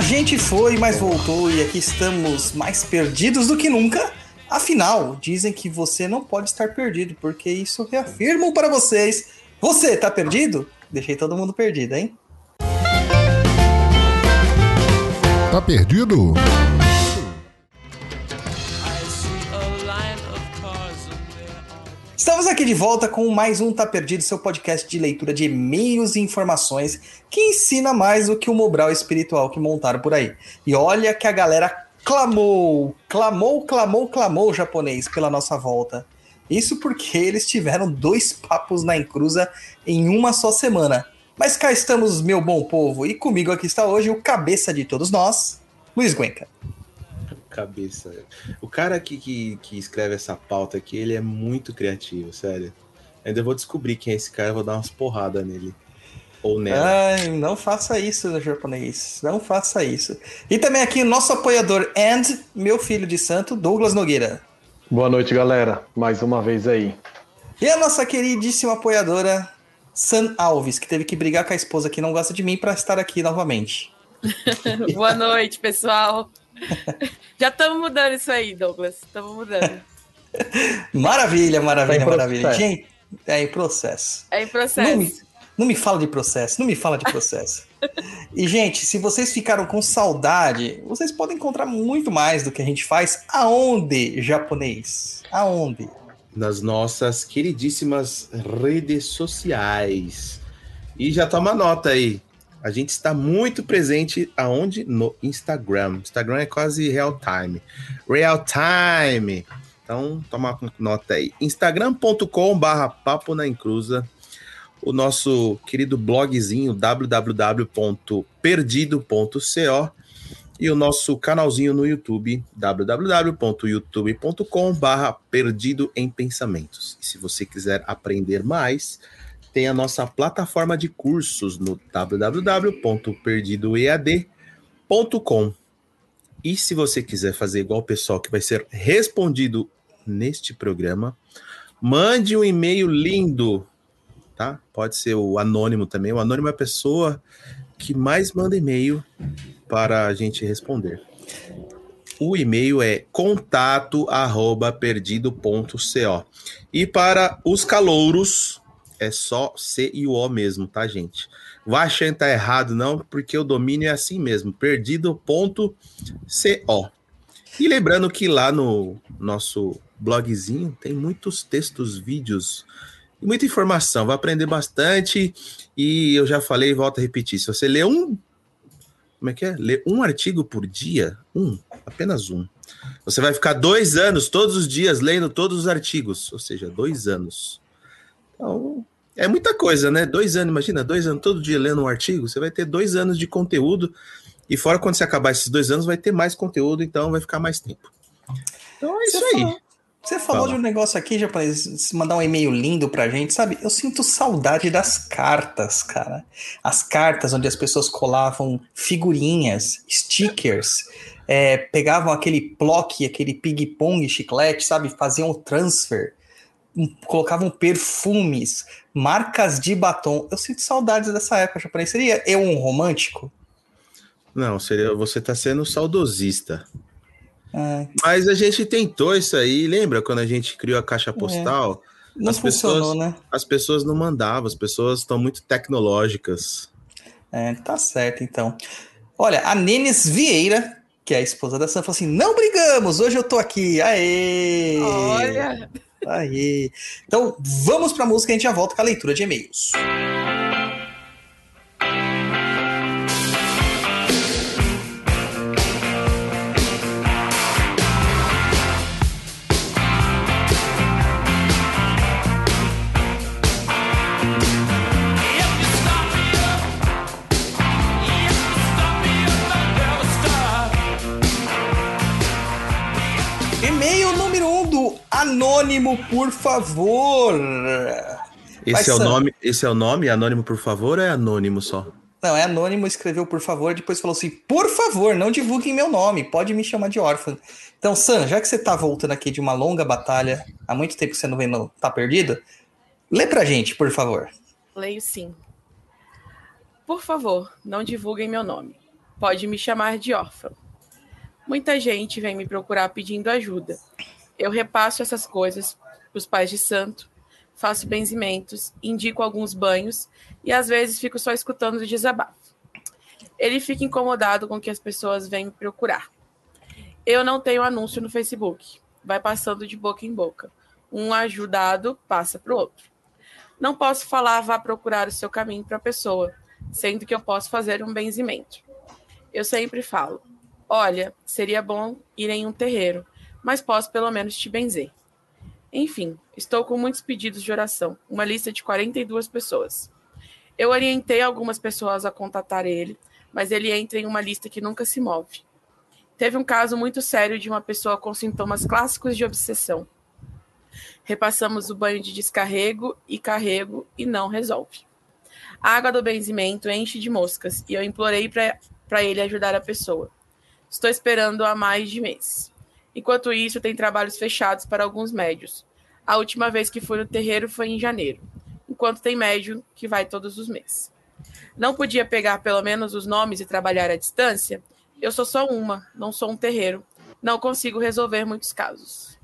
gente foi, mas voltou e aqui estamos mais perdidos do que nunca. Afinal, dizem que você não pode estar perdido, porque isso reafirmo para vocês. Você tá perdido? Deixei todo mundo perdido, hein? Tá perdido? Estamos aqui de volta com mais um Tá Perdido, seu podcast de leitura de e-mails e informações que ensina mais do que o Mobral espiritual que montaram por aí. E olha que a galera clamou o japonês pela nossa volta. Isso porque eles tiveram 2 papos na encruza em uma só semana. Mas cá estamos, meu bom povo, e comigo aqui está hoje o cabeça de todos nós, Luiz Guenca. Cabeça. O cara que escreve essa pauta aqui, ele é muito criativo, sério. Ainda vou descobrir quem é esse cara, vou dar umas porradas nele. Ou nela. Ai, não faça isso, japonês. Não faça isso. E também aqui o nosso apoiador and meu filho de santo, Douglas Nogueira. Boa noite, galera. Mais uma vez aí. E a nossa queridíssima apoiadora, San Alves, que teve que brigar com a esposa que não gosta de mim para estar aqui novamente. Boa noite, pessoal. Já estamos mudando isso aí, Douglas. Estamos mudando. Maravilha. processo. Gente, é em processo. É em processo. Não me fala de processo. E, gente, se vocês ficaram com saudade, vocês podem encontrar muito mais do que a gente faz. Aonde, japonês? Aonde? Nas nossas queridíssimas redes sociais. E já toma nota aí. A gente está muito presente aonde? No Instagram. Instagram é quase real time. Real time. Então, toma nota aí. Instagram.com/papo na encruza. O nosso querido blogzinho www.perdido.co e o nosso canalzinho no YouTube www.youtube.com/perdido em pensamentos. E se você quiser aprender mais, tem a nossa plataforma de cursos no www.perdidoead.com. E se você quiser fazer igual o pessoal que vai ser respondido neste programa, mande um e-mail lindo, tá? Pode ser o anônimo também. O anônimo é a pessoa que mais manda e-mail para a gente responder. O e-mail é contato@perdido.co. E para os calouros, é só C e o O mesmo, tá, gente? Vai achando que tá errado, não, porque o domínio é assim mesmo, perdido.co. E lembrando que lá no nosso blogzinho tem muitos textos, vídeos e muita informação. Vai aprender bastante. E eu já falei e volto a repetir. Se você ler ler um artigo por dia, apenas um, você vai ficar 2 anos todos os dias lendo todos os artigos, ou seja, 2 anos. Então, é muita coisa, né? 2 anos, imagina, 2 anos todo dia lendo um artigo, você vai ter 2 anos de conteúdo, e fora quando você acabar esses 2 anos, vai ter mais conteúdo, então vai ficar mais tempo. Então é isso aí. Você falou de um negócio aqui, japonês, mandar um e-mail lindo pra gente, sabe? Eu sinto saudade das cartas, cara. As cartas onde as pessoas colavam figurinhas, stickers, pegavam aquele plock, aquele ping-pong chiclete, sabe? Faziam o transfer, colocavam perfumes, marcas de batom. Eu sinto saudades dessa época, japonês. Seria eu um romântico? Não, você tá sendo saudosista. Mas a gente tentou isso aí, lembra quando a gente criou a caixa postal? Não funcionou, né? As pessoas não mandavam, as pessoas estão muito tecnológicas. Tá certo, então. Olha, a Nenes Vieira, que é a esposa da Sam, falou assim, não brigamos, hoje eu tô aqui, aê! Olha! Aê! Então, vamos pra música e a gente já volta com a leitura de e-mails. E-mail número 1 do Anônimo, por favor. Esse é o nome? Anônimo, por favor, ou é anônimo só? Não, é anônimo, escreveu por favor, depois falou assim, por favor, não divulguem meu nome, pode me chamar de órfão. Então, Sam, já que você tá voltando aqui de uma longa batalha, há muito tempo que você não vem no Tá Perdido, lê pra gente, por favor. Leio sim. Por favor, não divulguem meu nome. Pode me chamar de órfã. Muita gente vem me procurar pedindo ajuda. Eu repasso essas coisas para os pais de santo, faço benzimentos, indico alguns banhos e às vezes fico só escutando o desabafo. Ele fica incomodado com que as pessoas vêm me procurar. Eu não tenho anúncio no Facebook. Vai passando de boca em boca. Um ajudado passa para o outro. Não posso falar, vá procurar o seu caminho para a pessoa, sendo que eu posso fazer um benzimento. Eu sempre falo, olha, seria bom ir em um terreiro, mas posso pelo menos te benzer. Enfim, estou com muitos pedidos de oração, uma lista de 42 pessoas. Eu orientei algumas pessoas a contatar ele, mas ele entra em uma lista que nunca se move. Teve um caso muito sério de uma pessoa com sintomas clássicos de obsessão. Repassamos o banho de descarrego e carrego e não resolve. A água do benzimento enche de moscas e eu implorei para ele ajudar a pessoa. Estou esperando há mais de mês. Enquanto isso, tem trabalhos fechados para alguns médios. A última vez que fui no terreiro foi em janeiro, enquanto tem médio que vai todos os meses. Não podia pegar pelo menos os nomes e trabalhar à distância? Eu sou só uma, não sou um terreiro. Não consigo resolver muitos casos.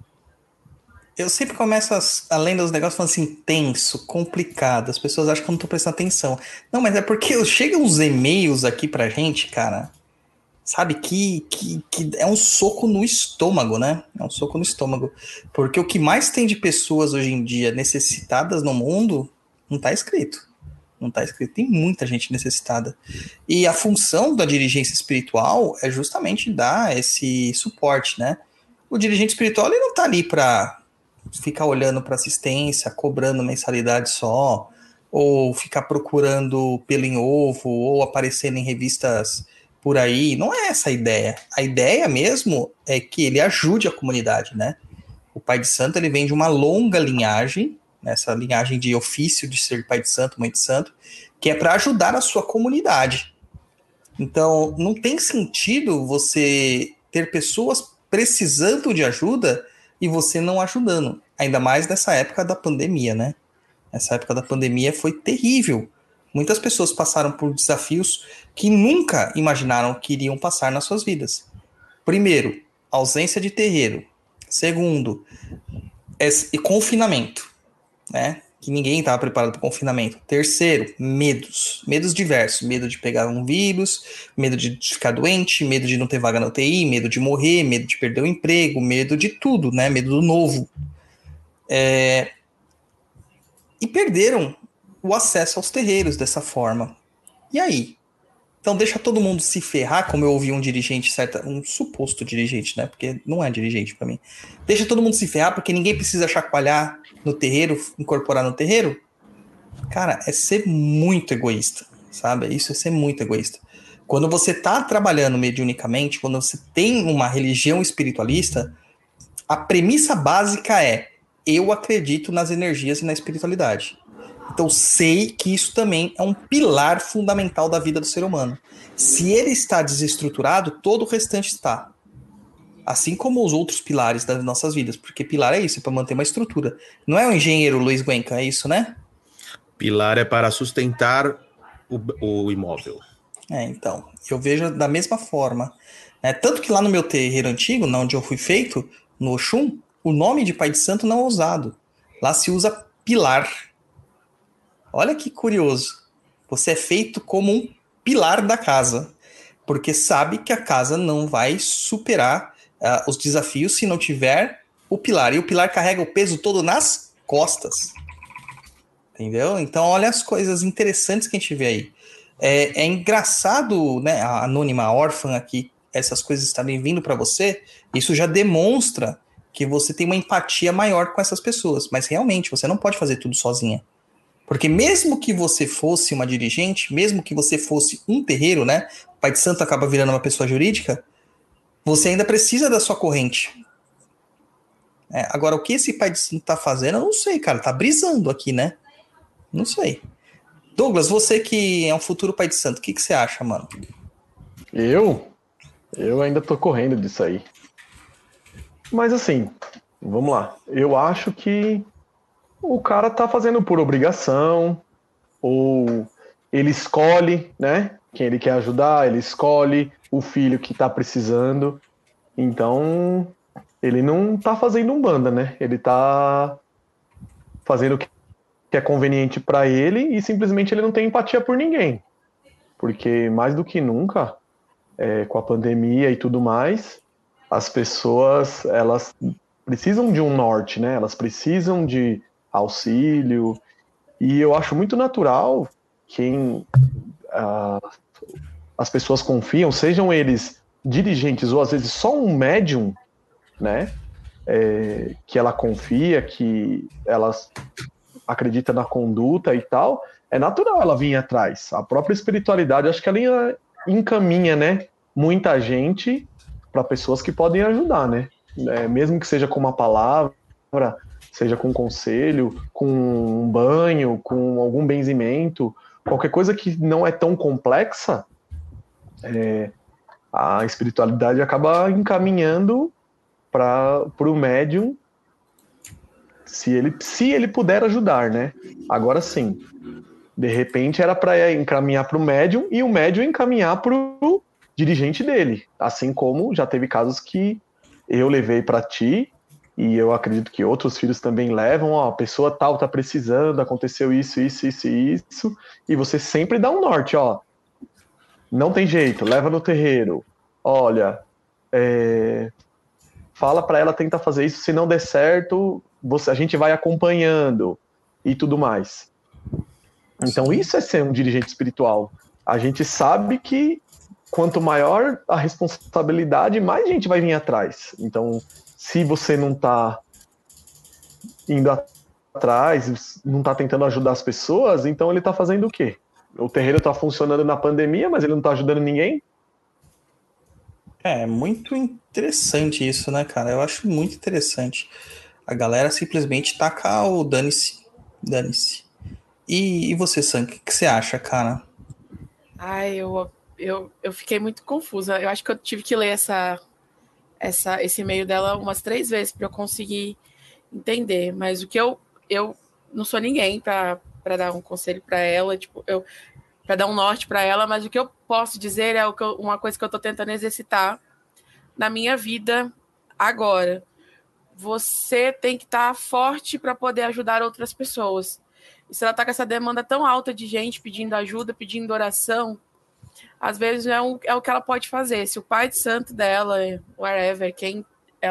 Eu sempre começo além dos negócios falando assim, tenso, complicado. As pessoas acham que eu não tô prestando atenção. Não, mas é porque chegam uns e-mails aqui pra gente, cara. Sabe, que é um soco no estômago, né? É um soco no estômago. Porque o que mais tem de pessoas hoje em dia necessitadas no mundo não tá escrito. Não tá escrito. Tem muita gente necessitada. E a função da dirigência espiritual é justamente dar esse suporte, né? O dirigente espiritual, ele não tá ali pra ficar olhando para assistência, cobrando mensalidade só, ou ficar procurando pelo em ovo, ou aparecendo em revistas por aí. Não é essa a ideia. A ideia mesmo é que ele ajude a comunidade, né? O pai de santo, ele vem de uma longa linhagem, essa linhagem de ofício de ser pai de santo, mãe de santo, que é para ajudar a sua comunidade. Então, não tem sentido você ter pessoas precisando de ajuda e você não ajudando. Ainda mais nessa época da pandemia, né? Essa época da pandemia foi terrível. Muitas pessoas passaram por desafios que nunca imaginaram que iriam passar nas suas vidas. Primeiro, ausência de terreiro. Segundo, confinamento, né? Que ninguém estava preparado para o confinamento. Terceiro, medos. Medos diversos. Medo de pegar um vírus, medo de ficar doente, medo de não ter vaga na UTI, medo de morrer, medo de perder o emprego, medo de tudo, né? Medo do novo. E perderam o acesso aos terreiros dessa forma. E aí? Então deixa todo mundo se ferrar, como eu ouvi um dirigente, um suposto dirigente, né? Porque não é dirigente para mim. Deixa todo mundo se ferrar porque ninguém precisa chacoalhar no terreiro, incorporar no terreiro. Cara, é ser muito egoísta, sabe? Isso é ser muito egoísta. Quando você tá trabalhando mediunicamente, quando você tem uma religião espiritualista, a premissa básica é: eu acredito nas energias e na espiritualidade. Então sei que isso também é um pilar fundamental da vida do ser humano. Se ele está desestruturado, todo o restante está. Assim como os outros pilares das nossas vidas. Porque pilar é isso, é para manter uma estrutura. Não é o engenheiro Luiz Guenca, é isso, né? Pilar é para sustentar o imóvel. Então, eu vejo da mesma forma. Tanto que lá no meu terreiro antigo, onde eu fui feito, no Oxum, o nome de pai de santo não é usado. Lá se usa pilar. Olha que curioso. Você é feito como um pilar da casa, porque sabe que a casa não vai superar os desafios se não tiver o pilar. E o pilar carrega o peso todo nas costas. Entendeu? Então, olha as coisas interessantes que a gente vê aí. É engraçado, né? A anônima, a órfã aqui, essas coisas estarem vindo para você. Isso já demonstra que você tem uma empatia maior com essas pessoas. Mas realmente, você não pode fazer tudo sozinha. Porque mesmo que você fosse uma dirigente, mesmo que você fosse um terreiro, né? O pai de santo acaba virando uma pessoa jurídica, você ainda precisa da sua corrente. Agora, o que esse pai de santo tá fazendo, eu não sei, cara. Tá brisando aqui, né? Não sei. Douglas, você que é um futuro pai de santo, o que você acha, mano? Eu ainda tô correndo disso aí. Mas assim, vamos lá. Eu acho que o cara tá fazendo por obrigação, ou ele escolhe, né, quem ele quer ajudar, ele escolhe o filho que está precisando. Então, ele não está fazendo umbanda, né? Ele está fazendo o que é conveniente para ele e simplesmente ele não tem empatia por ninguém. Porque mais do que nunca, com a pandemia e tudo mais, as pessoas, elas precisam de um norte, né? Elas precisam de auxílio. E eu acho muito natural quem as pessoas confiam, sejam eles dirigentes ou às vezes só um médium, né? Que ela confia, que ela acredita na conduta e tal, é natural ela vir atrás. A própria espiritualidade, acho que ela encaminha, né? Muita gente para pessoas que podem ajudar, né? Mesmo que seja com uma palavra, seja com um conselho, com um banho, com algum benzimento, qualquer coisa que não é tão complexa, a espiritualidade acaba encaminhando para o médium, se ele puder ajudar, né? Agora sim, de repente era para encaminhar para o médium e o médium encaminhar para o dirigente dele, assim como já teve casos que eu levei para ti, e eu acredito que outros filhos também levam, ó, a pessoa tal tá precisando, aconteceu isso, e você sempre dá um norte, ó, não tem jeito, leva no terreiro, olha, fala para ela tentar fazer isso, se não der certo, a gente vai acompanhando e tudo mais. Então isso é ser um dirigente espiritual. A gente sabe que quanto maior a responsabilidade, mais gente vai vir atrás. Então, se você não está indo atrás, não está tentando ajudar as pessoas, então ele está fazendo o quê? O terreiro está funcionando na pandemia, mas ele não está ajudando ninguém? É muito interessante isso, né, cara? Eu acho muito interessante. A galera simplesmente taca o dane-se. Dane-se. E você, Sam, o que você acha, cara? Ai, eu fiquei muito confusa. Eu acho que eu tive que ler esse e-mail dela umas 3 vezes para eu conseguir entender. Mas o que eu não sou ninguém para dar um conselho para ela, tipo, para dar um norte para ela, mas o que eu posso dizer é uma coisa que eu estou tentando exercitar na minha vida agora. Você tem que estar forte para poder ajudar outras pessoas. E se ela está com essa demanda tão alta de gente pedindo ajuda, pedindo oração, às vezes é o que ela pode fazer. Se o pai de santo dela, whatever, quem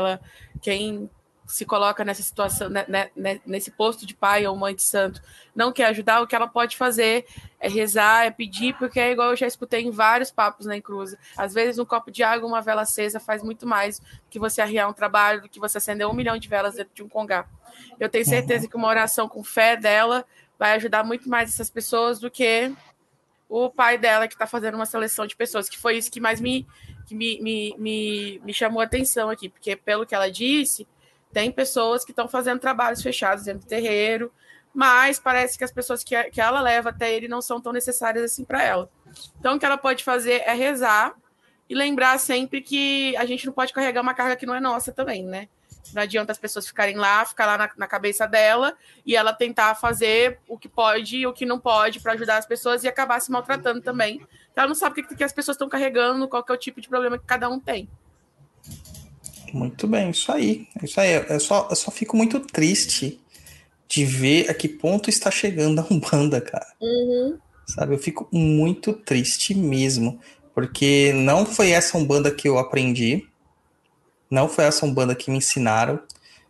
se coloca nessa situação, nesse posto de pai ou mãe de santo, não quer ajudar, o que ela pode fazer é rezar, é pedir, porque é igual eu já escutei em vários papos na encruza. Às vezes um copo de água, uma vela acesa faz muito mais do que você arriar um trabalho, do que você acender 1 milhão de velas dentro de um congá. Eu tenho certeza que uma oração com fé dela vai ajudar muito mais essas pessoas do que o pai dela que está fazendo uma seleção de pessoas, que foi isso que mais me chamou a atenção aqui, porque pelo que ela disse, tem pessoas que estão fazendo trabalhos fechados dentro do terreiro, mas parece que as pessoas que ela leva até ele não são tão necessárias assim para ela. Então o que ela pode fazer é rezar e lembrar sempre que a gente não pode carregar uma carga que não é nossa também, né? Não adianta as pessoas ficar lá na cabeça dela e ela tentar fazer o que pode e o que não pode para ajudar as pessoas e acabar se maltratando também. Então, ela não sabe o que as pessoas estão carregando, qual que é o tipo de problema que cada um tem. Muito bem, isso aí. Isso aí. Eu só fico muito triste de ver a que ponto está chegando a Umbanda, cara. Uhum. Sabe, eu fico muito triste mesmo. Porque não foi essa Umbanda que eu aprendi. Não foi essa Umbanda que me ensinaram.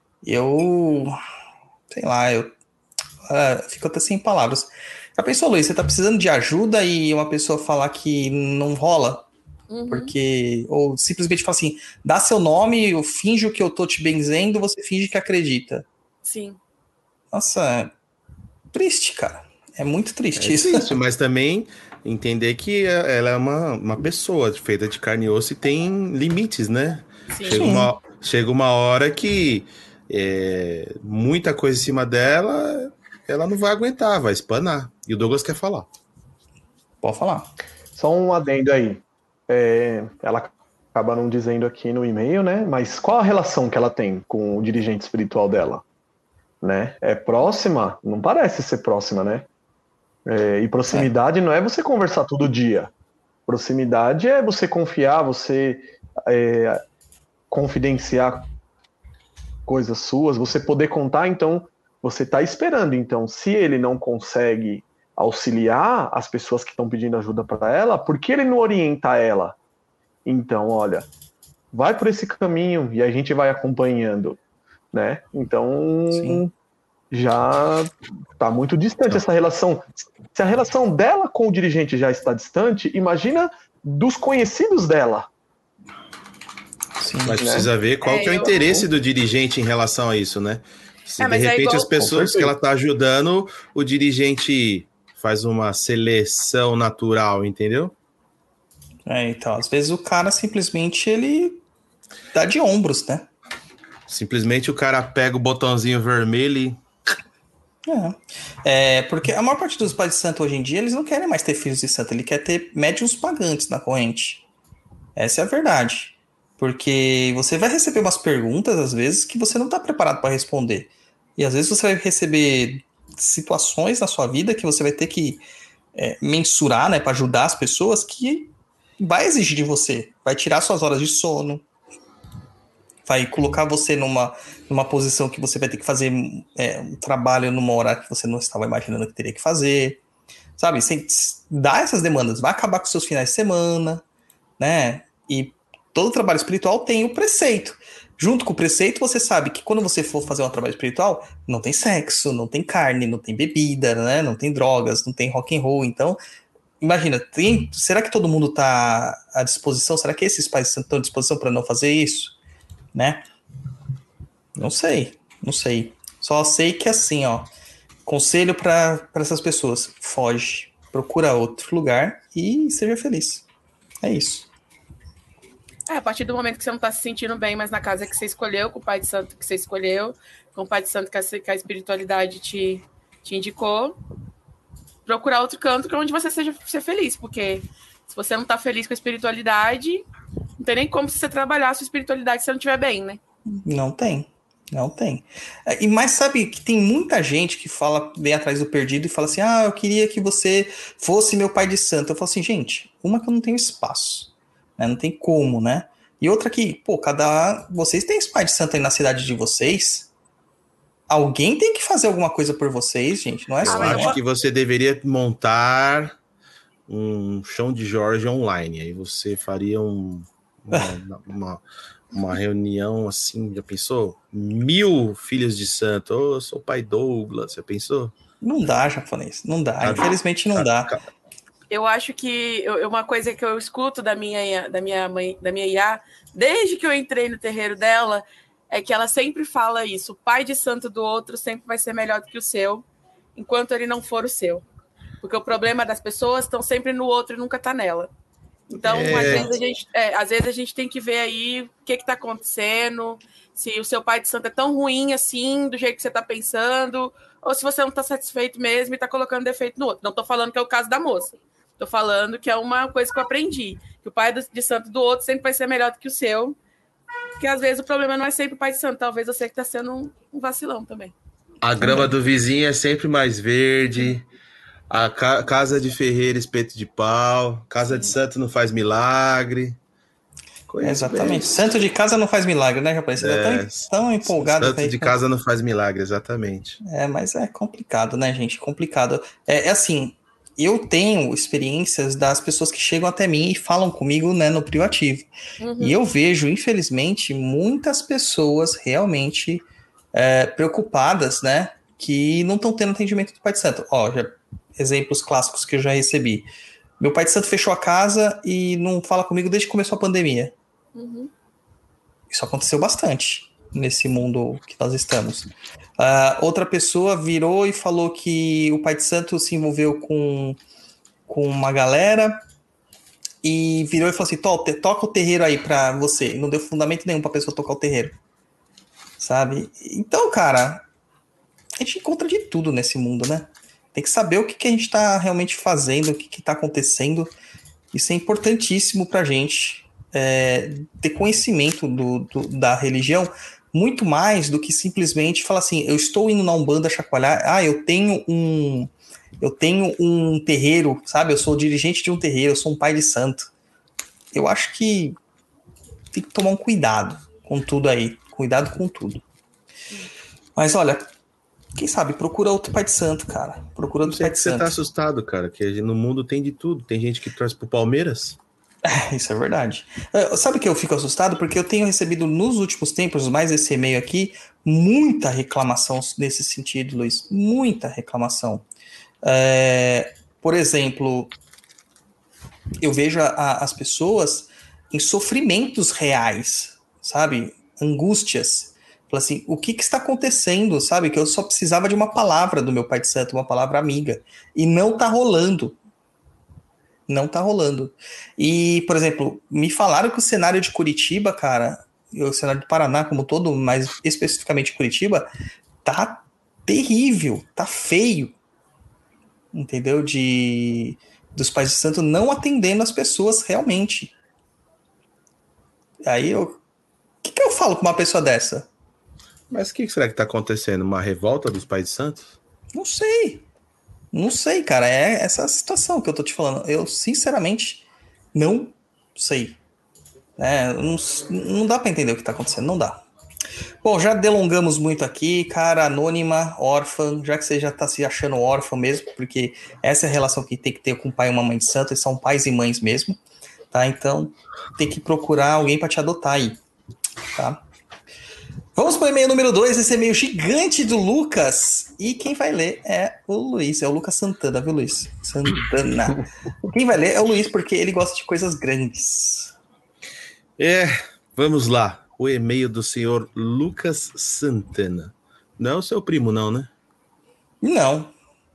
Sei lá, eu fico até sem palavras. Já pensou, Luiz, você tá precisando de ajuda e uma pessoa falar que não rola? Uhum. Porque, ou simplesmente fala assim, dá seu nome, eu finjo que eu tô te benzendo, você finge que acredita. Sim. Nossa, triste, cara. É muito triste isso. Triste, mas também entender que ela é uma pessoa feita de carne e osso e tem limites, né? Chega uma hora que muita coisa em cima dela, ela não vai aguentar, vai espanar. E o Douglas quer falar. Pode falar. Só um adendo aí. Ela acaba não dizendo aqui no e-mail, né? Mas qual a relação que ela tem com o dirigente espiritual dela? Né? É próxima? Não parece ser próxima, né? E proximidade não é você conversar todo dia. Proximidade é você confiar, você confidenciar coisas suas, você poder contar, então você está esperando. Então, se ele não consegue auxiliar as pessoas que estão pedindo ajuda para ela, por que ele não orienta ela? Então, olha, vai por esse caminho e a gente vai acompanhando, né? Então, Sim. já está muito distante essa relação. Se a relação dela com o dirigente já está distante, imagina dos conhecidos dela. Sim. Mas precisa ver qual que é o interesse do dirigente em relação a isso, né? Se de repente as pessoas que ela está ajudando, o dirigente faz uma seleção natural, entendeu? Então, às vezes o cara simplesmente ele dá de ombros, né? Simplesmente o cara pega o botãozinho vermelho e... Porque a maior parte dos pais de santo hoje em dia, eles não querem mais ter filhos de santo, ele quer ter médiuns pagantes na corrente. Essa é a verdade. Porque você vai receber umas perguntas, às vezes, que você não está preparado para responder. E às vezes você vai receber situações na sua vida que você vai ter que mensurar, né, para ajudar as pessoas, que vai exigir de você. Vai tirar suas horas de sono, vai colocar você numa posição que você vai ter que fazer um trabalho numa hora que você não estava imaginando que teria que fazer. Sabe? Sem dar essas demandas. Vai acabar com seus finais de semana, né? E todo trabalho espiritual tem o preceito. Junto com o preceito, você sabe que quando você for fazer um trabalho espiritual, não tem sexo, não tem carne, não tem bebida, né? Não tem drogas, não tem rock and roll. Então, imagina, será que todo mundo está à disposição? Será que esses pais estão à disposição para não fazer isso? Né? Não sei. Só sei que assim, ó, conselho para essas pessoas: foge, procura outro lugar e seja feliz. É isso. A partir do momento que você não está se sentindo bem, mas na casa que você escolheu, com o pai de santo que você escolheu, com o pai de santo que a espiritualidade te indicou, procurar outro canto onde você seja feliz, porque se você não está feliz com a espiritualidade, não tem nem como você trabalhar a sua espiritualidade se você não estiver bem, né? Não tem. Mas sabe que tem muita gente que vem atrás do perdido e fala assim: eu queria que você fosse meu pai de santo. Eu falo assim, gente, uma que eu não tenho espaço, né? Não tem como, né? E outra que, vocês têm esse pai de santo aí na cidade de vocês. Alguém tem que fazer alguma coisa por vocês, gente. Não é só. Eu acho que você deveria montar um chão de Jorge online. Aí você faria uma reunião assim, já pensou? 1000 filhos de santo. Eu sou o pai Douglas, já pensou? Não dá, japonês. Não dá. Infelizmente não dá. Eu acho que uma coisa que eu escuto da minha mãe, da minha Iá, desde que eu entrei no terreiro dela, é que ela sempre fala isso: o pai de santo do outro sempre vai ser melhor do que o seu, enquanto ele não for o seu. Porque o problema das pessoas estão sempre no outro e nunca está nela. Então, às vezes a gente tem que ver aí o que está acontecendo, se o seu pai de santo é tão ruim assim, do jeito que você está pensando, ou se você não está satisfeito mesmo e está colocando defeito no outro. Não estou falando que é o caso da moça. Estou falando que é uma coisa que eu aprendi, que o pai de santo do outro sempre vai ser melhor do que o seu, porque às vezes o problema não é sempre o pai de santo, talvez você que está sendo um vacilão também. A grama do vizinho é sempre mais verde. A casa de ferreiro, espeto de pau. Casa de santo não faz milagre. Exatamente. Santo de casa não faz milagre, né, rapaz? Você tá tão empolgado. Santo de casa não faz milagre, exatamente. Mas é complicado, né, gente? Complicado. Assim, eu tenho experiências das pessoas que chegam até mim e falam comigo, né, no privativo. Uhum. E eu vejo, infelizmente, muitas pessoas realmente preocupadas, né, que não estão tendo atendimento do Pai de Santo. Exemplos clássicos que eu já recebi. Meu pai de santo fechou a casa e não fala comigo desde que começou a pandemia. Uhum. Isso aconteceu bastante nesse mundo que nós estamos. Outra pessoa virou e falou que o pai de santo se envolveu com uma galera e virou e falou assim: toca o terreiro aí pra você. E não deu fundamento nenhum pra pessoa tocar o terreiro. Sabe? Então, cara, a gente encontra de tudo nesse mundo, né? Tem que saber o que a gente está realmente fazendo, o que está acontecendo. Isso é importantíssimo para a gente ter conhecimento da religião, muito mais do que simplesmente falar assim: eu estou indo na Umbanda chacoalhar, eu tenho eu tenho um terreiro, sabe? Eu sou dirigente de um terreiro, eu sou um pai de santo. Eu acho que tem que tomar um cuidado com tudo aí. Cuidado com tudo. Mas olha, quem sabe, procura outro pai de santo, cara. Procura outro pai de Você santo. tá assustado, cara, que no mundo tem de tudo. Tem gente que torce pro Palmeiras. Isso é verdade. Sabe que eu fico assustado? Porque eu tenho recebido nos últimos tempos, mais esse e-mail aqui, muita reclamação nesse sentido, Luiz. Muita reclamação. Por exemplo, eu vejo as pessoas em sofrimentos reais, sabe? Angústias. Fala assim, o que está acontecendo, sabe? Que eu só precisava de uma palavra do meu pai de santo, uma palavra amiga. E não tá rolando. Não tá rolando. E, por exemplo, me falaram que o cenário de Curitiba, cara, e o cenário do Paraná como todo, mas especificamente Curitiba, tá terrível, tá feio. Entendeu? Dos pais de santo não atendendo as pessoas realmente. Aí o que eu falo com uma pessoa dessa? Mas o que será que tá acontecendo? Uma revolta dos pais de santos? Não sei. Não sei, cara. É essa situação que eu tô te falando. Eu, sinceramente, não sei. Não dá pra entender o que tá acontecendo. Não dá. Bom, já delongamos muito aqui. Cara, anônima, órfã. Já que você já tá se achando órfã mesmo, porque essa é a relação que tem que ter com o pai e uma mãe de santo. Eles são pais e mães mesmo. Tá? Então, tem que procurar alguém pra te adotar aí. Tá? Vamos para o e-mail número 2, esse e-mail gigante do Lucas. E quem vai ler é o Luiz, é o Lucas Santana, viu, Luiz? Santana. Quem vai ler é o Luiz, porque ele gosta de coisas grandes. Vamos lá. O e-mail do senhor Lucas Santana. Não é o seu primo, não, né? Não.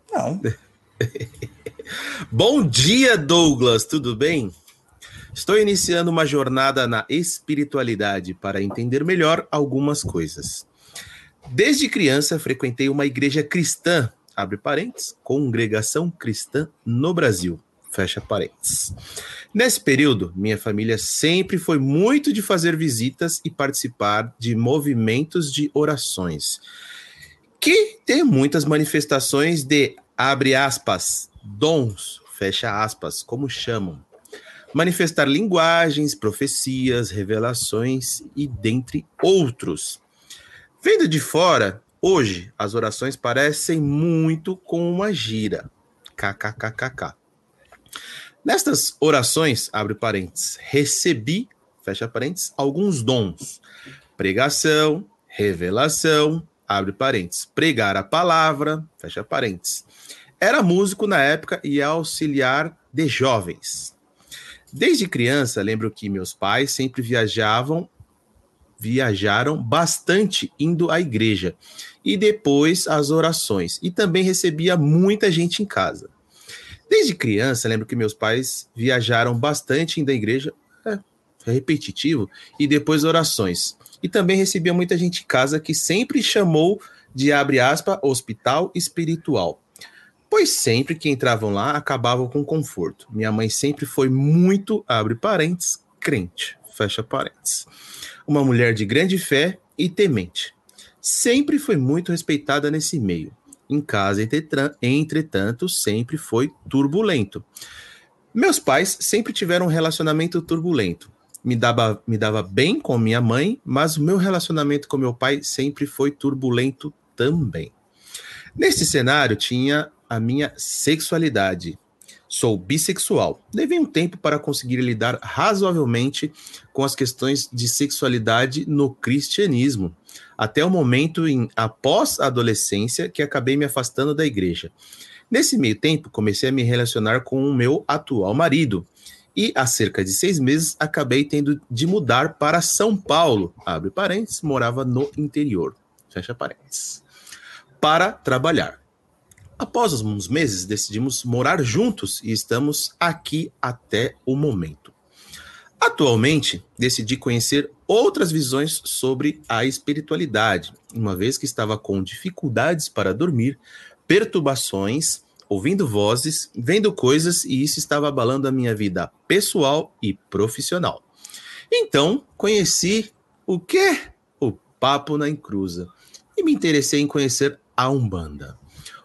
Bom dia, Douglas, tudo bem? Estou iniciando uma jornada na espiritualidade para entender melhor algumas coisas. Desde criança, frequentei uma igreja cristã, abre parênteses, congregação cristã no Brasil, fecha parênteses. Nesse período, minha família sempre foi muito de fazer visitas e participar de movimentos de orações, que tem muitas manifestações de, abre aspas, dons, fecha aspas, como chamam. Manifestar linguagens, profecias, revelações e dentre outros. Vendo de fora, hoje as orações parecem muito com uma gira. KKKKK. Nestas orações, abre parênteses, recebi, fecha parênteses, alguns dons. Pregação, revelação, abre parênteses, pregar a palavra, fecha parênteses. Era músico na época e auxiliar de jovens. Desde criança, lembro que meus pais sempre viajaram bastante indo à igreja e depois às orações, e também recebia muita gente em casa. Desde criança, lembro que meus pais viajaram bastante indo à igreja, é repetitivo, e depois orações, e também recebia muita gente em casa que sempre chamou de, abre aspas, hospital espiritual. Pois sempre que entravam lá, acabavam com conforto. Minha mãe sempre foi muito, abre parênteses, crente, fecha parênteses. Uma mulher de grande fé e temente. Sempre foi muito respeitada nesse meio. Em casa, entretanto, sempre foi turbulento. Meus pais sempre tiveram um relacionamento turbulento. Me dava bem com minha mãe, mas o meu relacionamento com meu pai sempre foi turbulento também. Nesse cenário, tinha a minha sexualidade. Sou bissexual. Levei um tempo para conseguir lidar razoavelmente com as questões de sexualidade no cristianismo, até o momento após a adolescência que acabei me afastando da igreja. Nesse meio tempo, comecei a me relacionar com o meu atual marido e há cerca de 6 meses acabei tendo de mudar para São Paulo, abre parênteses, morava no interior, fecha parênteses, para trabalhar. Após uns meses, decidimos morar juntos e estamos aqui até o momento. Atualmente, decidi conhecer outras visões sobre a espiritualidade, uma vez que estava com dificuldades para dormir, perturbações, ouvindo vozes, vendo coisas e isso estava abalando a minha vida pessoal e profissional. Então, conheci o quê? O Papo na Encruza e me interessei em conhecer a Umbanda.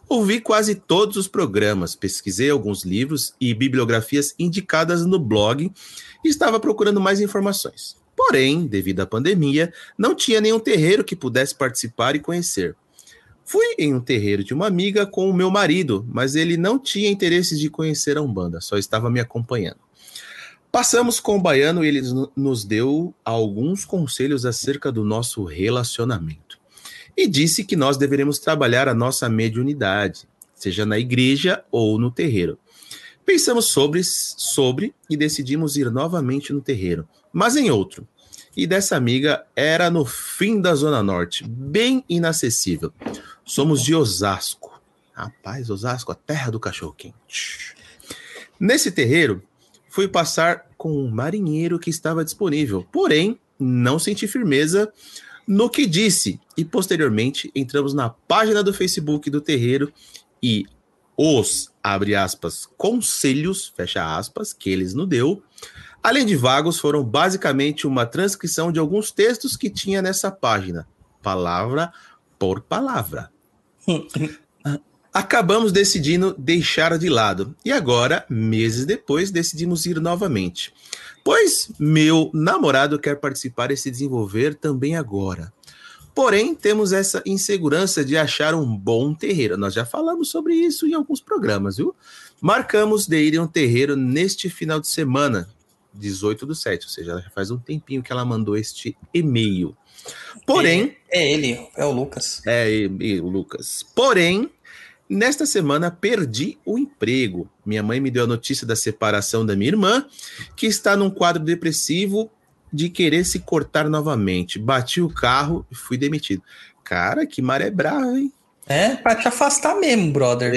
Ouvi quase todos os programas, pesquisei alguns livros e bibliografias indicadas no blog e estava procurando mais informações. Porém, devido à pandemia, não tinha nenhum terreiro que pudesse participar e conhecer. Fui em um terreiro de uma amiga com o meu marido, mas ele não tinha interesse de conhecer a Umbanda, só estava me acompanhando. Passamos com o baiano e ele nos deu alguns conselhos acerca do nosso relacionamento. E disse que nós deveremos trabalhar a nossa mediunidade, seja na igreja ou no terreiro. Pensamos sobre e decidimos ir novamente no terreiro, mas em outro. E dessa amiga era no fim da Zona Norte, bem inacessível. Somos de Osasco. Rapaz, Osasco, a terra do cachorro-quente. Nesse terreiro, fui passar com um marinheiro que estava disponível, porém, não senti firmeza no que disse. E, posteriormente, entramos na página do Facebook do terreiro e os, abre aspas, conselhos, fecha aspas, que eles nos deu, além de vagos, foram basicamente uma transcrição de alguns textos que tinha nessa página, palavra por palavra. Acabamos decidindo deixar de lado. E agora, meses depois, decidimos ir novamente. Pois meu namorado quer participar e se desenvolver também agora. Porém, temos essa insegurança de achar um bom terreiro. Nós já falamos sobre isso em alguns programas, viu? Marcamos de ir em um terreiro neste final de semana, 18/7, ou seja, já faz um tempinho que ela mandou este e-mail. Porém... É ele, é o Lucas. O Lucas. Porém, nesta semana perdi o emprego. Minha mãe me deu a notícia da separação da minha irmã, que está num quadro depressivo de querer se cortar novamente. Bati o carro e fui demitido. Cara, que maré brava, hein? É, pra te afastar mesmo, brother.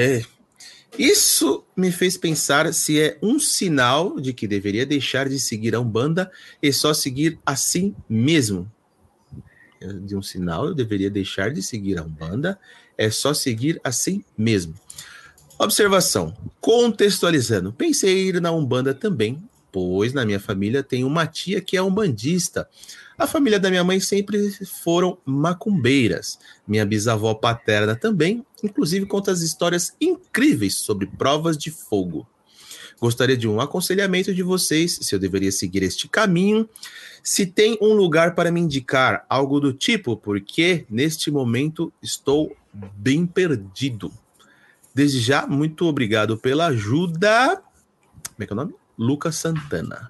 Isso me fez pensar se é um sinal de que deveria deixar de seguir a Umbanda e só seguir assim mesmo. De um sinal, eu deveria deixar de seguir a Umbanda, é só seguir assim mesmo. Observação, contextualizando, pensei em ir na Umbanda também, pois na minha família tem uma tia que é umbandista. A família da minha mãe sempre foram macumbeiras. Minha bisavó paterna também, inclusive conta as histórias incríveis sobre provas de fogo. Gostaria de um aconselhamento de vocês, se eu deveria seguir este caminho, se tem um lugar para me indicar, algo do tipo, porque neste momento estou bem perdido. Desde já, muito obrigado pela ajuda. Como é que é o nome? Lucas Santana.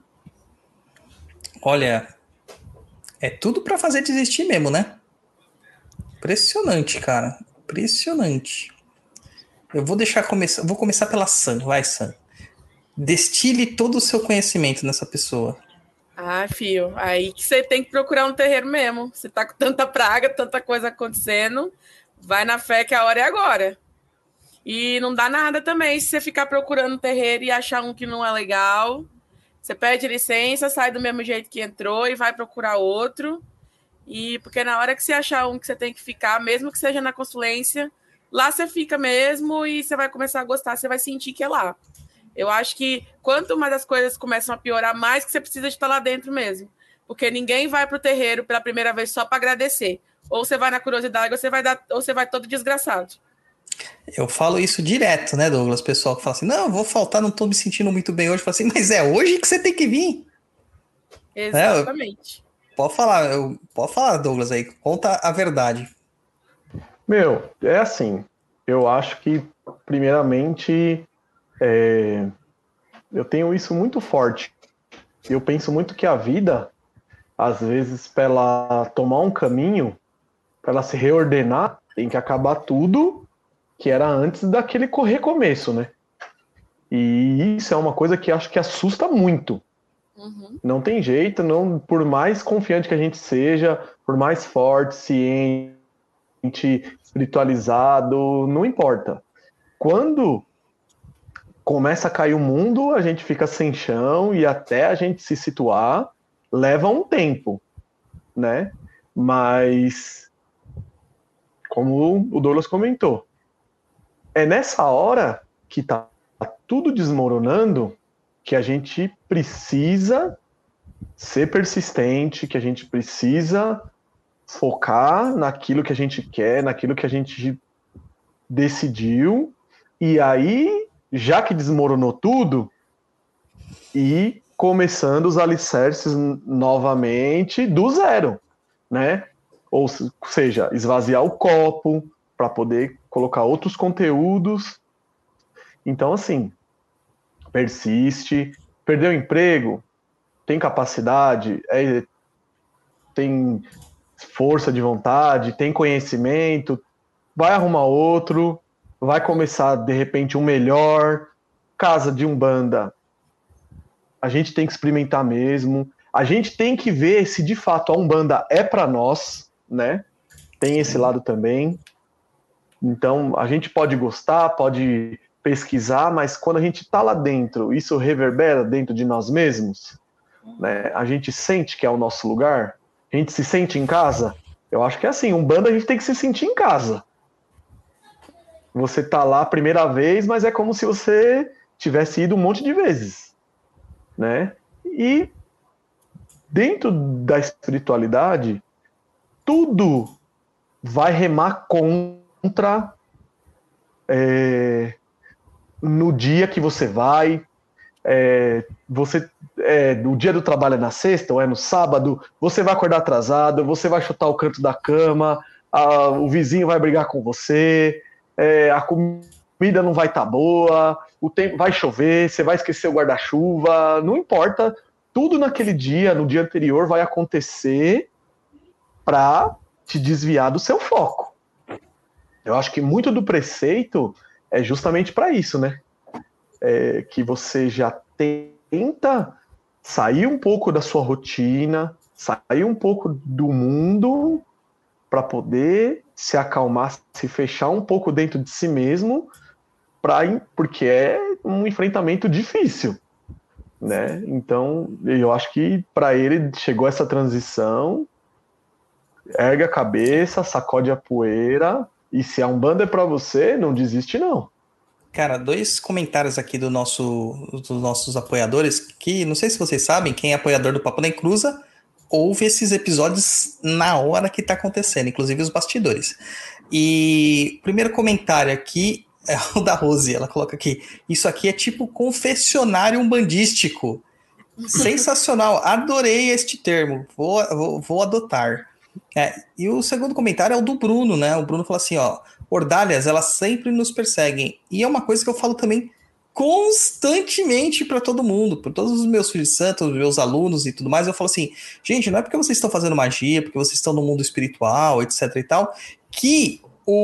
Olha, é tudo pra fazer desistir mesmo, né? Impressionante, cara. Impressionante. Eu vou vou começar pela Sam. Vai, Sam. Destile todo o seu conhecimento nessa pessoa. Ah, filho, aí que você tem que procurar um terreiro mesmo. Você tá com tanta praga, tanta coisa acontecendo, vai na fé que a hora é agora. E não dá nada também se você ficar procurando um terreiro e achar um que não é legal. Você pede licença, sai do mesmo jeito que entrou e vai procurar outro. E porque na hora que você achar um que você tem que ficar, mesmo que seja na consulência, lá você fica mesmo e você vai começar a gostar, você vai sentir que é lá. Eu acho que quanto mais as coisas começam a piorar, mais que você precisa de estar lá dentro mesmo. Porque ninguém vai pro terreiro pela primeira vez só para agradecer. Ou você vai na curiosidade, ou você vai todo desgraçado. Eu falo isso direto, né, Douglas? Pessoal que fala assim, não, vou faltar, não tô me sentindo muito bem hoje. Eu falo assim, mas é hoje que você tem que vir. Exatamente. Pode falar, Douglas, aí. Conta a verdade. Meu, é assim. Eu acho que, primeiramente, eu tenho isso muito forte. Eu penso muito que a vida, às vezes, para ela tomar um caminho, para ela se reordenar, tem que acabar tudo que era antes daquele recomeço, né? E isso é uma coisa que acho que assusta muito. Uhum. Não tem jeito, não, por mais confiante que a gente seja, por mais forte, ciente, espiritualizado, não importa. Quando começa a cair o mundo, a gente fica sem chão e até a gente se situar, leva um tempo, né? Mas, como o Douglas comentou, é nessa hora que tá tudo desmoronando que a gente precisa ser persistente, que a gente precisa focar naquilo que a gente quer, naquilo que a gente decidiu, e aí, já que desmoronou tudo, e começando os alicerces novamente do zero, né? Ou seja, esvaziar o copo para poder colocar outros conteúdos. Então, assim, persiste, perdeu o emprego, tem capacidade, tem força de vontade, tem conhecimento, vai arrumar outro, vai começar, de repente, um melhor. Casa de Umbanda, a gente tem que experimentar mesmo, a gente tem que ver se de fato a Umbanda é para nós, né? Tem esse lado também. Então, a gente pode gostar, pode pesquisar, mas quando a gente está lá dentro, isso reverbera dentro de nós mesmos, né? A gente sente que é o nosso lugar, a gente se sente em casa. Eu acho que é assim, Umbanda a gente tem que se sentir em casa. Você tá lá a primeira vez, mas é como se você tivesse ido um monte de vezes, né? E dentro da espiritualidade, tudo vai remar contra no dia que você vai. O dia do trabalho é na sexta ou é no sábado, você vai acordar atrasado, você vai chutar o canto da cama, o vizinho vai brigar com você, a comida não vai estar boa, o tempo vai chover, você vai esquecer o guarda-chuva, não importa, tudo naquele dia, no dia anterior, vai acontecer para te desviar do seu foco. Eu acho que muito do preceito é justamente para isso, né? Que você já tenta sair um pouco da sua rotina, sair um pouco do mundo para poder se acalmar, se fechar um pouco dentro de si mesmo, porque é um enfrentamento difícil, né? Então, eu acho que para ele chegou essa transição, ergue a cabeça, sacode a poeira, e se a Umbanda é para você, não desiste não. Cara, 2 comentários aqui dos nossos apoiadores, que não sei se vocês sabem, quem é apoiador do Papo Nem Cruza ouve esses episódios na hora que tá acontecendo, inclusive os bastidores. E o primeiro comentário aqui é o da Rose, ela coloca aqui, isso aqui é tipo confessionário umbandístico. Sensacional, adorei este termo, vou adotar. E o segundo comentário é o do Bruno, né? O Bruno fala assim, ó, ordalhas, elas sempre nos perseguem. E é uma coisa que eu falo também constantemente para todo mundo, para todos os meus filhos santos, meus alunos e tudo mais. Eu falo assim, gente, não é porque vocês estão fazendo magia, porque vocês estão no mundo espiritual, etc e tal, que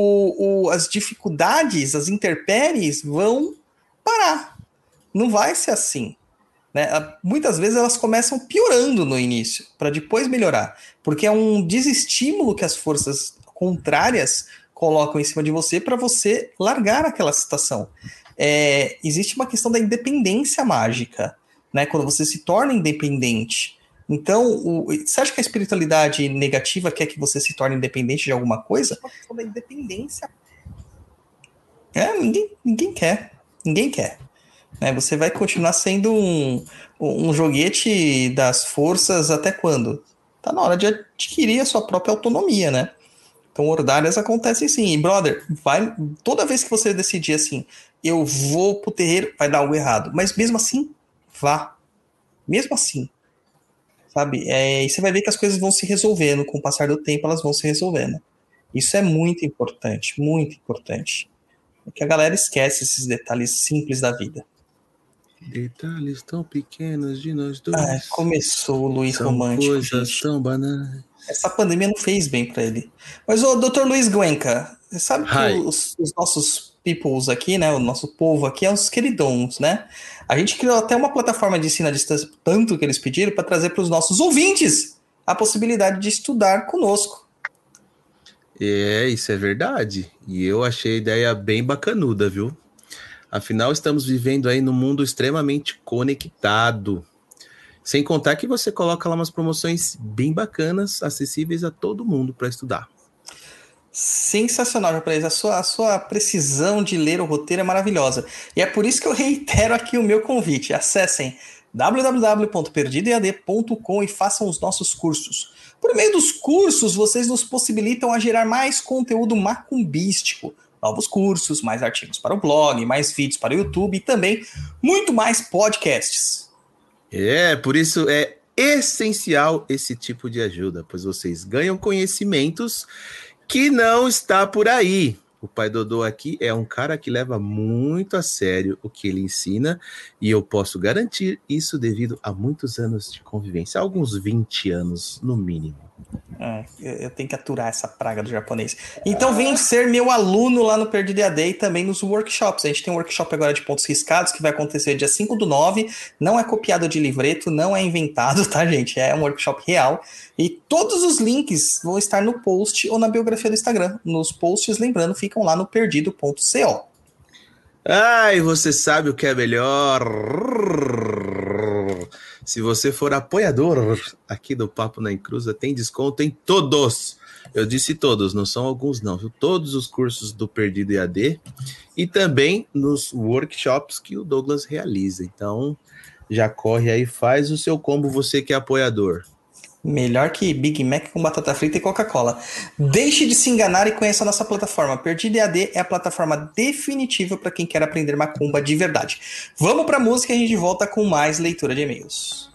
as dificuldades, as intempéries vão parar. Não vai ser assim. Né? Muitas vezes elas começam piorando no início, para depois melhorar. Porque é um desestímulo que as forças contrárias colocam em cima de você para você largar aquela situação. Existe uma questão da independência mágica, né? Quando você se torna independente. Então, você acha que a espiritualidade negativa quer que você se torne independente de alguma coisa? É uma questão da independência. Ninguém quer. Ninguém quer. Você vai continuar sendo um joguete das forças até quando? Tá na hora de adquirir a sua própria autonomia, né? Então, ordárias acontecem sim. E, brother, toda vez que você decidir assim, eu vou pro terreiro, vai dar algo errado. Mas mesmo assim, vá. Mesmo assim. Sabe? E você vai ver que as coisas vão se resolvendo. Com o passar do tempo, elas vão se resolvendo. Isso é muito importante. Muito importante. Porque a galera esquece esses detalhes simples da vida. Detalhes tão pequenos de nós dois. Começou o Luiz São romântico, coisas gente. Tão banais. Essa pandemia não fez bem pra ele. Mas o Dr. Luiz Guenca, você sabe que os nossos peoples aqui, né, o nosso povo aqui é os queridons, né? A gente criou até uma plataforma de ensino à distância, tanto que eles pediram, para trazer para os nossos ouvintes a possibilidade de estudar conosco. Isso é verdade. E eu achei a ideia bem bacanuda, viu? Afinal, estamos vivendo aí num mundo extremamente conectado. Sem contar que você coloca lá umas promoções bem bacanas, acessíveis a todo mundo para estudar. Sensacional, Japonês. A sua precisão de ler o roteiro é maravilhosa. E é por isso que eu reitero aqui o meu convite. Acessem www.perdidoead.com e façam os nossos cursos. Por meio dos cursos, vocês nos possibilitam a gerar mais conteúdo macumbístico. novos cursos, mais artigos para o blog, mais vídeos para o YouTube e também muito mais podcasts. Por isso é essencial esse tipo de ajuda, pois vocês ganham conhecimentos que não está por aí. O Pai Dodô aqui é um cara que leva muito a sério o que ele ensina e eu posso garantir isso devido a muitos anos de convivência, alguns 20 anos no mínimo. Eu tenho que aturar essa praga do japonês. Então vem ser meu aluno lá no Perdido EAD e também nos workshops. A gente tem um workshop agora de pontos riscados que vai acontecer dia 5/9. Não é copiado de livreto, não é inventado, tá, gente? É um workshop real. E todos os links vão estar no post ou na biografia do Instagram. Nos posts, lembrando, ficam lá no perdido.co. E você sabe o que é melhor? Se você for apoiador aqui do Papo na Encruza, tem desconto em todos. Eu disse todos, não são alguns não. Todos os cursos do Perdido EAD e também nos workshops que o Douglas realiza. Então, já corre aí, faz o seu combo, você que é apoiador. Melhor que Big Mac com batata frita e Coca-Cola. Deixe de se enganar e conheça a nossa plataforma. Perdido EAD é a plataforma definitiva para quem quer aprender macumba de verdade. Vamos para a música e a gente volta com mais leitura de e-mails.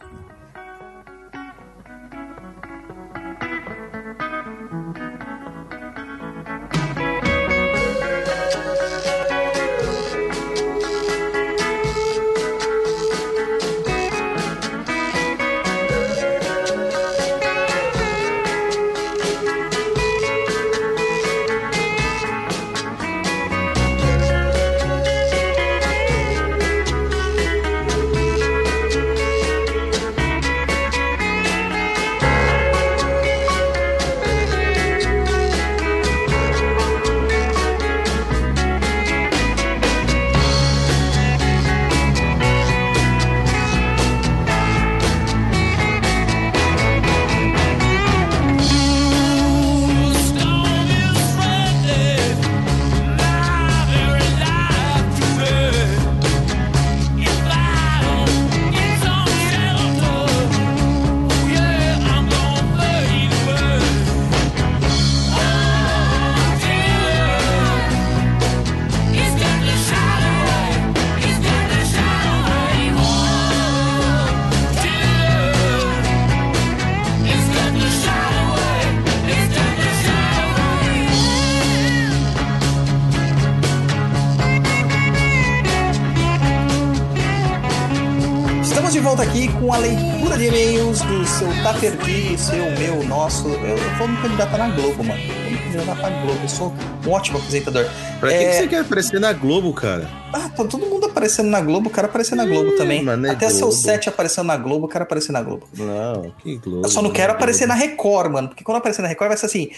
De volta aqui com a leitura de e-mails do seu Tá Perdido, seu, meu, nosso. Eu vou me candidatar na Globo, mano. Vou me candidatar pra Globo. Eu sou um ótimo apresentador. Pra que você quer aparecer na Globo, cara? Tá todo mundo aparecendo na Globo, o cara aparecer na Globo também. Mano, até Globo. seu set aparecendo na Globo, o cara aparecer na Globo. Não, que Globo. Eu só não quero aparecer na Record, mano. Porque quando aparecer na Record vai ser assim: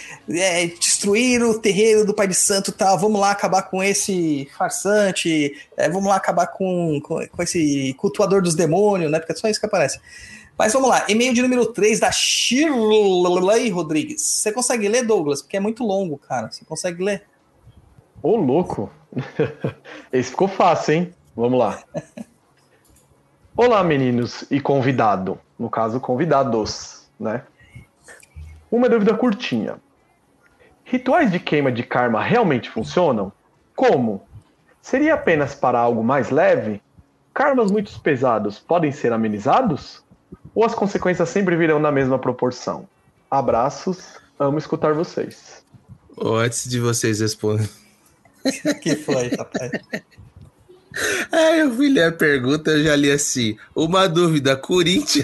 destruir o terreiro do Pai de Santo, tá? Vamos lá acabar com esse farsante. Vamos lá acabar com esse cultuador dos demônios, né? Porque é só isso que aparece. Mas vamos lá, e-mail de número 3 da Shirley Rodrigues. Você consegue ler, Douglas? Porque é muito longo, cara. Você consegue ler? Ô, louco! Esse ficou fácil, hein? Vamos lá. Olá, meninos e convidado. No caso, convidados, né? Uma dúvida curtinha. Rituais de queima de karma realmente funcionam? Como? Seria apenas para algo mais leve? Karmas muito pesados podem ser amenizados? Ou as consequências sempre virão na mesma proporção? Abraços, amo escutar vocês. Antes de vocês responderem. Que foi, rapaz? Eu fui ler a pergunta, eu já li assim. Uma dúvida, Corinthians.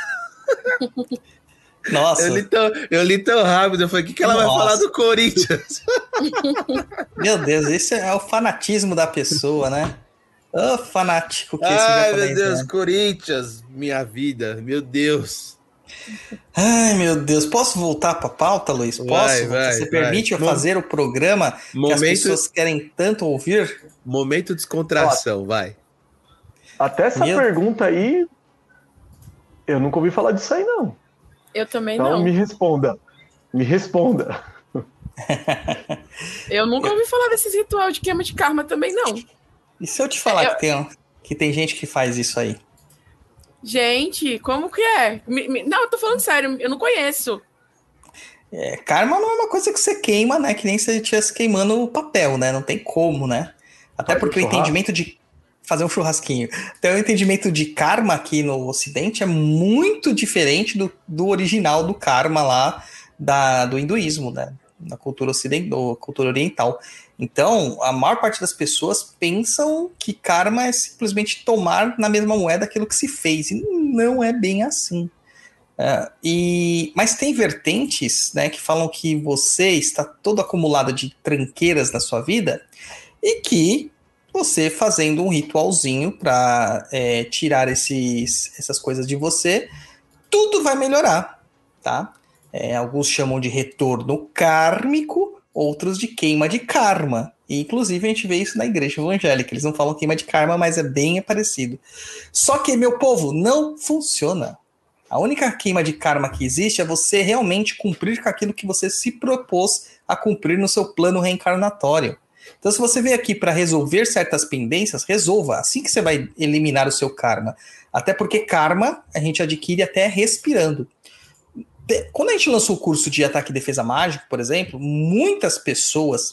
Nossa. Eu li tão rápido, eu falei, o que ela vai falar do Corinthians? Meu Deus, esse é o fanatismo da pessoa, né? Ô, fanático que esse japonês, meu Deus, né? Corinthians, minha vida, meu Deus. Ai, meu Deus, posso voltar para a pauta, Luiz? Posso? Você permite eu fazer o programa que as pessoas querem tanto ouvir? Momento de descontração, vai. Até essa pergunta aí, eu nunca ouvi falar disso aí, não. Eu também então, não. Me responda. Eu nunca ouvi falar desses ritual de queima de karma também, não. E se eu te falar que tem gente que faz isso aí? Gente, como que é? Não, eu tô falando sério, eu não conheço. Karma não é uma coisa que você queima, né? Que nem se você estivesse queimando o papel, né? Não tem como, né? Até Faz um porque o churrasco. entendimento de fazer um churrasquinho. Até o entendimento de karma aqui no Ocidente é muito diferente do original do karma lá do hinduísmo, né? Na cultura ocidental, cultura oriental. Então, a maior parte das pessoas pensam que karma é simplesmente tomar na mesma moeda aquilo que se fez. E não é bem assim. Mas tem vertentes, né, que falam que você está todo acumulado de tranqueiras na sua vida e que você fazendo um ritualzinho para tirar essas coisas de você, tudo vai melhorar, tá? Alguns chamam de retorno kármico, outros de queima de karma. E, inclusive, a gente vê isso na igreja evangélica. Eles não falam queima de karma, mas é bem parecido. Só que, meu povo, não funciona. A única queima de karma que existe é você realmente cumprir com aquilo que você se propôs a cumprir no seu plano reencarnatório. Então, se você veio aqui para resolver certas pendências, resolva. Assim que você vai eliminar o seu karma. Até porque karma a gente adquire até respirando. Quando a gente lançou o curso de ataque e defesa mágico, por exemplo, muitas pessoas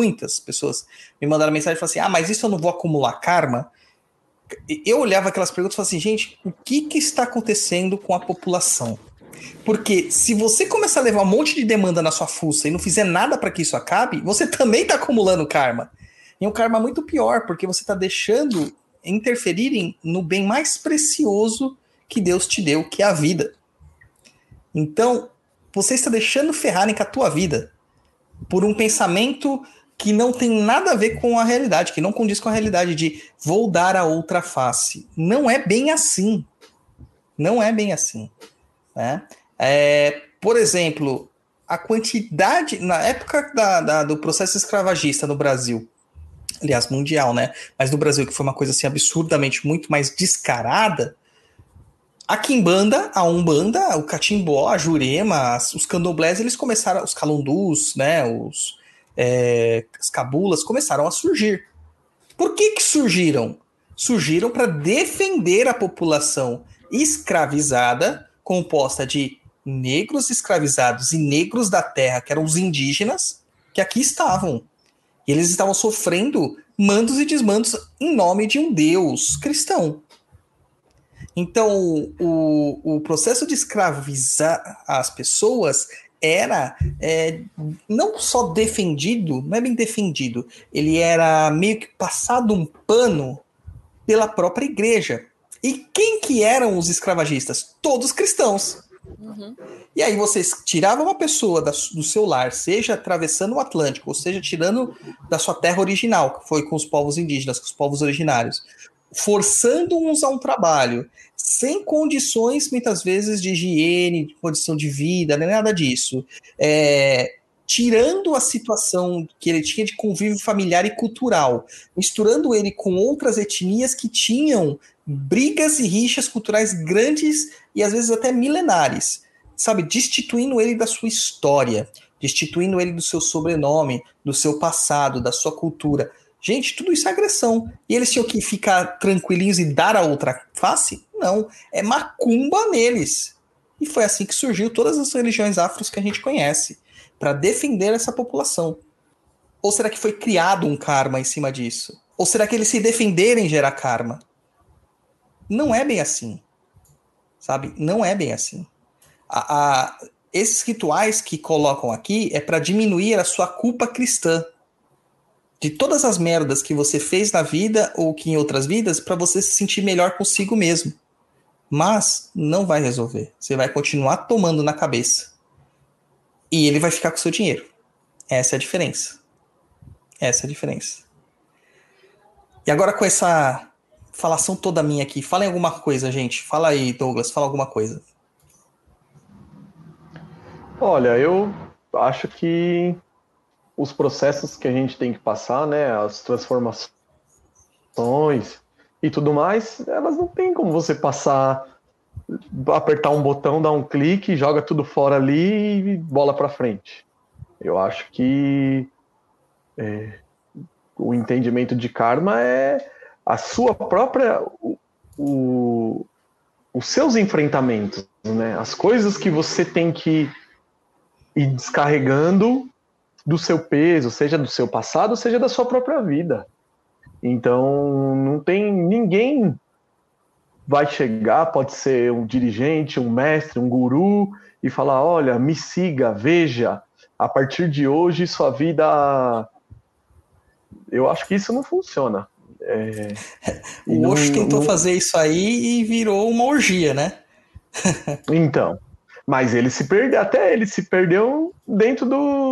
me mandaram mensagem e falaram assim: mas isso eu não vou acumular karma? Eu olhava aquelas perguntas e falava assim, gente, o que está acontecendo com a população? Porque se você começar a levar um monte de demanda na sua fuça e não fizer nada para que isso acabe, você também está acumulando karma. E é um karma muito pior, porque você está deixando interferirem no bem mais precioso que Deus te deu, que é a vida. Então, você está deixando ferrarem com a tua vida por um pensamento que não tem nada a ver com a realidade, que não condiz com a realidade de vou dar a outra face. Não é bem assim. Não é bem assim. Né? Por exemplo, a quantidade... Na época do processo escravagista no Brasil, aliás, mundial, né? Mas no Brasil, que foi uma coisa assim absurdamente muito mais descarada, a quimbanda, a umbanda, o catimbó, a jurema, os candomblés, eles começaram, os calundus, né, as cabulas começaram a surgir. Por que surgiram? Surgiram para defender a população escravizada, composta de negros escravizados e negros da terra, que eram os indígenas, que aqui estavam. E eles estavam sofrendo mandos e desmandos em nome de um Deus cristão. Então, o processo de escravizar as pessoas era não só defendido, não é bem defendido, ele era meio que passado um pano pela própria igreja. E quem que eram os escravagistas? Todos cristãos. Uhum. E aí vocês tiravam uma pessoa do seu lar, seja atravessando o Atlântico, ou seja, tirando da sua terra original, que foi com os povos indígenas, com os povos originários, forçando uns a um trabalho, sem condições, muitas vezes, de higiene, de condição de vida, nem nada disso. Tirando a situação que ele tinha de convívio familiar e cultural, misturando ele com outras etnias que tinham brigas e rixas culturais grandes e, às vezes, até milenares, sabe? Destituindo ele da sua história, destituindo ele do seu sobrenome, do seu passado, da sua cultura. Gente, tudo isso é agressão. E eles tinham que ficar tranquilinhos e dar a outra face? Não. É macumba neles. E foi assim que surgiu todas as religiões afros que a gente conhece, para defender essa população. Ou será que foi criado um karma em cima disso? Ou será que eles se defenderem gerar karma? Não é bem assim. Sabe? Não é bem assim. Esses rituais que colocam aqui é para diminuir a sua culpa cristã. De todas as merdas que você fez na vida ou que em outras vidas, para você se sentir melhor consigo mesmo. Mas não vai resolver. Você vai continuar tomando na cabeça. E ele vai ficar com o seu dinheiro. Essa é a diferença. Essa é a diferença. E agora com essa falação toda minha aqui, falem alguma coisa, gente. Fala aí, Douglas, fala alguma coisa. Olha, eu acho que os processos que a gente tem que passar, né, as transformações e tudo mais, elas não tem como você passar, apertar um botão, dar um clique, joga tudo fora ali e bola para frente. Eu acho que o entendimento de karma é a sua própria, os seus enfrentamentos, né, as coisas que você tem que e descarregando do seu peso, seja do seu passado, seja da sua própria vida. Então, não tem ninguém vai chegar, pode ser um dirigente, um mestre, um guru, e falar, olha, me siga, veja, a partir de hoje sua vida... Eu acho que isso não funciona. O Osho tentou fazer isso aí e virou uma orgia, né? Então, mas ele se perdeu, até ele se perdeu dentro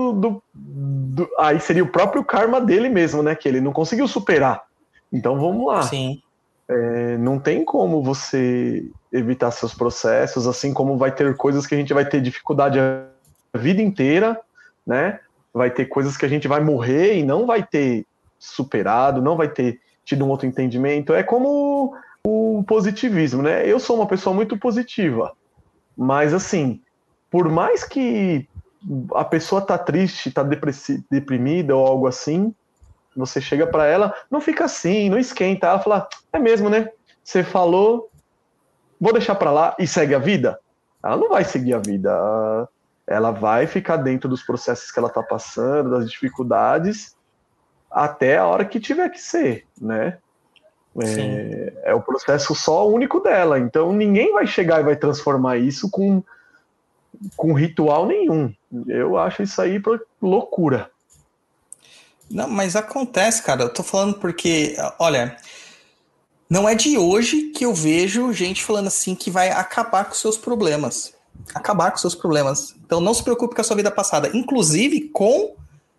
aí seria o próprio karma dele mesmo, né? Que ele não conseguiu superar. Então vamos lá. Sim. Não tem como você evitar seus processos, assim como vai ter coisas que a gente vai ter dificuldade a vida inteira, né? Vai ter coisas que a gente vai morrer e não vai ter superado, não vai ter tido um outro entendimento. É como o positivismo, né? Eu sou uma pessoa muito positiva, mas assim, por mais que a pessoa tá triste, tá deprimida ou algo assim, você chega para ela, não fica assim, não esquenta. Ela fala, é mesmo, né? Você falou, vou deixar para lá e segue a vida. Ela não vai seguir a vida. Ela vai ficar dentro dos processos que ela tá passando, das dificuldades, até a hora que tiver que ser, né? É o processo só único dela. Então ninguém vai chegar e vai transformar isso com ritual nenhum. Eu acho isso aí loucura. Não, mas acontece, cara. Eu tô falando porque, olha, não é de hoje que eu vejo gente falando assim que vai acabar com seus problemas. Acabar com seus problemas. Então não se preocupe com a sua vida passada. Inclusive com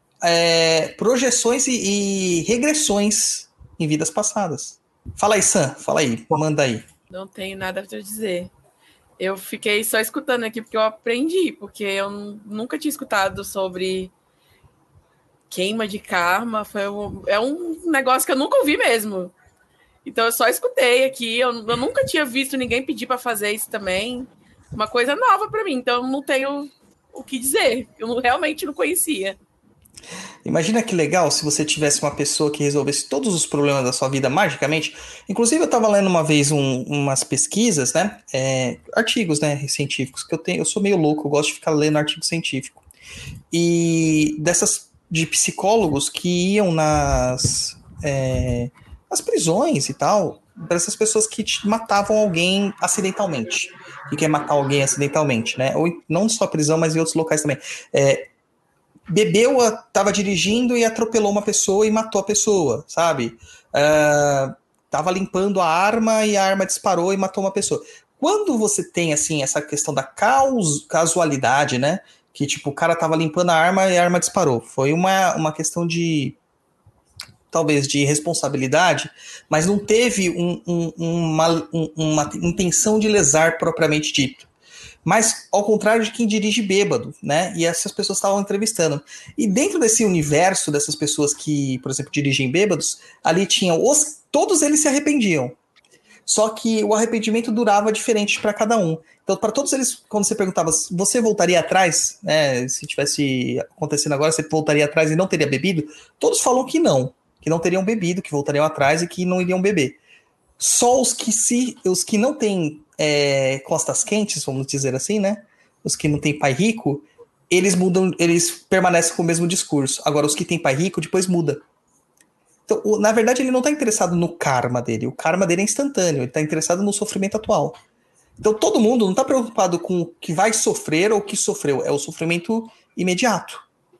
projeções e regressões em vidas passadas. Fala aí, Sam. Fala aí. Manda aí. Não tenho nada pra dizer. Eu fiquei só escutando aqui porque eu aprendi. Porque eu nunca tinha escutado sobre... queima de karma, é um negócio que eu nunca ouvi mesmo. Então eu só escutei aqui, eu nunca tinha visto ninguém pedir para fazer isso também. Uma coisa nova para mim, então eu não tenho o que dizer. Eu realmente não conhecia. Imagina que legal se você tivesse uma pessoa que resolvesse todos os problemas da sua vida magicamente. Inclusive eu estava lendo uma vez umas pesquisas, né? Artigos, né, científicos, que eu sou meio louco, eu gosto de ficar lendo artigo científico. E de psicólogos que iam nas prisões e tal, para essas pessoas que matavam alguém acidentalmente. Que quer matar alguém acidentalmente, né? Ou não só prisão, mas em outros locais também. Bebeu, estava dirigindo e atropelou uma pessoa e matou a pessoa, sabe? Tava limpando a arma e a arma disparou e matou uma pessoa. Quando você tem, assim, essa questão da casualidade, né? Que, tipo, o cara tava limpando a arma e a arma disparou. Foi uma questão de, talvez, de responsabilidade, mas não teve uma intenção de lesar propriamente dito. Mas, ao contrário de quem dirige bêbado, né? E essas pessoas estavam entrevistando. E dentro desse universo dessas pessoas que, por exemplo, dirigem bêbados, ali tinham todos eles se arrependiam. Só que o arrependimento durava diferente para cada um. Então, para todos eles, quando você perguntava, você voltaria atrás, né? Se tivesse acontecendo agora, você voltaria atrás e não teria bebido? Todos falam que não teriam bebido, que voltariam atrás e que não iriam beber. Só os que não têm costas quentes, vamos dizer assim, né? Os que não têm pai rico, eles permanecem com o mesmo discurso. Agora, os que têm pai rico, depois muda. Então, na verdade, ele não está interessado no karma dele. O karma dele é instantâneo. Ele está interessado no sofrimento atual. Então, todo mundo não está preocupado com o que vai sofrer ou o que sofreu. É o sofrimento imediato.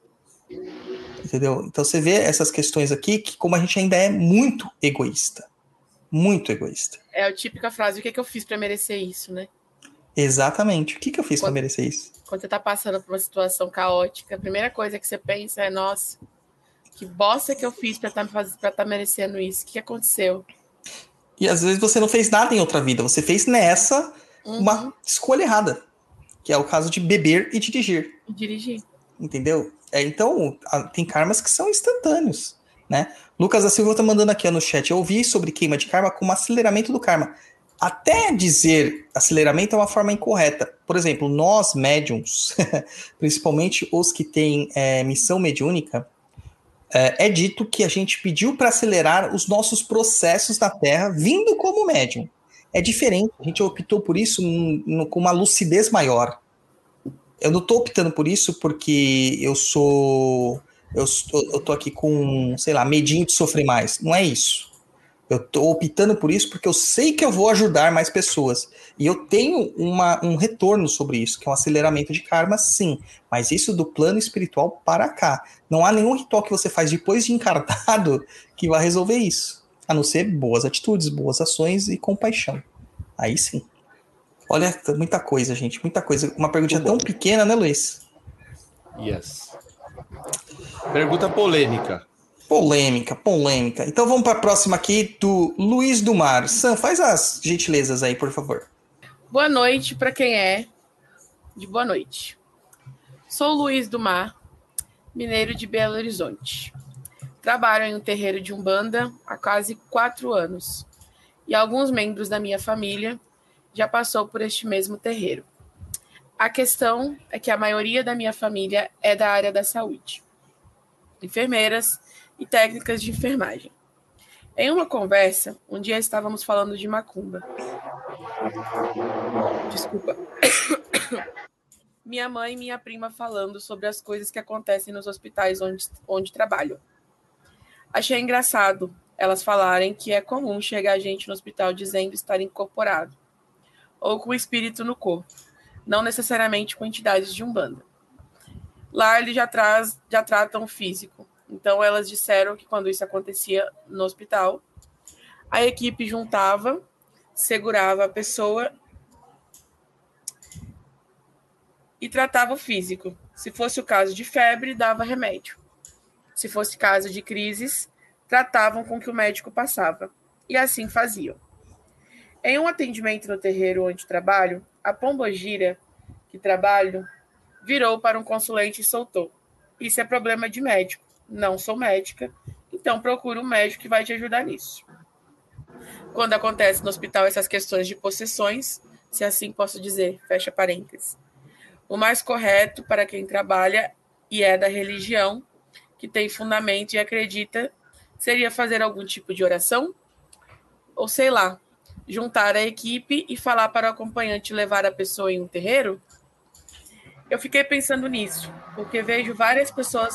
Entendeu? Então, você vê essas questões aqui que como a gente ainda é muito egoísta. Muito egoísta. É a típica frase, o que eu fiz para merecer isso, né? Exatamente. O que eu fiz para merecer isso? Quando você está passando por uma situação caótica, a primeira coisa que você pensa é, nossa, que bosta que eu fiz para estar merecendo isso? O que aconteceu? E às vezes você não fez nada em outra vida. Você fez nessa uma escolha errada. Que é o caso de beber e dirigir. Dirigir. Entendeu? Então, tem karmas que são instantâneos, né? Lucas da Silva tá mandando aqui no chat. Eu ouvi sobre queima de karma como aceleramento do karma. Até dizer aceleramento é uma forma incorreta. Por exemplo, nós médiums, principalmente os que têm missão mediúnica, é dito que a gente pediu para acelerar os nossos processos na Terra vindo como médium. É diferente, a gente optou por isso com uma lucidez maior. Eu não tô optando por isso porque eu tô aqui com, sei lá, medinho de sofrer mais. Não é isso. Eu tô optando por isso porque eu sei que eu vou ajudar mais pessoas. E eu tenho um retorno sobre isso, que é um aceleramento de karma, sim. Mas isso do plano espiritual para cá. Não há nenhum ritual que você faz depois de encarnado que vai resolver isso. A não ser boas atitudes, boas ações e compaixão. Aí sim. Olha, muita coisa, gente. Muita coisa. Uma perguntinha tão pequena, né, Luiz? Yes. Pergunta polêmica. Polêmica. Então vamos para a próxima aqui do Luiz do Mar. Sam, faz as gentilezas aí, por favor. Boa noite para quem é de boa noite. Sou Luiz do Mar, mineiro de Belo Horizonte. Trabalho em um terreiro de Umbanda há quase 4 anos. E alguns membros da minha família já passou por este mesmo terreiro. A questão é que a maioria da minha família é da área da saúde. Enfermeiras e técnicas de enfermagem. Em uma conversa, um dia estávamos falando de macumba. Desculpa. Minha mãe e minha prima falando sobre as coisas que acontecem nos hospitais onde trabalham. Achei engraçado elas falarem que é comum chegar gente no hospital dizendo estar incorporado ou com o espírito no corpo, não necessariamente com entidades de Umbanda. Lá eles já tratam o físico. Então elas disseram que quando isso acontecia no hospital, a equipe juntava, segurava a pessoa e tratava o físico. Se fosse o caso de febre, dava remédio. Se fosse caso de crises, tratavam com o que o médico passava. E assim faziam. Em um atendimento no terreiro onde trabalho, a pombogira que trabalho virou para um consulente e soltou: isso é problema de médico. Não sou médica, então procura um médico que vai te ajudar nisso. Quando acontece no hospital essas questões de possessões, se assim posso dizer, fecha parênteses, o mais correto para quem trabalha e é da religião, que tem fundamento e acredita, seria fazer algum tipo de oração? Ou sei lá, juntar a equipe e falar para o acompanhante levar a pessoa em um terreiro? Eu fiquei pensando nisso, porque vejo várias pessoas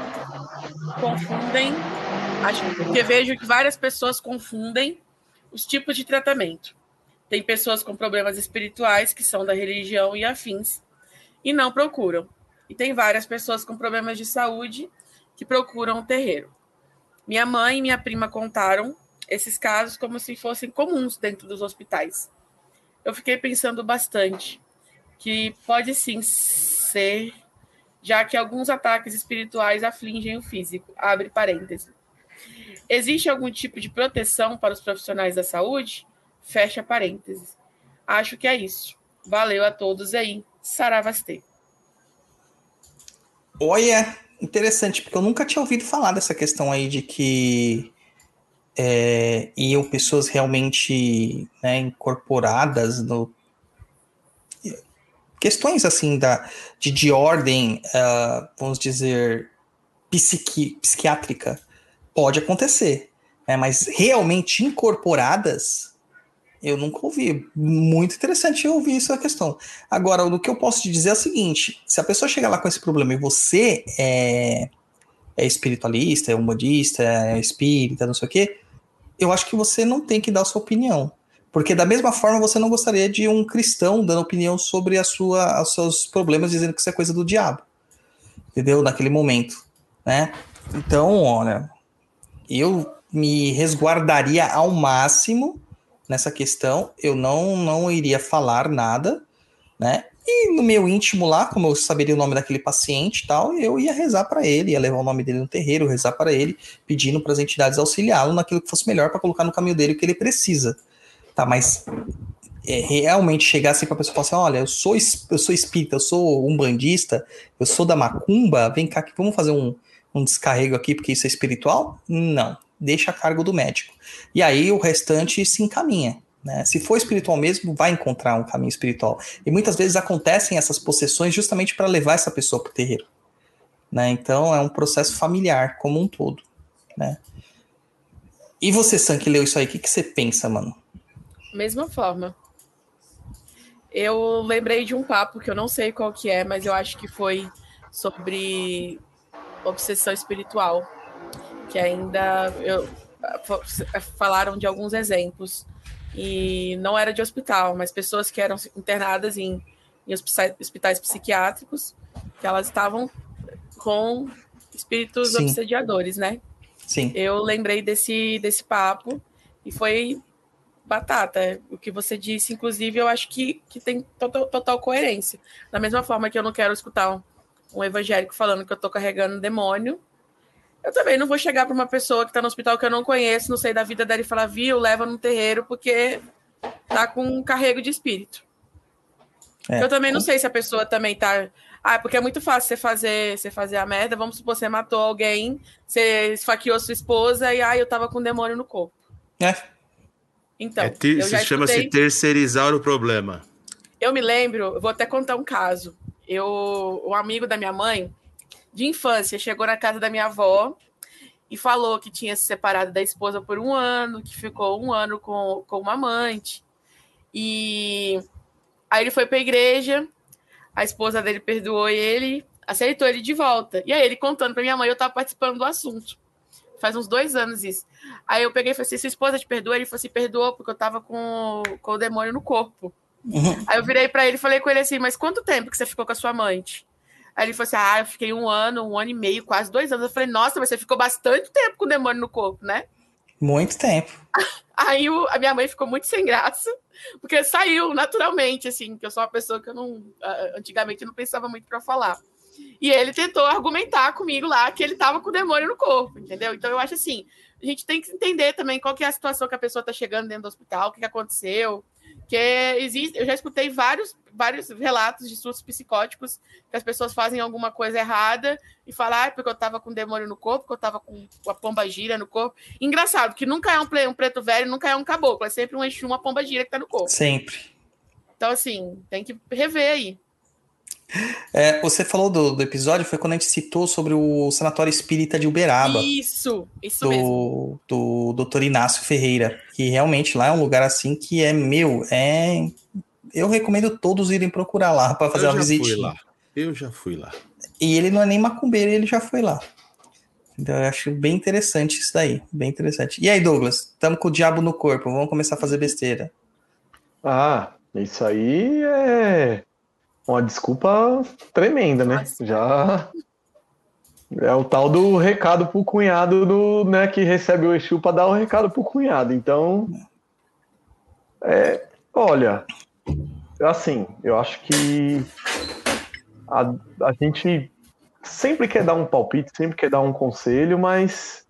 confundem os tipos de tratamento. Tem pessoas com problemas espirituais que são da religião e afins e não procuram. E tem várias pessoas com problemas de saúde que procuram o terreiro. Minha mãe e minha prima contaram esses casos como se fossem comuns dentro dos hospitais. Eu fiquei pensando bastante que pode sim ser, já que alguns ataques espirituais afligem o físico. Abre parênteses. Existe algum tipo de proteção para os profissionais da saúde? Fecha parênteses. Acho que é isso. Valeu a todos aí. Saravastê. Olha, interessante, porque eu nunca tinha ouvido falar dessa questão aí de que iam pessoas realmente, né, incorporadas no questões assim de ordem, vamos dizer, psiquiátrica. Pode acontecer, né, mas realmente incorporadas, eu nunca ouvi. Muito interessante eu ouvir essa questão. Agora, o que eu posso te dizer é o seguinte: se a pessoa chegar lá com esse problema e você é espiritualista, é umbandista, é espírita, não sei o quê, eu acho que você não tem que dar a sua opinião. Porque da mesma forma você não gostaria de um cristão dando opinião sobre os seus problemas, dizendo que isso é coisa do diabo. Entendeu? Naquele momento, né? Então, olha, eu me resguardaria ao máximo nessa questão. Eu não iria falar nada, né? E no meu íntimo lá, como eu saberia o nome daquele paciente e tal, eu ia rezar para ele, ia levar o nome dele no terreiro, rezar para ele, pedindo para as entidades auxiliá-lo naquilo que fosse melhor para colocar no caminho dele o que ele precisa. Tá, mas realmente chegar assim para a pessoa e falar assim: olha, eu sou espírita, eu sou umbandista, eu sou da macumba, vem cá que vamos fazer um descarrego aqui porque isso é espiritual? Não, deixa a cargo do médico. E aí o restante se encaminha. Né? Se for espiritual mesmo, vai encontrar um caminho espiritual. E muitas vezes acontecem essas possessões justamente para levar essa pessoa para o terreiro. Né? Então é um processo familiar como um todo. Né? E você, Sam, que leu isso aí, o que você pensa, mano? Mesma forma. Eu lembrei de um papo que eu não sei qual que é, mas eu acho que foi sobre obsessão espiritual, que ainda falaram de alguns exemplos, e não era de hospital, mas pessoas que eram internadas em hospitais psiquiátricos, que elas estavam com espíritos Sim. obsediadores, né? Sim. Eu lembrei desse papo e foi batata. O que você disse, inclusive, eu acho que tem total coerência. Da mesma forma que eu não quero escutar um evangélico falando que eu tô carregando um demônio, eu também não vou chegar para uma pessoa que tá no hospital que eu não conheço, não sei da vida dela, e falar, viu, leva no terreiro porque tá com um carrego de espírito. Eu também não sei se a pessoa também tá... porque é muito fácil você fazer a merda. Vamos supor, você matou alguém, você esfaqueou sua esposa e eu tava com um demônio no corpo. Então, eu já chama-se terceirizar o problema. Eu me lembro, eu vou até contar um caso. Um amigo da minha mãe, de infância, chegou na casa da minha avó e falou que tinha se separado da esposa por 1 ano, que ficou 1 ano com uma amante. E aí ele foi pra igreja, a esposa dele perdoou ele, aceitou ele de volta. E aí ele contando pra minha mãe, eu tava participando do assunto. Faz uns 2 anos isso. Aí eu peguei e falei assim, sua esposa te perdoou? Ele falou assim, perdoou, porque eu tava com o demônio no corpo. Aí eu virei pra ele e falei com ele assim, mas quanto tempo que você ficou com a sua amante? Aí ele falou assim, eu fiquei 1 ano, 1 ano e meio, quase 2 anos. Eu falei, nossa, mas você ficou bastante tempo com o demônio no corpo, né? Muito tempo. Aí a minha mãe ficou muito sem graça, porque saiu naturalmente, assim, que eu sou uma pessoa que eu não... Antigamente eu não pensava muito pra falar. E ele tentou argumentar comigo lá que ele tava com o demônio no corpo, entendeu? Então eu acho assim, a gente tem que entender também qual que é a situação que a pessoa tá chegando dentro do hospital, o que aconteceu. Eu já escutei vários relatos de surtos psicóticos que as pessoas fazem alguma coisa errada e falam, porque eu tava com demônio no corpo, porque eu tava com a pombagira no corpo. Engraçado, que nunca é um preto velho, nunca é um caboclo, é sempre um Exu, uma pombagira que tá no corpo. Sempre. Então, assim, tem que rever aí. Você falou do episódio, foi quando a gente citou sobre o Sanatório Espírita de Uberaba. Isso mesmo. Do Dr. Inácio Ferreira. Que realmente lá é um lugar assim que eu recomendo todos irem procurar lá para fazer uma visitinha. Eu já fui lá. E ele não é nem macumbeiro, ele já foi lá. Então eu acho bem interessante isso daí. Bem interessante. E aí, Douglas? Estamos com o diabo no corpo, vamos começar a fazer besteira. Isso aí é uma desculpa tremenda, né? Nossa. Já é o tal do recado pro cunhado né, que recebe o Exu para dar o recado pro cunhado. Então, olha, assim, eu acho que a gente sempre quer dar um palpite, sempre quer dar um conselho, mas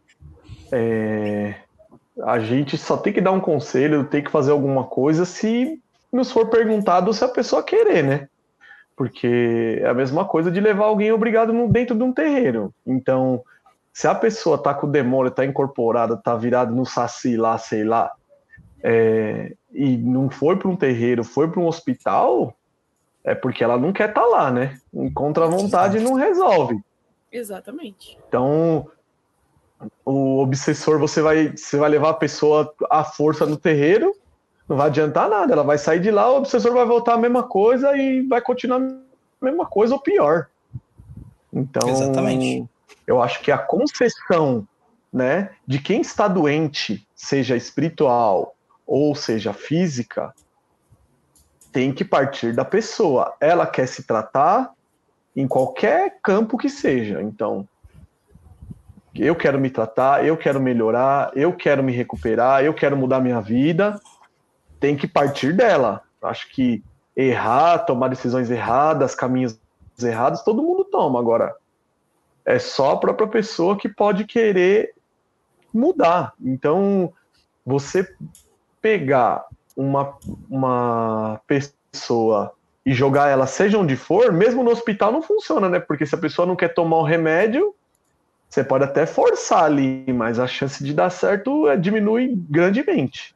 a gente só tem que dar um conselho, tem que fazer alguma coisa se nos for perguntado se a pessoa querer, né? Porque é a mesma coisa de levar alguém obrigado dentro de um terreiro. Então, se a pessoa tá com o demônio, tá incorporada, tá virado no saci lá, sei lá, e não foi para um terreiro, foi para um hospital, é porque ela não quer estar lá, né? Contra a vontade não resolve. Exatamente. Então, o obsessor, você vai levar a pessoa à força no terreiro, não vai adiantar nada, ela vai sair de lá, o obsessor vai voltar a mesma coisa e vai continuar a mesma coisa ou pior. Então, exatamente. Eu acho que a concessão, né, de quem está doente, seja espiritual ou seja física, tem que partir da pessoa. Ela quer se tratar em qualquer campo que seja. Então, eu quero me tratar, eu quero melhorar, eu quero me recuperar, eu quero mudar minha vida. Tem que partir dela. Acho que errar, tomar decisões erradas, caminhos errados, todo mundo toma. Agora, é só a própria pessoa que pode querer mudar. Então, você pegar uma pessoa e jogar ela seja onde for, mesmo no hospital não funciona, né? Porque se a pessoa não quer tomar o remédio, você pode até forçar ali, mas a chance de dar certo diminui grandemente.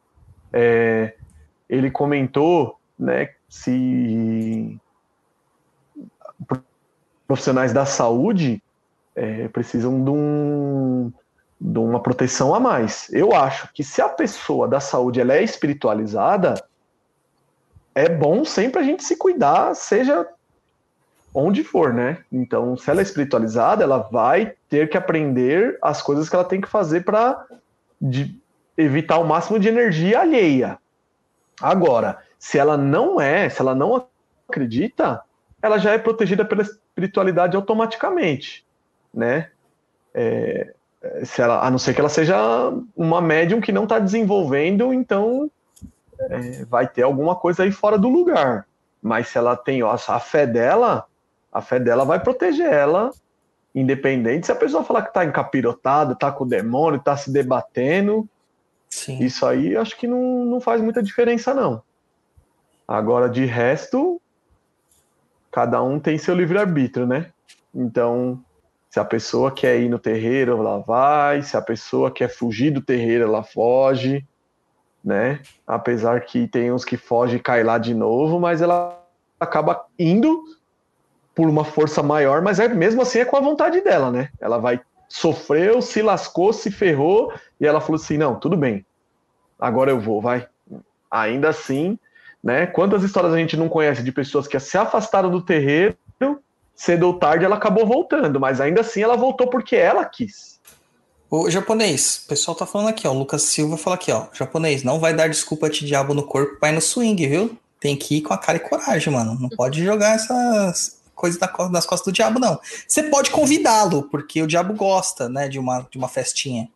Ele comentou, né, se profissionais da saúde precisam de uma proteção a mais. Eu acho que se a pessoa da saúde ela é espiritualizada, é bom sempre a gente se cuidar, seja onde for, né? Então, se ela é espiritualizada, ela vai ter que aprender as coisas que ela tem que fazer para evitar o máximo de energia alheia. Agora, se ela não acredita, ela já é protegida pela espiritualidade automaticamente, né? A não ser que ela seja uma médium que não está desenvolvendo, então vai ter alguma coisa aí fora do lugar. Mas se ela tem a fé dela vai proteger ela, independente se a pessoa falar que está encapirotada, está com o demônio, está se debatendo. Sim. Isso aí acho que não faz muita diferença, não. Agora, de resto, cada um tem seu livre-arbítrio, né? Então, se a pessoa quer ir no terreiro, ela vai. Se a pessoa quer fugir do terreiro, ela foge, né? Apesar que tem uns que fogem e caem lá de novo, mas ela acaba indo por uma força maior, mas mesmo assim é com a vontade dela, né? Ela sofreu, se lascou, se ferrou, e ela falou assim, não, tudo bem, agora eu vou, vai. Ainda assim, né? Quantas histórias a gente não conhece de pessoas que se afastaram do terreiro, cedo ou tarde ela acabou voltando, mas ainda assim ela voltou porque ela quis. O japonês, o pessoal tá falando aqui, ó, o Lucas Silva fala aqui, ó, japonês, não vai dar desculpa de diabo no corpo pra ir no swing, viu? Tem que ir com a cara e coragem, mano, não pode jogar essas coisas nas costas do diabo, não. Você pode convidá-lo, porque o diabo gosta, né, de uma festinha.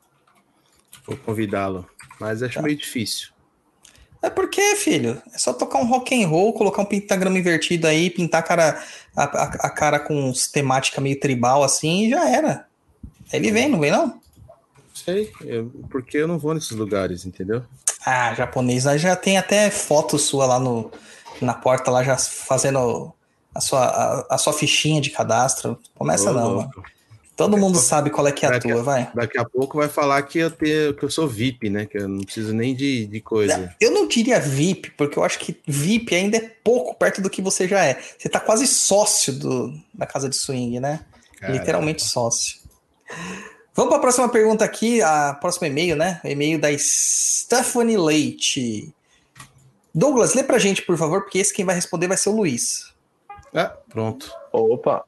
Vou convidá-lo, mas acho meio difícil. É porque, filho, é só tocar um rock and roll, colocar um pentagrama invertido aí, pintar a cara com temática meio tribal assim e já era. Ele vem, não vem não? Sei, porque eu não vou nesses lugares, entendeu? Ah, japonês, já tem até foto sua lá na porta, lá já fazendo a sua fichinha de cadastro. Começa não, mano. Todo mundo sabe qual é que é a tua, vai. Daqui a pouco vai falar que eu sou VIP, né? Que eu não preciso nem de coisa. Eu não diria VIP, porque eu acho que VIP ainda é pouco perto do que você já é. Você tá quase sócio da casa de swing, né? Caramba. Literalmente sócio. Vamos para a próxima pergunta aqui, a próxima e-mail, né? O e-mail da Stephanie Leite. Douglas, lê pra gente, por favor, porque esse quem vai responder vai ser o Luiz. Pronto. Opa!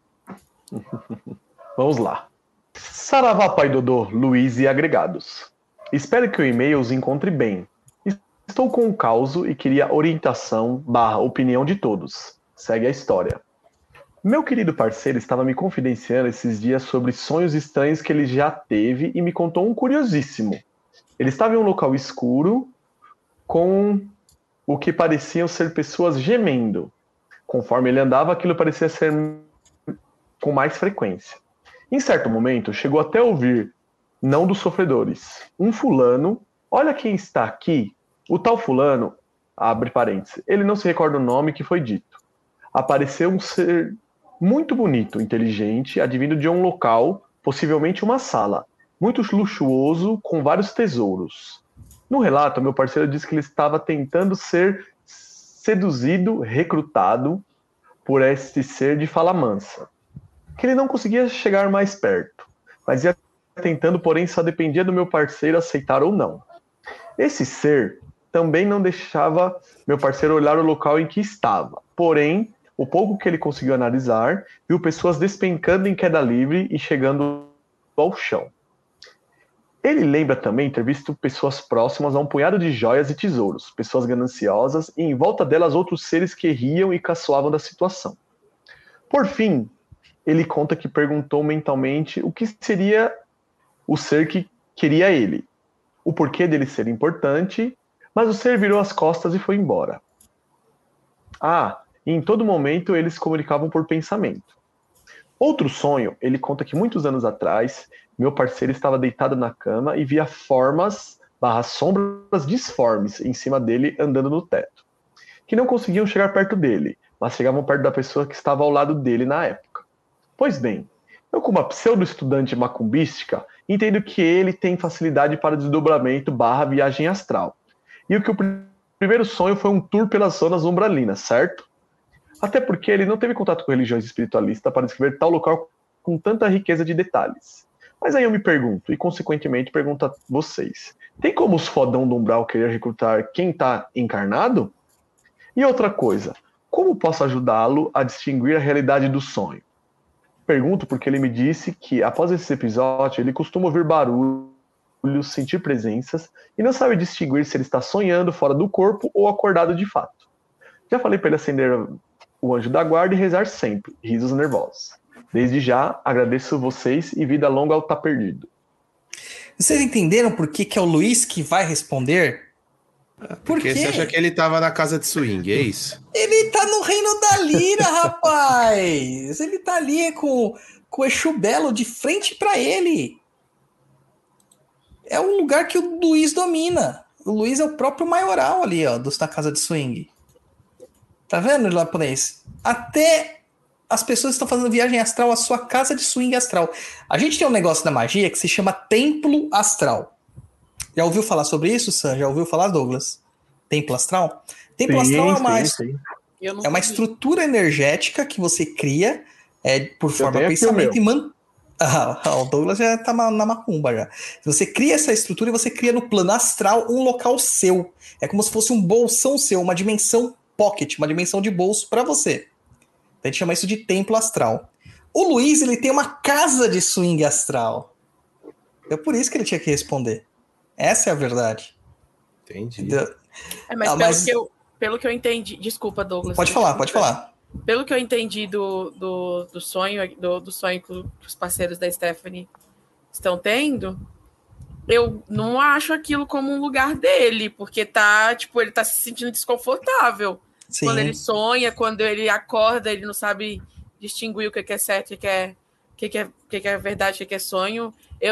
Vamos lá. Saravá, pai Dodô, Luiz e agregados. Espero que o e-mail os encontre bem. Estou com um causo e queria orientação / opinião de todos. Segue a história. Meu querido parceiro estava me confidenciando esses dias sobre sonhos estranhos que ele já teve e me contou um curiosíssimo. Ele estava em um local escuro com o que pareciam ser pessoas gemendo. Conforme ele andava, aquilo parecia ser com mais frequência. Em certo momento, chegou até a ouvir, não dos sofredores, um fulano, olha quem está aqui, o tal fulano, abre parênteses, ele não se recorda o nome que foi dito. Apareceu um ser muito bonito, inteligente, advindo de um local, possivelmente uma sala, muito luxuoso, com vários tesouros. No relato, meu parceiro disse que ele estava tentando ser seduzido, recrutado por este ser de fala mansa, que ele não conseguia chegar mais perto, mas ia tentando, porém só dependia do meu parceiro aceitar ou não. Esse ser também não deixava meu parceiro olhar o local em que estava, porém, o pouco que ele conseguiu analisar, viu pessoas despencando em queda livre e chegando ao chão. Ele lembra também ter visto pessoas próximas a um punhado de joias e tesouros, pessoas gananciosas, e em volta delas outros seres que riam e caçoavam da situação. Por fim, ele conta que perguntou mentalmente o que seria o ser que queria ele, o porquê dele ser importante, mas o ser virou as costas e foi embora. E em todo momento eles se comunicavam por pensamento. Outro sonho, ele conta que muitos anos atrás, meu parceiro estava deitado na cama e via formas / sombras disformes em cima dele andando no teto, que não conseguiam chegar perto dele, mas chegavam perto da pessoa que estava ao lado dele na época. Pois bem, eu como pseudo-estudante macumbística, entendo que ele tem facilidade para desdobramento / viagem astral. E o que o primeiro sonho foi um tour pelas zonas umbralinas, certo? Até porque ele não teve contato com religiões espiritualistas para descrever tal local com tanta riqueza de detalhes. Mas aí eu me pergunto, e consequentemente pergunto a vocês, tem como os fodão do umbral querer recrutar quem está encarnado? E outra coisa, como posso ajudá-lo a distinguir a realidade do sonho? Pergunto porque ele me disse que, após esse episódio, ele costuma ouvir barulhos, sentir presenças e não sabe distinguir se ele está sonhando fora do corpo ou acordado de fato. Já falei para ele acender o anjo da guarda e rezar sempre, risos nervosos. Desde já, agradeço vocês e vida longa ao Tá Perdido. Vocês entenderam por que é o Luiz que vai responder? Porque você acha que ele tava na casa de swing, é isso? Ele tá no reino da lira, rapaz! Ele tá ali com o Exu Belo de frente pra ele. É um lugar que o Luiz domina. O Luiz é o próprio maioral ali, ó, da casa de swing. Tá vendo, japonês? Até as pessoas estão fazendo viagem astral à sua casa de swing astral. A gente tem um negócio da magia que se chama templo astral. Já ouviu falar sobre isso, Sam? Já ouviu falar, Douglas? Templo astral? Templo astral é uma estrutura energética que você cria por forma de pensamento e o Douglas já tá na macumba já. Você cria essa estrutura e você cria no plano astral um local seu. É como se fosse um bolsão seu, uma dimensão pocket, uma dimensão de bolso para você. A gente chama isso de templo astral. O Luiz, ele tem uma casa de swing astral. É por isso que ele tinha que responder. Essa é a verdade. Entendi. Mas pelo que eu entendi... Desculpa, Douglas. Pode falar. Pelo que eu entendi do sonho, do sonho que os parceiros da Stephanie estão tendo, eu não acho aquilo como um lugar dele, porque ele tá se sentindo desconfortável. Sim. Quando ele sonha, quando ele acorda, ele não sabe distinguir o que é certo, o que é verdade, o que é sonho.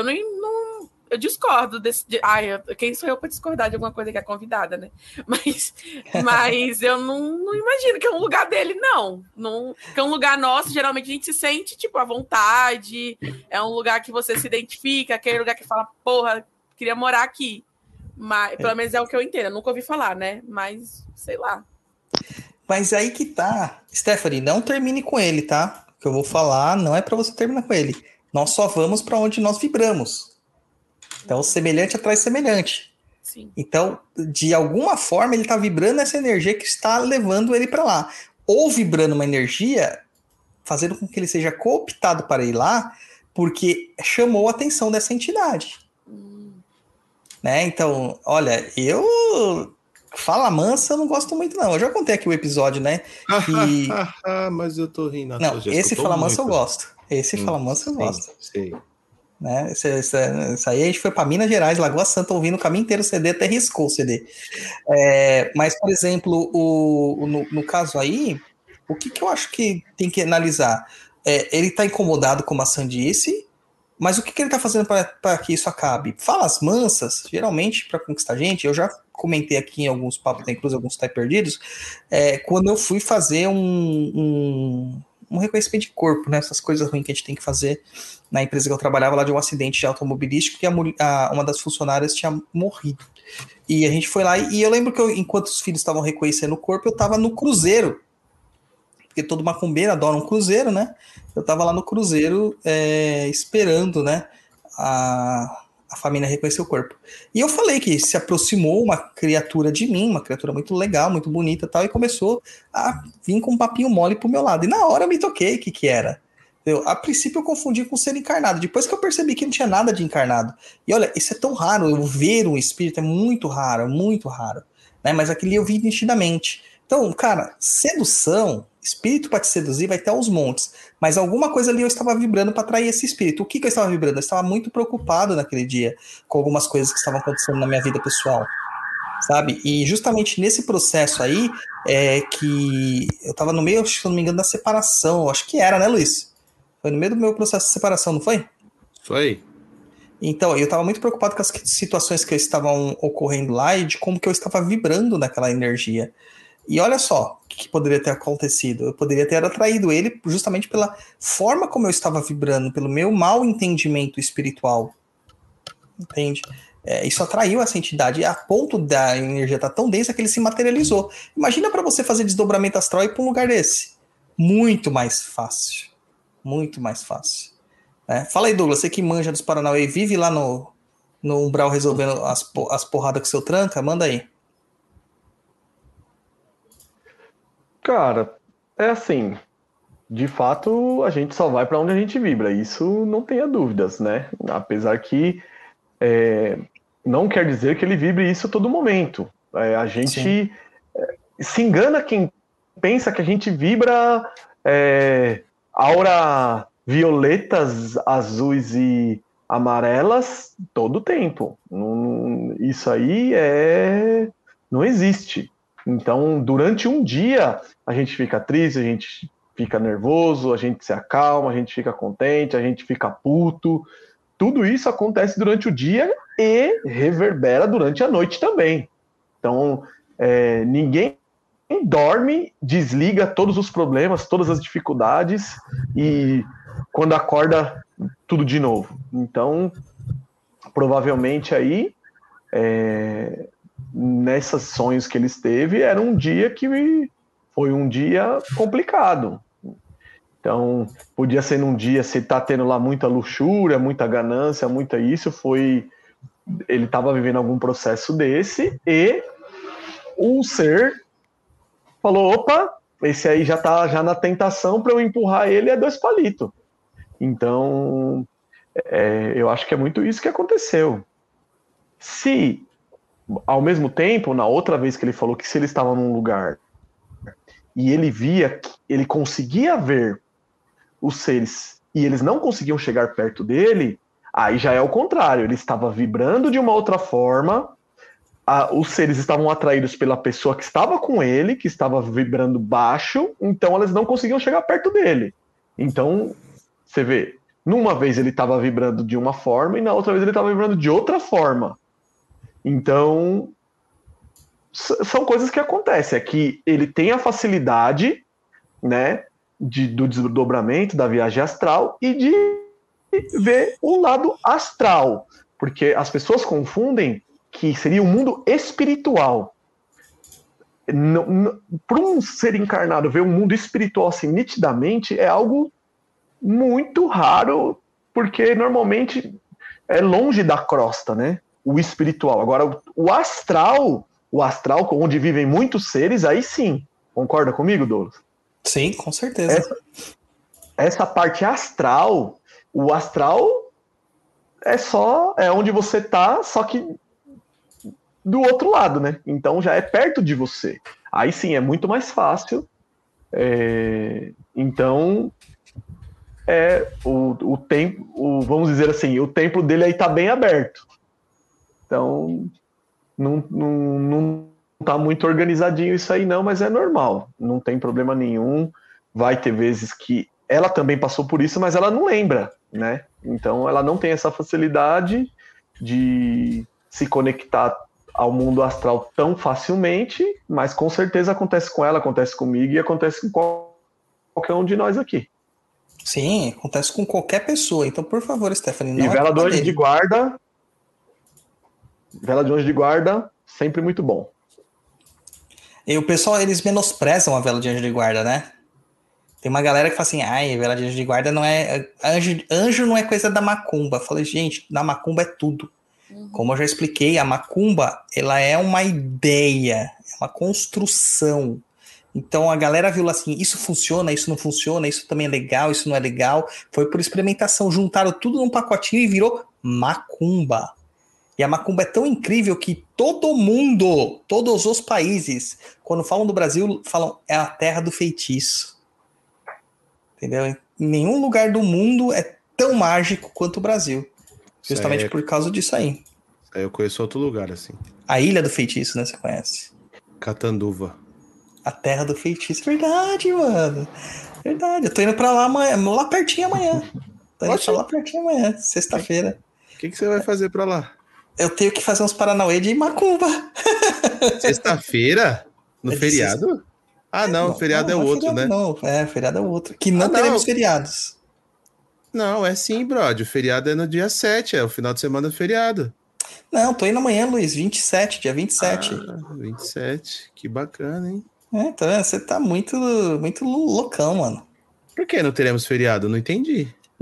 Eu discordo desse... quem sou eu para discordar de alguma coisa que é convidada, né? Mas eu não imagino que é um lugar dele, não. Que é um lugar nosso, geralmente a gente se sente, à vontade. É um lugar que você se identifica, aquele lugar que fala, porra, queria morar aqui. Mas, pelo menos é o que eu entendo. Eu nunca ouvi falar, né? Mas, sei lá. Mas aí que tá. Stephanie, não termine com ele, tá? O que eu vou falar não é para você terminar com ele. Nós só vamos para onde nós vibramos. Então, semelhante atrai semelhante. Sim. Então, de alguma forma, ele está vibrando essa energia que está levando ele para lá. Ou vibrando uma energia, fazendo com que ele seja cooptado para ir lá, porque chamou a atenção dessa entidade. Né? Então, olha, Fala mansa eu não gosto muito, não. Eu já contei aqui o episódio, né? Que... Mas eu tô rindo. Não, esse Fala mansa eu gosto. Esse Fala mansa eu gosto. Sei. Né? Isso aí a gente foi para Minas Gerais, Lagoa Santa, ouvindo o caminho inteiro o CD, até riscou o CD. Mas, por exemplo, no caso aí, o que eu acho que tem que analisar? Ele está incomodado, como a Sam disse, mas o que ele está fazendo para que isso acabe? Falas mansas, geralmente, para conquistar a gente, eu já comentei aqui em alguns papos, inclusive alguns Tá Perdidos, quando eu fui fazer um reconhecimento de corpo, né? Essas coisas ruins que a gente tem que fazer na empresa que eu trabalhava lá de um acidente de automobilístico que uma das funcionárias tinha morrido. E a gente foi lá e eu lembro que enquanto os filhos estavam reconhecendo o corpo, eu estava no cruzeiro. Porque todo macumbeiro adora um cruzeiro, né? Eu estava lá no cruzeiro esperando, né? A família reconhecer o corpo. E eu falei que se aproximou uma criatura de mim, uma criatura muito legal, muito bonita e tal, e começou a vir com um papinho mole pro meu lado. E na hora eu me toquei o que era. A princípio eu confundi com ser encarnado. Depois que eu percebi que não tinha nada de encarnado. E olha, isso é tão raro. Eu ver um espírito é muito raro, né? Mas aquele eu vi nitidamente. Então, cara, sedução, espírito para te seduzir vai ter aos montes. Mas alguma coisa ali eu estava vibrando para atrair esse espírito. O que eu estava vibrando? Eu estava muito preocupado naquele dia com algumas coisas que estavam acontecendo na minha vida pessoal. Sabe? E justamente nesse processo aí que eu estava no meio, se eu não me engano, da separação. Acho que era, né, Luiz? Foi no meio do meu processo de separação, não foi? Foi. Então, eu estava muito preocupado com as situações que estavam ocorrendo lá e de como que eu estava vibrando naquela energia. E olha só o que poderia ter acontecido. Eu poderia ter atraído ele justamente pela forma como eu estava vibrando, pelo meu mau entendimento espiritual. Entende? Isso atraiu essa entidade a ponto da energia estar tão densa que ele se materializou. Imagina para você fazer desdobramento astral e ir para um lugar desse. Muito mais fácil. Muito mais fácil. Fala aí, Douglas, você que manja dos Paranauê e vive lá no umbral resolvendo as porradas com seu tranca, manda aí. Cara, é assim, de fato a gente só vai para onde a gente vibra, isso não tenha dúvidas, né? Apesar que não quer dizer que ele vibre isso a todo momento. A Sim. gente se engana quem pensa que a gente vibra aura violetas, azuis e amarelas todo o tempo. Isso aí não existe. Então, durante um dia, a gente fica triste, a gente fica nervoso, a gente se acalma, a gente fica contente, a gente fica puto. Tudo isso acontece durante o dia e reverbera durante a noite também. Então, ninguém dorme, desliga todos os problemas, todas as dificuldades e quando acorda, tudo de novo. Então, provavelmente aí, nesses sonhos que ele teve, era um dia que foi um dia complicado. Então, podia ser num dia, se tá tendo lá muita luxúria, muita ganância, muita isso, ele estava vivendo algum processo desse e um ser falou, opa, esse aí já tá já na tentação, para eu empurrar ele é 2 palitos. Então, eu acho que é muito isso que aconteceu. Se, ao mesmo tempo, na outra vez que ele falou que se ele estava num lugar e ele via, ele conseguia ver os seres e eles não conseguiam chegar perto dele, aí já é o contrário, ele estava vibrando de uma outra forma, os seres estavam atraídos pela pessoa que estava com ele, que estava vibrando baixo, então eles não conseguiam chegar perto dele. Então, você vê, numa vez ele estava vibrando de uma forma e na outra vez ele estava vibrando de outra forma. Então, são coisas que acontecem. É que ele tem a facilidade, né, do desdobramento, da viagem astral e de ver o lado astral. Porque as pessoas confundem que seria um mundo espiritual. Para um ser encarnado ver um mundo espiritual assim nitidamente é algo muito raro, porque normalmente é longe da crosta, né? O espiritual. Agora, o astral, onde vivem muitos seres, aí sim. Concorda comigo, Douglas? Sim, com certeza. Essa parte astral, o astral é onde você tá, só que do outro lado, né? Então já é perto de você. Aí sim, é muito mais fácil. Então, o tempo, vamos dizer assim, o templo dele aí tá bem aberto. Então, não tá muito organizadinho isso aí não, mas é normal. Não tem problema nenhum. Vai ter vezes que ela também passou por isso, mas ela não lembra, né? Então, ela não tem essa facilidade de se conectar ao mundo astral tão facilmente, mas com certeza acontece com ela, acontece comigo e acontece com qualquer um de nós aqui. Sim, acontece com qualquer pessoa. Então, por favor, Stephanie, não e é vela culpa de anjo dele. de guarda, sempre muito bom. E o pessoal, eles menosprezam a vela de anjo de guarda, né? Tem uma galera que fala assim, ai, vela de anjo de guarda não é... Anjo não é coisa da macumba. Eu falei, gente, na macumba é tudo. Como eu já expliquei, a macumba, ela é uma ideia, é uma construção. Então a galera viu lá assim, isso funciona, isso não funciona, isso também é legal, isso não é legal. Foi por experimentação, juntaram tudo num pacotinho e virou macumba. E a macumba é tão incrível que todo mundo, todos os países, quando falam do Brasil, falam é a terra do feitiço. Entendeu? Em nenhum lugar do mundo é tão mágico quanto o Brasil. Justamente por causa disso aí. Eu conheço outro lugar, assim. A Ilha do Feitiço, né? Você conhece? Catanduva. A Terra do Feitiço. Verdade, mano. Verdade. Eu tô indo pra lá amanhã, lá pertinho amanhã. Tô indo pra lá pertinho amanhã, sexta-feira. O que você vai fazer pra lá? Eu tenho que fazer uns Paranauê de macumba. Sexta-feira? No feriado? Ah, não, o feriado é o outro, feriado, né? Não, o feriado é o outro. Que não teremos feriados. Não, é sim, brother. O feriado é no dia 7, é o final de semana do feriado. Não, tô indo amanhã, Luiz, 27, dia 27. 27, que bacana, hein? Então, você tá muito loucão, mano. Por que não teremos feriado? Não entendi. Não,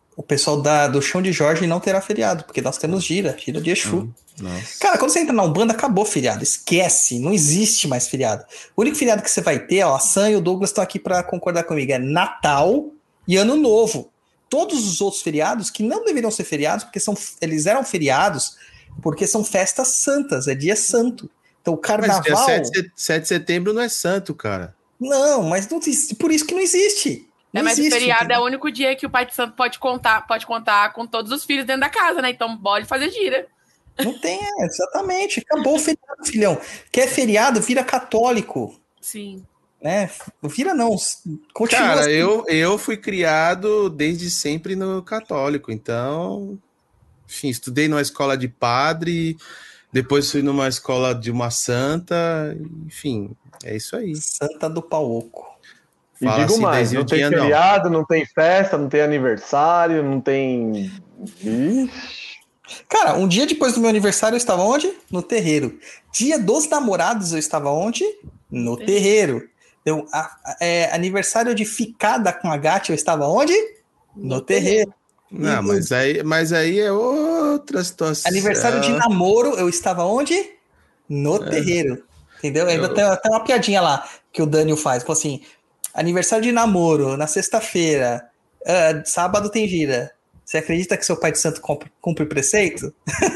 O pessoal do Chão de Jorge não terá feriado, porque nós temos gira de Exu. Nossa. Cara, quando você entra na Umbanda, acabou feriado. Esquece, não existe mais feriado. O único feriado que você vai ter, ó, a Sam e o Douglas estão aqui para concordar comigo, é Natal e Ano Novo. Todos os outros feriados, que não deveriam ser feriados, porque eles eram feriados, porque são festas santas, é dia santo. Então o carnaval... Mas dia 7 de setembro não é santo, cara. Não, mas não, por isso que não existe. Não mas existe, o feriado entendeu? é o único dia que o pai de santo pode contar com todos os filhos dentro da casa, né? Então pode fazer gira. Não tem, exatamente. Acabou o feriado, filhão. Quer feriado, vira católico. Sim. Né? Vira não, continua. Cara, assim. eu fui criado desde sempre no católico, então, enfim, estudei numa escola de padre, depois fui numa escola de uma santa, enfim, é isso aí. Santa do Pauoco. E digo mais, não tem feriado, não tem festa, não tem aniversário, não tem... Ixi. Cara, um dia depois do meu aniversário eu estava onde? No terreiro. Dia dos namorados eu estava onde? No terreiro. Então, aniversário de ficada com a gata eu estava onde? No terreiro. Não, mas aí é outra situação. Aniversário de namoro eu estava onde? No terreiro. Entendeu? Ainda tem até uma piadinha lá que o Daniel faz. Falou assim, aniversário de namoro na sexta-feira, sábado tem gira. Você acredita que seu pai de santo cumpre preceito?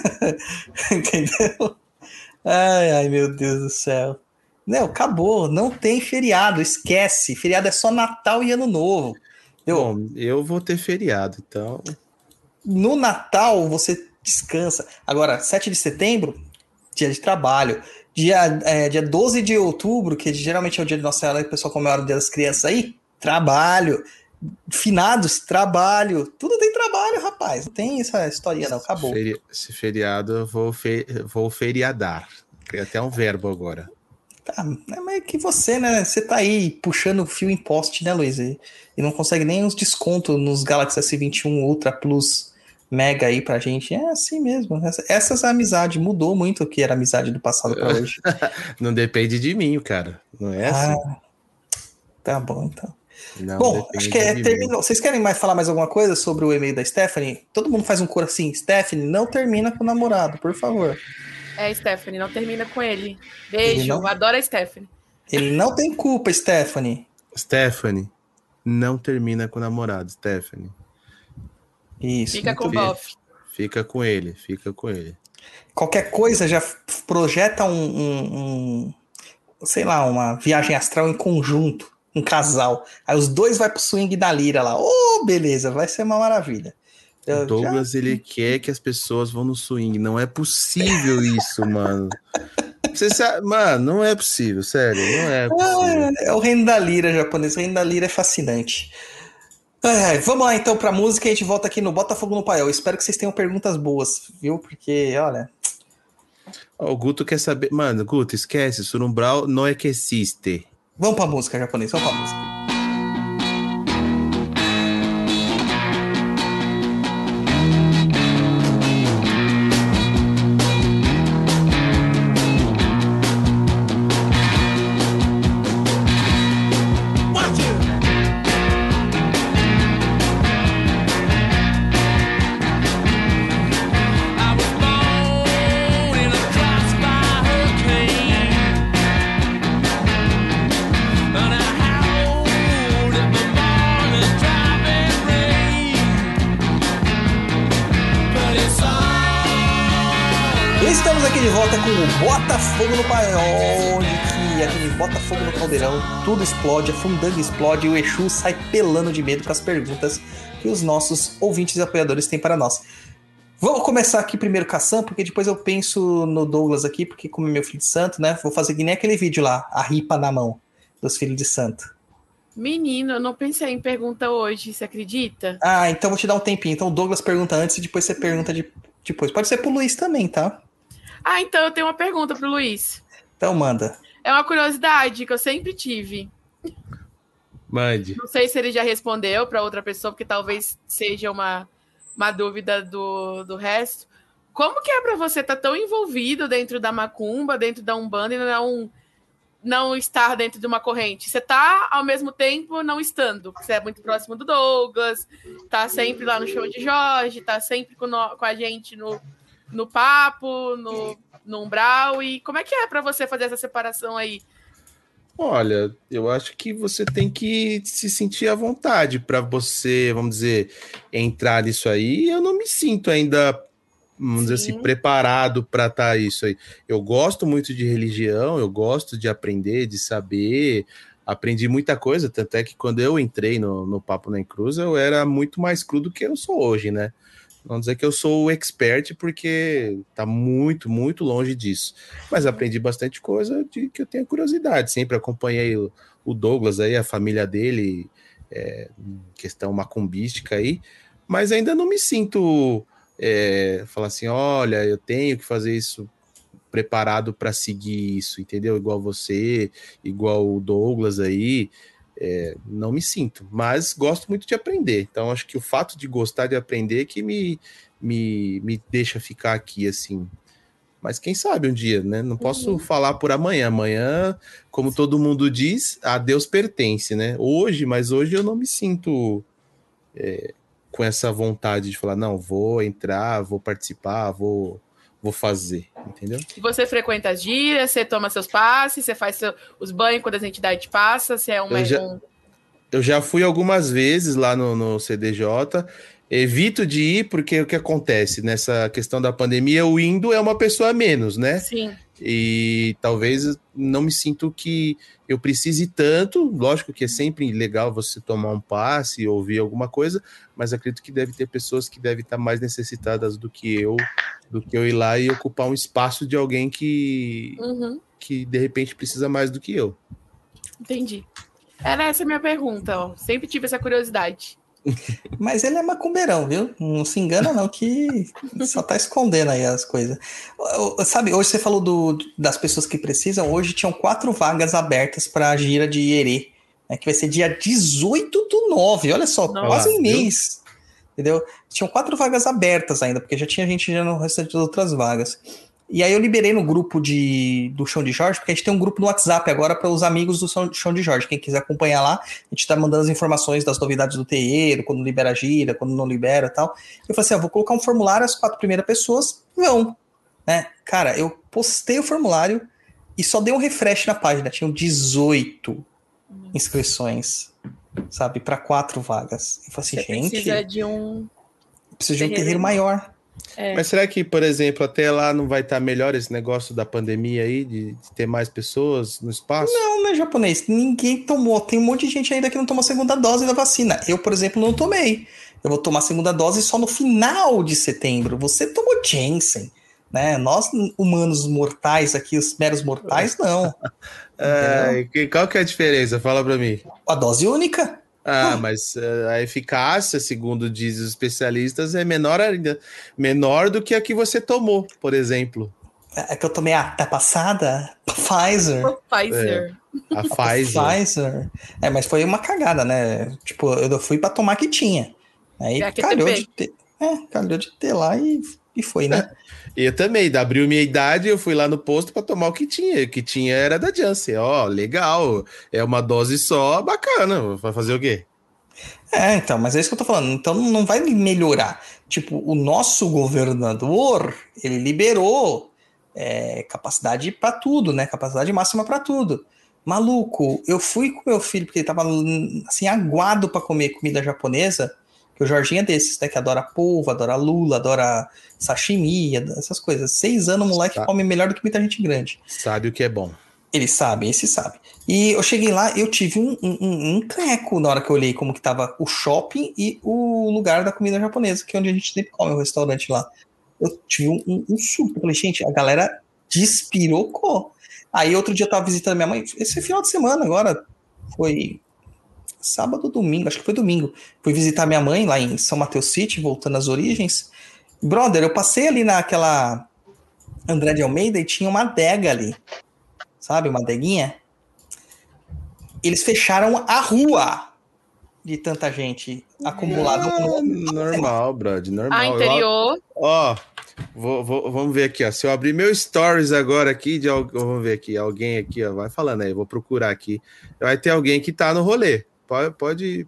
Entendeu? Ai, meu Deus do céu. Não, acabou. Não tem feriado. Esquece. Feriado é só Natal e Ano Novo. Bom, eu vou ter feriado, então... No Natal, você descansa. Agora, 7 de setembro, dia de trabalho. Dia 12 de outubro, que geralmente é o dia de Nossa Senhora, e o pessoal comemora o dia das crianças aí, trabalho. Finados, trabalho, tudo tem trabalho, rapaz. Não tem essa historinha, não. Acabou. Esse feriado eu vou feriadar. Tem até um verbo agora. Tá, é meio que você, né? Você tá aí puxando fio em poste, né, Luiz? E não consegue nem os descontos nos Galaxy S21 Ultra Plus Mega aí pra gente. É assim mesmo. Essas amizades mudou muito o que era amizade do passado pra hoje. Não depende de mim, cara. Não é assim. Tá bom, então. Não, bom, acho que terminou. Vocês querem falar mais alguma coisa sobre o e-mail da Stephanie? Todo mundo faz um coro assim. Stephanie, não termina com o namorado, por favor. Stephanie, não termina com ele. Beijo, adoro a Stephanie. Ele não tem culpa, Stephanie. Stephanie, não termina com o namorado, Stephanie. Isso. Fica com o Boff. Fica com ele. Qualquer coisa já projeta sei lá, uma viagem astral em conjunto. Um casal. Aí os dois vai pro swing da lira lá. Beleza, vai ser uma maravilha. O Douglas, ele quer que as pessoas vão no swing. Não é possível isso, mano. Você sabe, mano, não é possível, sério. Não é possível. É o reino da lira japonês. O reino da lira é fascinante. Vamos lá, então, pra música. A gente volta aqui no Botafogo no Paiol. Espero que vocês tenham perguntas boas, viu? Porque, olha... O Guto quer saber... Mano, Guto, esquece. Surumbral não é que existe. Vamos pra música, japonês. Vamos pra música. Estamos aqui de volta com o Botafogo no Paiol, onde que aquele Botafogo no caldeirão, tudo explode, a fundanga explode e o Exu sai pelando de medo com as perguntas que os nossos ouvintes e apoiadores têm para nós. Vamos começar aqui primeiro com a Sam, porque depois eu penso no Douglas aqui, porque como é meu filho de santo, né, vou fazer que nem aquele vídeo lá, a ripa na mão dos filhos de santo. Menino, eu não pensei em pergunta hoje, você acredita? Então vou te dar um tempinho. Então o Douglas pergunta antes e depois você pergunta depois. Pode ser pro Luiz também, tá? Então eu tenho uma pergunta pro Luiz. Então manda. É uma curiosidade que eu sempre tive. Mande. Não sei se ele já respondeu para outra pessoa, porque talvez seja uma dúvida do resto. Como que é para você estar tão envolvido dentro da macumba, dentro da Umbanda, e não não estar dentro de uma corrente? Você tá, ao mesmo tempo, não estando. Você é muito próximo do Douglas, tá sempre lá no show de Jorge, tá sempre com a gente no papo, no umbral. E como é que é para você fazer essa separação aí? Olha, eu acho que você tem que se sentir à vontade para você, vamos dizer, entrar nisso aí. Eu não me sinto ainda, vamos dizer assim, preparado para estar isso aí. Eu gosto muito de religião, eu gosto de aprender, de saber. Aprendi muita coisa, tanto é que quando eu entrei no Papo na Encruza, eu era muito mais cru do que eu sou hoje, né? Não dizer que eu sou o expert, porque tá muito, muito longe disso. Mas aprendi bastante coisa de que eu tenho curiosidade. Sempre acompanhei o Douglas aí, a família dele, questão macumbística aí, mas ainda não me sinto falar assim, olha, eu tenho que fazer isso preparado para seguir isso, entendeu? Igual você, igual o Douglas aí. Não me sinto, mas gosto muito de aprender. Então, acho que o fato de gostar de aprender é que me deixa ficar aqui, assim. Mas quem sabe um dia, né? Não posso falar por amanhã. Amanhã, como todo mundo diz, a Deus pertence, né? Mas hoje eu não me sinto com essa vontade de falar, não, vou entrar, vou participar, vou fazer, entendeu? E você frequenta as gírias, você toma seus passes, você faz os banhos quando as entidades passam, você é Eu já fui algumas vezes lá no CDJ, evito de ir porque o que acontece nessa questão da pandemia, o indo é uma pessoa a menos, né? Sim. E talvez não me sinto que eu precise tanto, lógico que é sempre legal você tomar um passe, ouvir alguma coisa, mas acredito que deve ter pessoas que devem estar mais necessitadas do que eu ir lá e ocupar um espaço de alguém que de repente precisa mais do que eu. Entendi. Era essa a minha pergunta, ó. Sempre tive essa curiosidade. Mas ele é macumbeirão, viu? Não se engana não, que só tá escondendo aí as coisas. Sabe, hoje você falou das pessoas que precisam, hoje tinham 4 vagas abertas para a gira de Ierê, né, que vai ser dia 18/9, olha só, quase um mês, entendeu? Tinham 4 vagas abertas ainda, porque já tinha gente já no restante das outras vagas. E aí eu liberei no grupo do Chão de Jorge, porque a gente tem um grupo no WhatsApp agora para os amigos do Chão de Jorge. Quem quiser acompanhar lá, a gente tá mandando as informações das novidades do terreiro, quando libera a gira, quando não libera e tal. Eu falei assim, vou colocar um formulário, as 4 primeiras pessoas vão, né? Cara, eu postei o formulário e só dei um refresh na página. Tinham 18 inscrições, sabe, para 4 vagas. Eu falei assim, gente... Precisa de um terreiro maior. Mas será que, por exemplo, até lá não vai estar melhor esse negócio da pandemia aí, de ter mais pessoas no espaço? Não, né, japonês? Ninguém tomou. Tem um monte de gente ainda que não tomou a segunda dose da vacina. Eu, por exemplo, não tomei. Eu vou tomar a segunda dose só no final de setembro. Você tomou Janssen, né? Nós, humanos mortais aqui, os meros mortais, não. Qual que é a diferença? Fala pra mim. A dose única. Mas a eficácia, segundo dizem os especialistas, é menor ainda. Menor do que a que você tomou, por exemplo. É que eu tomei a passada, Pfizer. A Pfizer. Mas foi uma cagada, né? Tipo, eu fui pra tomar que tinha. Aí calhou de ter lá e foi, né? Eu também, abriu minha idade, eu fui lá no posto para tomar o que tinha. O que tinha era da Janssen. Legal. É uma dose só, bacana. Vai fazer o quê? Então, mas é isso que eu tô falando. Então não vai melhorar. Tipo, o nosso governador, ele liberou capacidade para tudo, né? Capacidade máxima para tudo. Maluco, eu fui com meu filho, porque ele tava assim, aguado para comer comida japonesa, que o Jorginho é desses, né? Que adora polvo, adora lula, adora sashimi, essas coisas. 6 anos o moleque come melhor do que muita gente grande. Sabe o que é bom. Ele sabe, esse sabe. E eu cheguei lá, eu tive um treco na hora que eu olhei como que tava o shopping e o lugar da comida japonesa, que é onde a gente sempre come, o restaurante lá. Eu tive um surto. Eu falei, gente, a galera despirocou. Aí outro dia eu tava visitando minha mãe, esse final de semana agora, foi sábado ou domingo, acho que foi domingo. Fui visitar minha mãe lá em São Mateus City, voltando às origens. Brother, eu passei ali naquela André de Almeida e tinha uma adega ali. Sabe, uma adeguinha? Eles fecharam a rua de tanta gente acumulada. Normal, brother, normal. Interior. Vamos ver aqui, ó. Se eu abrir meu stories agora aqui, vamos ver aqui, alguém aqui, ó, vai falando aí, eu vou procurar aqui. Vai ter alguém que tá no rolê. Pode.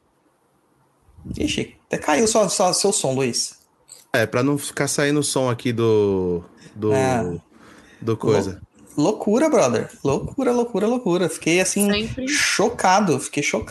Ixi, até caiu seu som, Luiz. Pra não ficar saindo o som aqui do Ah, coisa. Loucura, brother. Loucura. Fiquei assim, Sempre. chocado.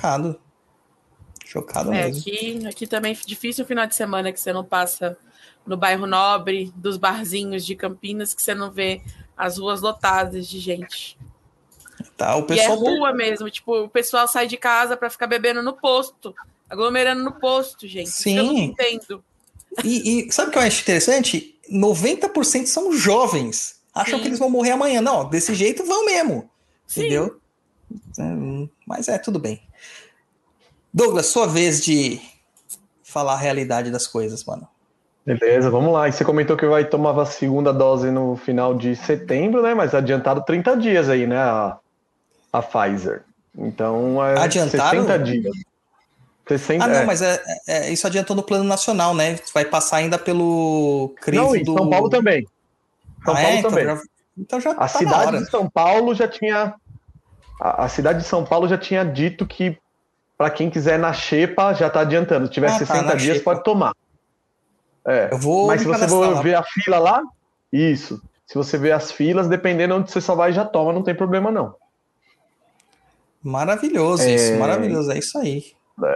Chocado mesmo. Aqui também é difícil o final de semana que você não passa no bairro Nobre, dos barzinhos de Campinas, que você não vê as ruas lotadas de gente. Tá, o pessoal E é rua mesmo, tipo, o pessoal sai de casa para ficar bebendo no posto, aglomerando no posto, gente. Sim. Isso eu não entendo. E sabe o que eu acho interessante? 90% são jovens. Acham Sim. que eles vão morrer amanhã. Não, desse jeito vão mesmo. Sim. Entendeu? Mas tudo bem. Douglas, sua vez de falar a realidade das coisas, mano. Beleza, vamos lá. E você comentou que vai tomar a segunda dose no final de setembro, né? Mas adiantado 30 dias aí, né? A Pfizer. Então, Adiantaram? 60 dias. 60, não, mas isso adiantou no plano nacional, né? Vai passar ainda pelo crivo não, em São Paulo também. São Paulo também. Então já a tá cidade na hora. de São Paulo já tinha... A cidade de São Paulo já tinha dito que para quem quiser na xepa já tá adiantando. Se tiver 60 dias, xepa. pode tomar. Mas se você for ver a fila lá, isso. Se você ver as filas, dependendo onde você só vai, já toma, não tem problema não. Maravilhoso isso, maravilhoso, é isso aí.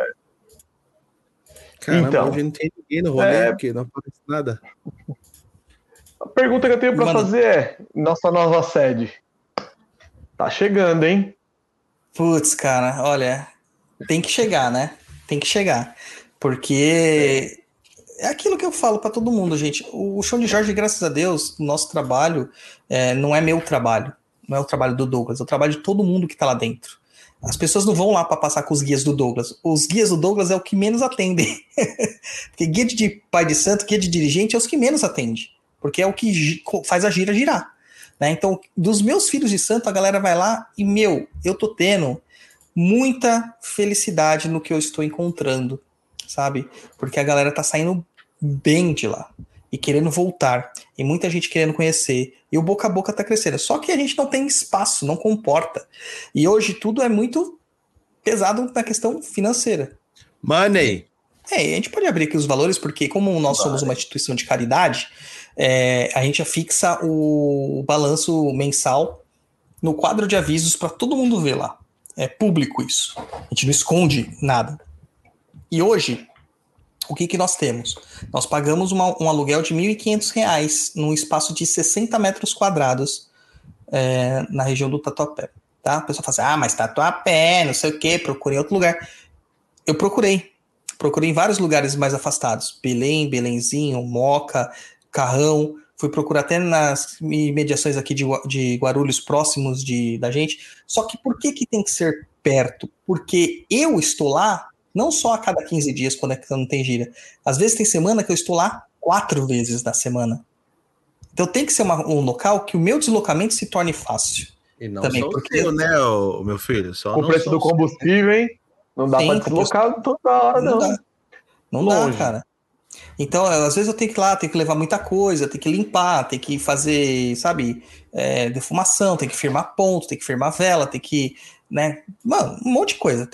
Caramba, então, hoje não tem ninguém no rolê, porque não aparece nada. A pergunta que eu tenho para fazer é, nossa nova sede, tá chegando, hein? Putz, cara, olha, tem que chegar, né? Tem que chegar, porque é aquilo que eu falo para todo mundo, gente. O Chão de Jorge, graças a Deus, o nosso trabalho não é meu trabalho, não é o trabalho do Douglas, é o trabalho de todo mundo que tá lá dentro. As pessoas não vão lá para passar com os guias do Douglas. Os guias do Douglas é o que menos atendem. Porque guia de pai de santo, guia de dirigente é os que menos atende. Porque é o que faz a gira girar. Né? Então, dos meus filhos de santo, a galera vai lá e, eu tô tendo muita felicidade no que eu estou encontrando, sabe? Porque a galera tá saindo bem de lá e querendo voltar, e muita gente querendo conhecer, e o boca a boca tá crescendo, só que a gente não tem espaço, não comporta, e hoje tudo é muito pesado na questão financeira. Money! A gente pode abrir aqui os valores, porque como nós somos uma instituição de caridade, a gente fixa o balanço mensal no quadro de avisos para todo mundo ver lá, é público isso, a gente não esconde nada, e hoje o que nós temos? Nós pagamos um aluguel de R$ 1.500 num espaço de 60 metros quadrados na região do Tatuapé. Tá? A pessoa fala assim, mas Tatuapé, não sei o quê, procurei outro lugar. Eu procurei em vários lugares mais afastados. Belém, Belenzinho, Moca, Carrão. Fui procurar até nas imediações aqui de Guarulhos, próximos da gente. Só que por que tem que ser perto? Porque eu estou lá não só a cada 15 dias, quando não tem gira. Às vezes tem semana que eu estou lá 4 vezes na semana. Então tem que ser um local que o meu deslocamento se torne fácil. E não também, só porque... o seu, né, o meu filho? Só com o preço do combustível, hein? Não dá para deslocar toda hora, não. Não dá, cara. Então, às vezes eu tenho que ir lá, tenho que levar muita coisa, tenho que limpar, tenho que fazer, sabe, defumação, tenho que firmar ponto, tenho que firmar vela, tenho que, né, mano, um monte de coisa,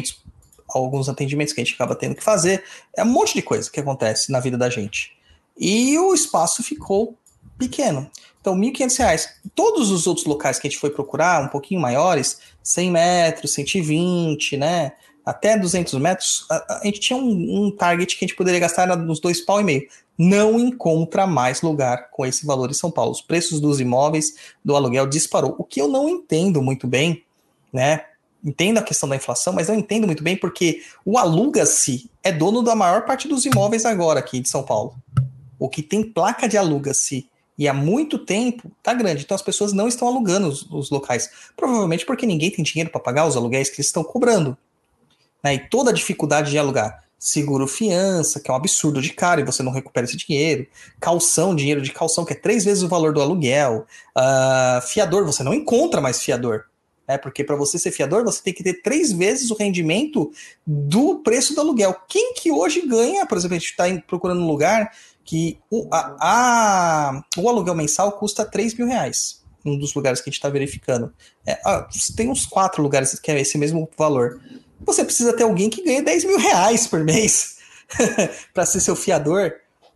alguns atendimentos que a gente acaba tendo que fazer, um monte de coisa que acontece na vida da gente. E o espaço ficou pequeno. Então, R$ 1.500. Todos os outros locais que a gente foi procurar, um pouquinho maiores, 100 metros, 120, né, até 200 metros, a gente tinha um target que a gente poderia gastar nos R$2,5. Não encontra mais lugar com esse valor em São Paulo. Os preços dos imóveis, do aluguel, disparou. O que eu não entendo muito bem, né? Entendo a questão da inflação, mas não entendo muito bem porque o aluga-se é dono da maior parte dos imóveis agora aqui de São Paulo. O que tem placa de aluga-se e há muito tempo tá grande. Então as pessoas não estão alugando os locais. Provavelmente porque ninguém tem dinheiro para pagar os aluguéis que eles estão cobrando. Né? E toda a dificuldade de alugar. Seguro fiança, que é um absurdo de caro e você não recupera esse dinheiro. Calção, dinheiro de calção, que é 3 vezes o valor do aluguel. Fiador, você não encontra mais fiador. né? Porque para você ser fiador, você tem que ter 3 vezes o rendimento do preço do aluguel. Quem que hoje ganha, por exemplo, a gente está procurando um lugar que o aluguel mensal custa R$3.000, um dos lugares que a gente está verificando. Tem uns 4 lugares que é esse mesmo valor. Você precisa ter alguém que ganhe R$10.000 por mês para ser seu fiador.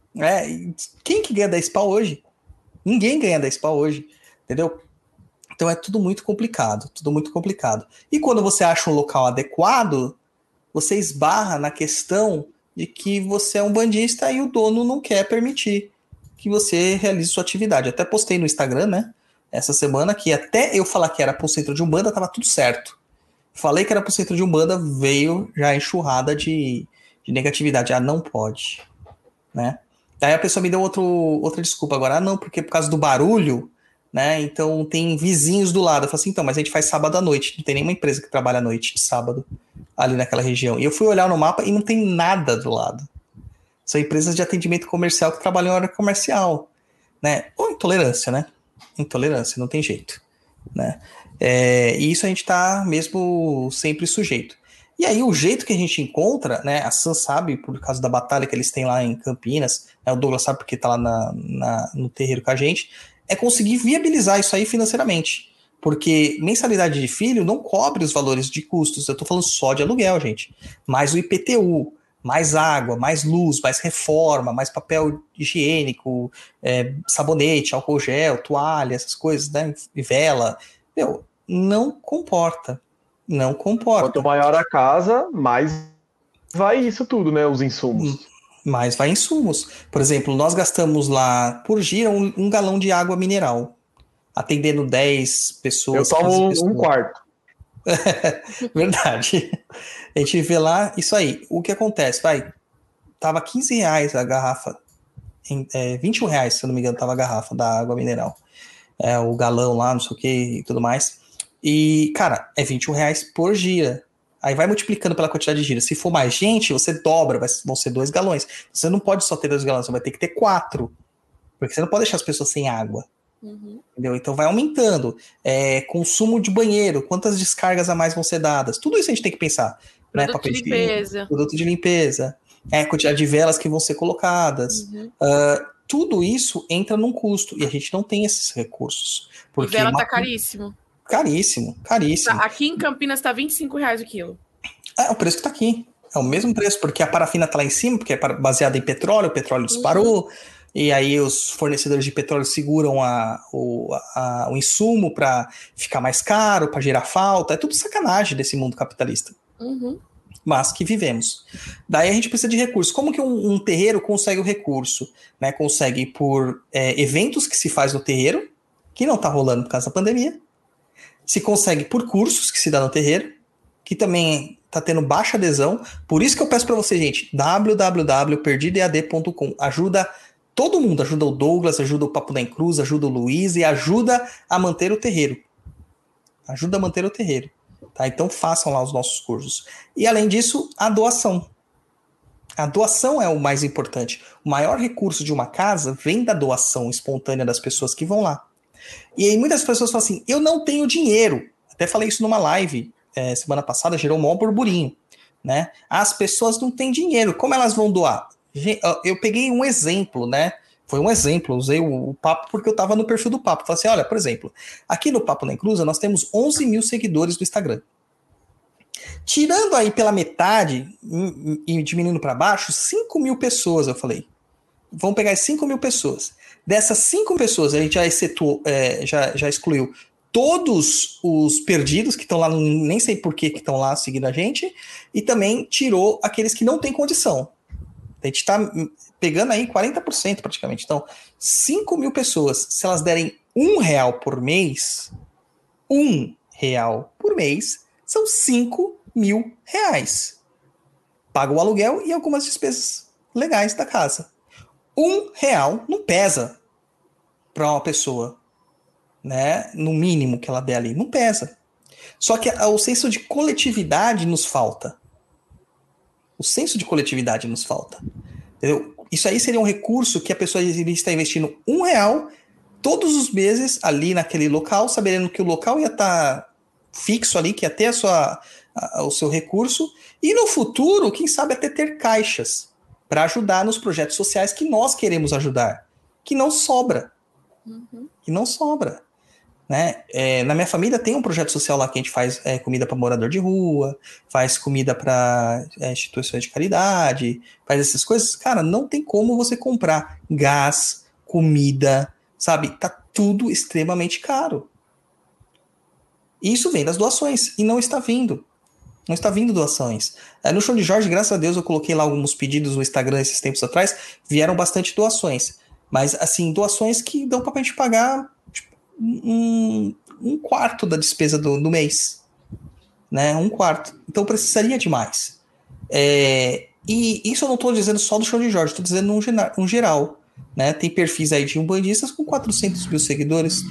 Quem que ganha 10 pau hoje? Ninguém ganha 10 pau hoje, entendeu? Então é tudo muito complicado, tudo muito complicado. E quando você acha um local adequado, você esbarra na questão de que você é um bandista e o dono não quer permitir que você realize sua atividade. Até postei no Instagram, né, essa semana, que até eu falar que era pro centro de Umbanda, tava tudo certo. Falei que era pro centro de Umbanda, veio já a enxurrada de negatividade. Não pode, né? Daí a pessoa me deu outra desculpa agora. Não, porque por causa do barulho, né? Então tem vizinhos do lado. Eu falei assim, então, mas a gente faz sábado à noite. Não tem nenhuma empresa que trabalha à noite de sábado ali naquela região. E eu fui olhar no mapa e não tem nada do lado. São empresas de atendimento comercial que trabalham em hora comercial, né? Ou intolerância, né? Intolerância, não tem jeito, né? E isso a gente tá mesmo sempre sujeito. E aí o jeito que a gente encontra, né? A Sam sabe, por causa da batalha que eles têm lá em Campinas, né, o Douglas sabe porque tá lá no terreiro com a gente, é conseguir viabilizar isso aí financeiramente. Porque mensalidade de filho não cobre os valores de custos. Eu tô falando só de aluguel, gente. Mais o IPTU, mais água, mais luz, mais reforma, mais papel higiênico, sabonete, álcool gel, toalha, essas coisas, né? E vela. Meu, não comporta. Não comporta. Quanto maior a casa, mais vai isso tudo, né? Os insumos. Mais vai insumos. Por exemplo, nós gastamos lá por dia um galão de água mineral. Atendendo 10 pessoas. Eu tomo 15 pessoas. um quarto. Verdade. A gente vê lá isso aí. O que acontece? Tava R$15 a garrafa. R$21, se eu não me engano, tava a garrafa da água mineral. O galão lá, não sei o que e tudo mais. E, cara, é R$21 por dia. Aí vai multiplicando pela quantidade de giras. Se for mais gente, você dobra, vão ser 2 galões. Você não pode só ter 2 galões, você vai ter que ter 4. Porque você não pode deixar as pessoas sem água. Uhum. Entendeu? Então vai aumentando. Consumo de banheiro, quantas descargas a mais vão ser dadas. Tudo isso a gente tem que pensar. Produto de limpeza. Produto de limpeza. Quantidade de velas que vão ser colocadas. Uhum. Tudo isso entra num custo. E a gente não tem esses recursos. Porque E vela tá caríssimo. Caríssimo, caríssimo. Aqui em Campinas tá R$25 o quilo. É o preço que tá aqui. É o mesmo preço, porque a parafina tá lá em cima, porque é baseada em petróleo, o petróleo disparou, e aí os fornecedores de petróleo seguram o insumo para ficar mais caro, para gerar falta. É tudo sacanagem desse mundo capitalista. Uhum. Mas que vivemos. Daí a gente precisa de recursos. Como que um terreiro consegue o recurso? Né? Consegue por eventos que se faz no terreiro, que não tá rolando por causa da pandemia. Se consegue por cursos que se dá no terreiro, que também tá tendo baixa adesão. Por isso que eu peço para você, gente, www.perdidead.com. Ajuda todo mundo, ajuda o Douglas, ajuda o Papo da Cruz, ajuda o Luiz e ajuda a manter o terreiro. Ajuda a manter o terreiro. Tá? Então façam lá os nossos cursos. E além disso, a doação. A doação é o mais importante. O maior recurso de uma casa vem da doação espontânea das pessoas que vão lá. E aí muitas pessoas falam assim, eu não tenho dinheiro. Até falei isso numa live semana passada, gerou um maior burburinho, né? As pessoas não têm dinheiro, como elas vão doar? Eu peguei um exemplo, né? Foi um exemplo, usei o Papo porque eu estava no perfil do Papo. Falei assim, olha, por exemplo, aqui no Papo na Encruza nós temos 11 mil seguidores no Instagram. Tirando aí pela metade e diminuindo para baixo, 5 mil pessoas, eu falei. Vamos pegar as 5 mil pessoas. Dessas 5 pessoas, a gente já já excluiu todos os perdidos que estão lá, nem sei por que estão lá seguindo a gente, e também tirou aqueles que não têm condição. A gente está pegando aí 40% praticamente. Então, 5 mil pessoas, se elas derem R$1 por mês, R$1 por mês, são R$5.000. Paga o aluguel e algumas despesas legais da casa. R$1 não pesa para uma pessoa, né? No mínimo que ela der ali, não pesa. Só que o senso de coletividade nos falta. O senso de coletividade nos falta. Entendeu? Isso aí seria um recurso que a pessoa está investindo R$1 todos os meses ali naquele local, sabendo que o local ia estar fixo ali, que é ter o seu recurso, e no futuro, quem sabe até ter caixas para ajudar nos projetos sociais que nós queremos ajudar, que não sobra. Que não sobra. Né? Na minha família tem um projeto social lá que a gente faz comida para morador de rua, faz comida para instituições de caridade, faz essas coisas. Cara, não tem como você comprar gás, comida, sabe? Tá tudo extremamente caro. E isso vem das doações, e não está vindo. Não está vindo doações. No Chão de Jorge, graças a Deus, eu coloquei lá alguns pedidos no Instagram esses tempos atrás, vieram bastante doações. Mas, assim, doações que dão pra gente pagar um quarto da despesa do mês, né? Um quarto. Então precisaria de mais. E isso eu não estou dizendo só do Chão de Jorge, estou dizendo um geral, né? Tem perfis aí de umbandistas com 400 mil seguidores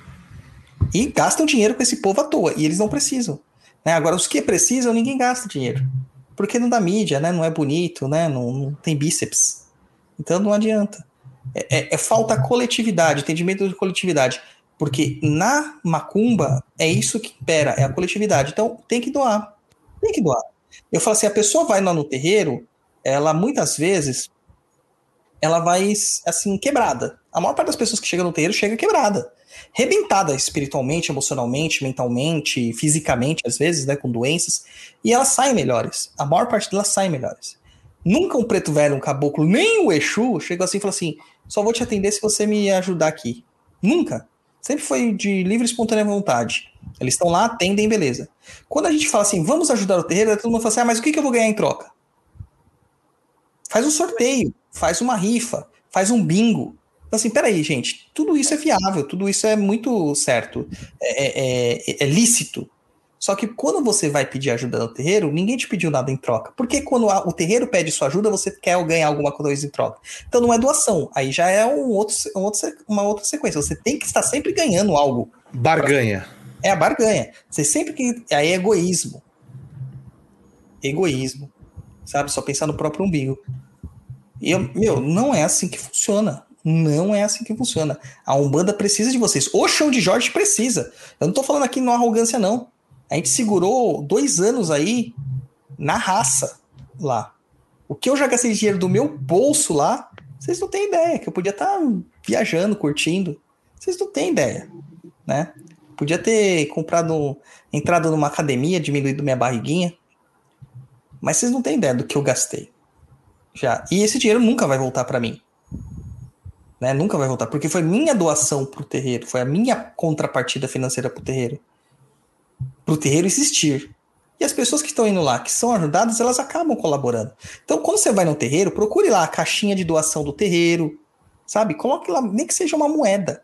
e gastam dinheiro com esse povo à toa, e eles não precisam, né? Agora, os que precisam, ninguém gasta dinheiro, porque não dá mídia, né? Não é bonito, né? Não tem bíceps, então não adianta. Falta coletividade, entendimento de coletividade. Porque na macumba é isso que impera, é a coletividade. Então tem que doar. Tem que doar. Eu falo assim, a pessoa vai lá no terreiro, ela muitas vezes, ela vai assim, quebrada. A maior parte das pessoas que chegam no terreiro chega quebrada. Rebentada espiritualmente, emocionalmente, mentalmente, fisicamente, às vezes, né, com doenças. E elas saem melhores. A maior parte delas saem melhores. Nunca um preto velho, um caboclo, nem o Exu, chegou assim e falou assim, só vou te atender se você me ajudar aqui. Nunca. Sempre foi de livre e espontânea vontade. Eles estão lá, atendem, beleza. Quando a gente fala assim, vamos ajudar o terreiro, todo mundo fala assim, mas o que eu vou ganhar em troca? Faz um sorteio, faz uma rifa, faz um bingo. Então assim, peraí, gente, tudo isso é viável, tudo isso é muito certo, é lícito. Só que quando você vai pedir ajuda no terreiro, ninguém te pediu nada em troca. Porque quando o terreiro pede sua ajuda, você quer ganhar alguma coisa em troca. Então não é doação. Aí já é uma outra sequência. Você tem que estar sempre ganhando algo. Barganha. É a barganha. Você sempre que... Aí é egoísmo. Egoísmo. Sabe? Só pensar no próprio umbigo. E não é assim que funciona. Não é assim que funciona. A Umbanda precisa de vocês. O Chão de Jorge precisa. Eu não tô falando aqui numa arrogância, não. A gente segurou 2 anos aí na raça lá. O que eu já gastei dinheiro do meu bolso lá, vocês não têm ideia, que eu podia estar viajando, curtindo. Vocês não têm ideia, né? Podia ter entrado numa academia, diminuído minha barriguinha. Mas vocês não têm ideia do que eu gastei. Já. E esse dinheiro nunca vai voltar para mim. Né? Nunca vai voltar, porque foi minha doação pro terreiro, foi a minha contrapartida financeira pro terreiro existir. E as pessoas que estão indo lá, que são ajudadas, elas acabam colaborando. Então, quando você vai no terreiro, procure lá a caixinha de doação do terreiro, sabe? Coloque lá, nem que seja uma moeda,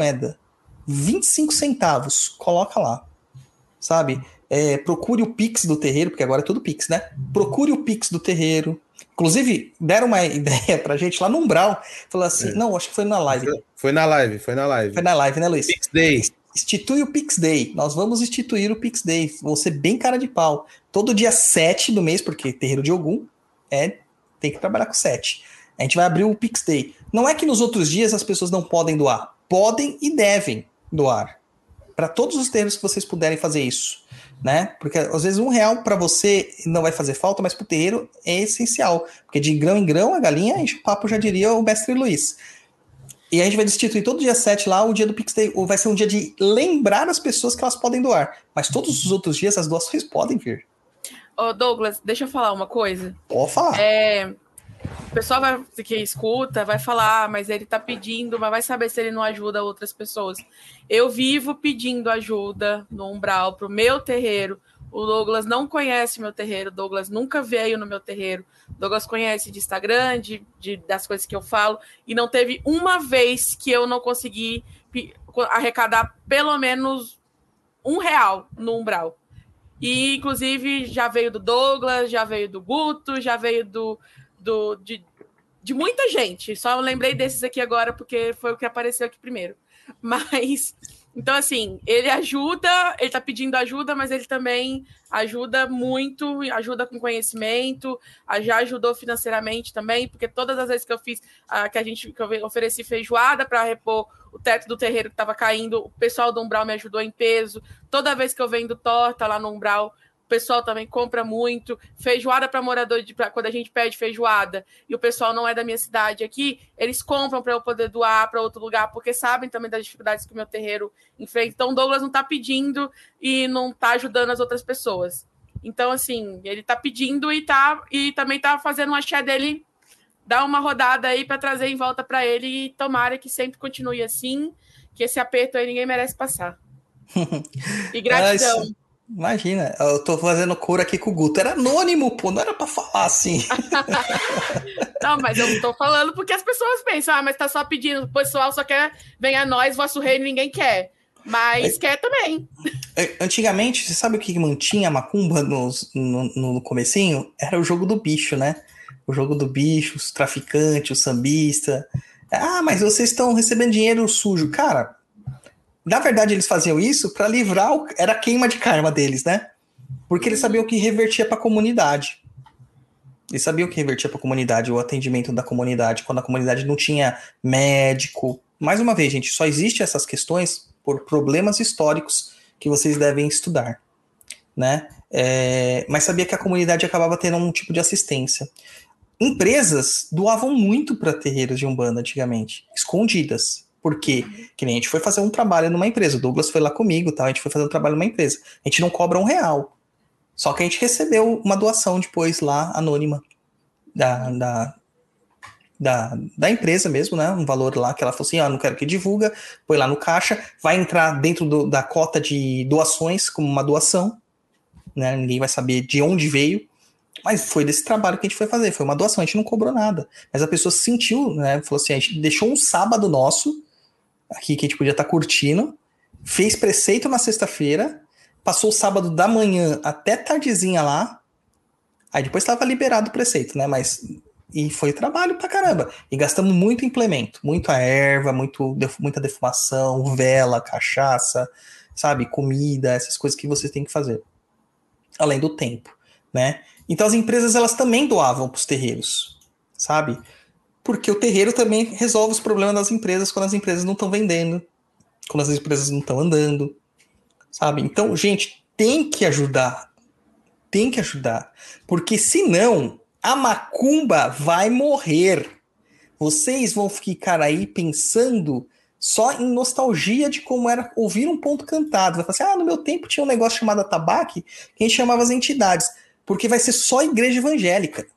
25 centavos, coloca lá, sabe? Procure o Pix do terreiro, porque agora é tudo Pix, né? Procure o Pix do terreiro. Inclusive, deram uma ideia pra gente lá no Umbral, falou assim, não, acho que foi na live. Foi na live. Foi na live, né, Luiz? Pix Day. Institui o Pix Day. Nós vamos instituir o Pix Day. Vou ser bem cara de pau. Todo dia 7 do mês, porque terreiro de Ogum tem que trabalhar com 7. A gente vai abrir o Pix Day. Não é que nos outros dias as pessoas não podem doar. Podem e devem doar. Para todos os terreiros que vocês puderem fazer isso. Né? Porque às vezes R$1 para você não vai fazer falta, mas para o terreiro é essencial. Porque de grão em grão a galinha enche o papo, já diria o mestre Luiz. E a gente vai destituir todo dia 7 lá o dia do Pix Day. Ou vai ser um dia de lembrar as pessoas que elas podem doar. Mas todos os outros dias as doações podem vir. Ô Douglas, deixa eu falar uma coisa. Pode falar. O pessoal que escuta vai falar, mas ele tá pedindo, mas vai saber se ele não ajuda outras pessoas. Eu vivo pedindo ajuda no Umbral pro meu terreiro. O Douglas não conhece meu terreiro, o Douglas nunca veio no meu terreiro. O Douglas conhece de Instagram, das coisas que eu falo, e não teve uma vez que eu não consegui arrecadar pelo menos R$1 no Umbral. E, inclusive, já veio do Douglas, já veio do Guto, já veio de muita gente. Só lembrei desses aqui agora porque foi o que apareceu aqui primeiro. Mas, então, assim, ele tá pedindo ajuda, mas ele também ajuda muito, ajuda com conhecimento, já ajudou financeiramente também, porque todas as vezes que eu fiz, que eu ofereci feijoada para repor o teto do terreiro que estava caindo, o pessoal do Umbral me ajudou em peso. Toda vez que eu vendo torta lá no Umbral, o pessoal também compra muito. Feijoada para morador, quando a gente pede feijoada e o pessoal não é da minha cidade aqui, eles compram para eu poder doar para outro lugar, porque sabem também das dificuldades que o meu terreiro enfrenta. Então, o Douglas não está pedindo e não está ajudando as outras pessoas. Então, assim, ele está pedindo e também está fazendo um axé dele, dar uma rodada aí para trazer em volta para ele, e tomara que sempre continue assim, que esse aperto aí ninguém merece passar. E gratidão. Imagina, eu tô fazendo cor aqui com o Guto. Era anônimo, pô, não era pra falar assim. Não, mas eu tô falando porque as pessoas pensam, mas tá só pedindo, o pessoal só quer, venha nós, vosso reino, ninguém quer. Mas quer também. Antigamente, você sabe o que mantinha a macumba no comecinho? Era o jogo do bicho, né? O jogo do bicho, os traficantes, o sambista. Ah, mas vocês estão recebendo dinheiro sujo. Cara, na verdade eles faziam isso para livrar, era a queima de karma deles, né? Porque eles sabiam que revertia para a comunidade. Eles sabiam que revertia para a comunidade, o atendimento da comunidade, quando a comunidade não tinha médico. Mais uma vez, gente, só existem essas questões por problemas históricos que vocês devem estudar, né? Mas sabia que a comunidade acabava tendo um tipo de assistência. Empresas doavam muito para terreiros de Umbanda antigamente, escondidas. Por quê? Que nem a gente foi fazer um trabalho numa empresa, o Douglas foi lá comigo, tá? A gente foi fazer um trabalho numa empresa. A gente não cobra R$1. Só que a gente recebeu uma doação depois lá, anônima, da empresa mesmo, né? Um valor lá que ela falou assim, não quero que divulga, põe lá no caixa, vai entrar dentro da cota de doações como uma doação, né? Ninguém vai saber de onde veio, mas foi desse trabalho que a gente foi fazer, foi uma doação, a gente não cobrou nada. Mas a pessoa sentiu, né? Falou assim, a gente deixou um sábado nosso, aqui que a gente podia estar curtindo, fez preceito na sexta-feira, passou o sábado da manhã até tardezinha lá, aí depois estava liberado o preceito, né? E foi trabalho pra caramba. E gastamos muito implemento, muita erva, muita defumação, vela, cachaça, sabe? Comida, essas coisas que você tem que fazer. Além do tempo, né? Então as empresas, elas também doavam pros terreiros, sabe? Porque o terreiro também resolve os problemas das empresas quando as empresas não estão vendendo, quando as empresas não estão andando, sabe? Então, gente, tem que ajudar. Tem que ajudar. Porque senão, a macumba vai morrer. Vocês vão ficar aí pensando só em nostalgia de como era ouvir um ponto cantado. Vai falar assim, no meu tempo tinha um negócio chamado atabaque, que a gente chamava as entidades. Porque vai ser só igreja evangélica.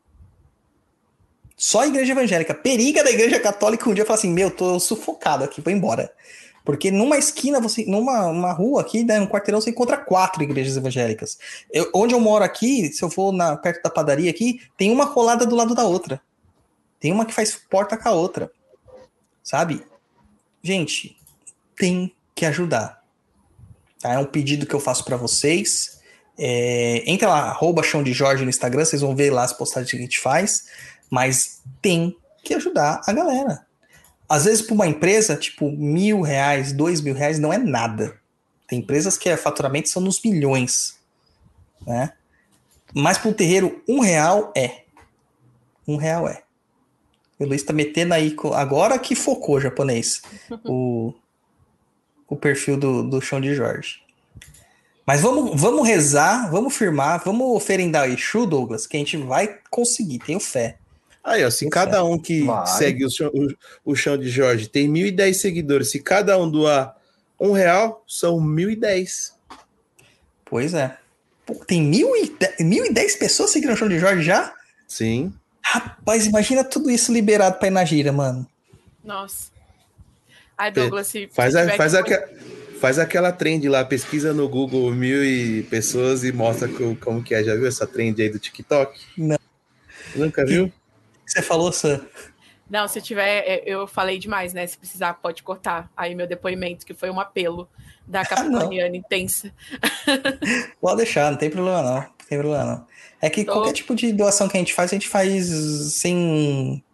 Só igreja evangélica. Periga da igreja católica um dia fala assim, tô sufocado aqui, vou embora. Porque numa esquina, numa rua aqui, né, num quarteirão, você encontra 4 igrejas evangélicas. Onde eu moro aqui, se eu for perto da padaria aqui, tem uma colada do lado da outra. Tem uma que faz porta com a outra. Sabe? Gente, tem que ajudar. Tá? É um pedido que eu faço para vocês. Entra lá, @chão de Jorge no Instagram, vocês vão ver lá as postagens que a gente faz. Mas tem que ajudar a galera. Às vezes, para uma empresa, tipo, R$1.000, R$2.000 não é nada. Tem empresas que faturamento são nos milhões, né? Mas para um terreiro, R$1 é. R$1 é. O Luiz tá metendo aí, agora que focou, japonês, o perfil do Chão de Jorge. Mas vamos rezar, vamos firmar, vamos oferendar o Exu, Douglas, que a gente vai conseguir, tenho fé. Aí, ó, se cada um que segue o Chão de Jorge tem 1.010 seguidores, se cada um doar R$1, são 1.010. Pois é. Pô, tem 1.010 pessoas seguindo o Chão de Jorge já? Sim. Rapaz, imagina tudo isso liberado pra ir na gira, mano. Nossa. Ai, Douglas, faz aquela trend lá, pesquisa no Google 1.000 pessoas e mostra como que é. Já viu essa trend aí do TikTok? Não. Nunca viu? Você falou, Sam? Não, se tiver, eu falei demais, né? Se precisar, pode cortar aí meu depoimento, que foi um apelo da capricorniana intensa. Pode deixar, não tem problema não. Não tem problema não. É que qualquer tipo de doação que a gente faz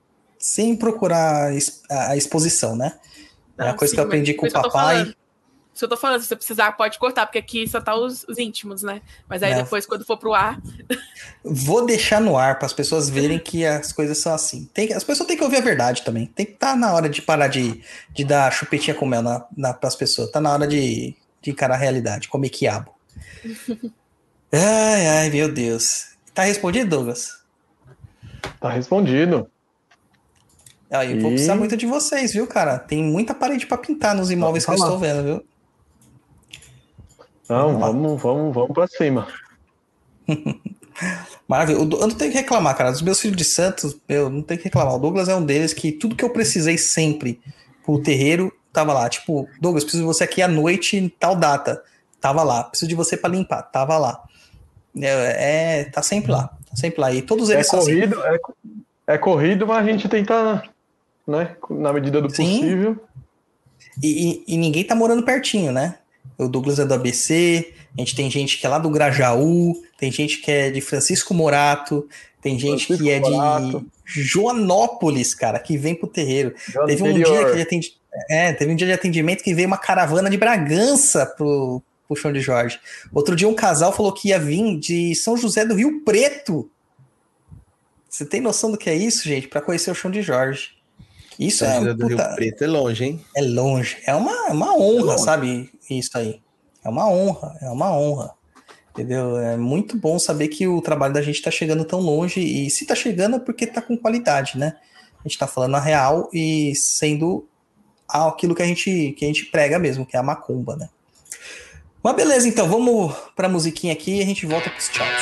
sem procurar a exposição, né? É uma coisa que eu aprendi com o papai. Se eu tô falando, se você precisar, pode cortar, porque aqui só tá os íntimos, né? Mas aí depois, quando for pro ar... Vou deixar no ar para as pessoas verem que as coisas são assim. As pessoas têm que ouvir a verdade também. Tem que estar na hora de parar de dar chupetinha com mel para as pessoas. Tá na hora de encarar a realidade, comer quiabo. Ai, meu Deus. Tá respondido, Douglas? Tá respondido. Eu vou precisar muito de vocês, viu, cara? Tem muita parede para pintar nos imóveis que eu estou vendo, viu? Não, vamos pra cima. Maravilha. Eu não tenho que reclamar, cara. Dos meus filhos de santos, eu não tenho que reclamar. O Douglas é um deles que tudo que eu precisei sempre pro terreiro, tava lá. Tipo, Douglas, preciso de você aqui à noite em tal data. Tava lá. Preciso de você para limpar. Tava lá. Tá sempre lá. Tá sempre lá. E todos eles são corrido, assim. É corrido, mas a gente tenta, né? Na medida do possível. E ninguém tá morando pertinho, né? O Douglas é do ABC, a gente tem gente que é lá do Grajaú, tem gente que é de Francisco Morato, tem gente que é de Joanópolis, cara, que vem pro terreiro. Teve um dia de atendimento que veio uma caravana de Bragança pro Chão de Jorge. Outro dia um casal falou que ia vir de São José do Rio Preto. Você tem noção do que é isso, gente? Para conhecer o Chão de Jorge. Isso São José do Rio Preto é longe, hein? É longe. É uma honra, sabe? Isso aí. É uma honra. Entendeu? É muito bom saber que o trabalho da gente tá chegando tão longe. E se tá chegando é porque tá com qualidade, né? A gente tá falando a real e sendo aquilo que a gente prega mesmo, que é a macumba, né? Mas beleza, então. Vamos pra musiquinha aqui e a gente volta pros tchauz.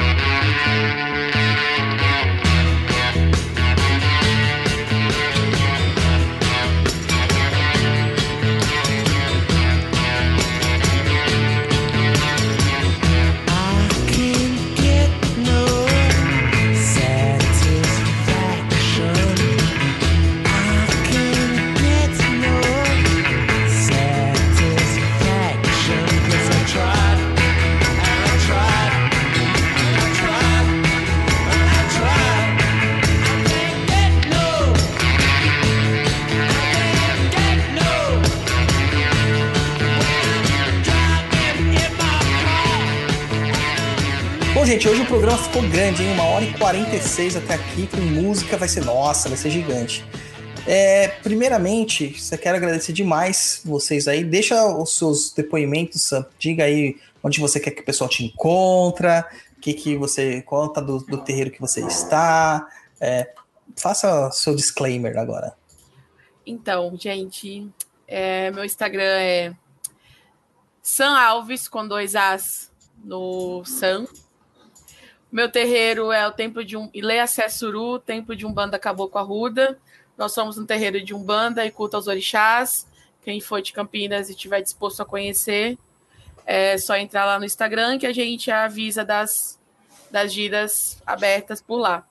Bom, gente, hoje o programa ficou grande, hein? 1h46 até aqui, com música, vai ser gigante. Primeiramente, eu quero agradecer demais vocês aí. Deixa os seus depoimentos, Sam. Diga aí onde você quer que o pessoal te encontra, o que você conta do terreiro que você está. Faça seu disclaimer agora. Então, gente, meu Instagram é Sam Alves, com 2 As no Sam. Meu terreiro é o Templo de Ilê Assessuru, Templo de Umbanda Caboclo Arruda. Nós somos um terreiro de Umbanda e culto aos orixás. Quem for de Campinas e estiver disposto a conhecer, é só entrar lá no Instagram que a gente avisa das giras abertas por lá.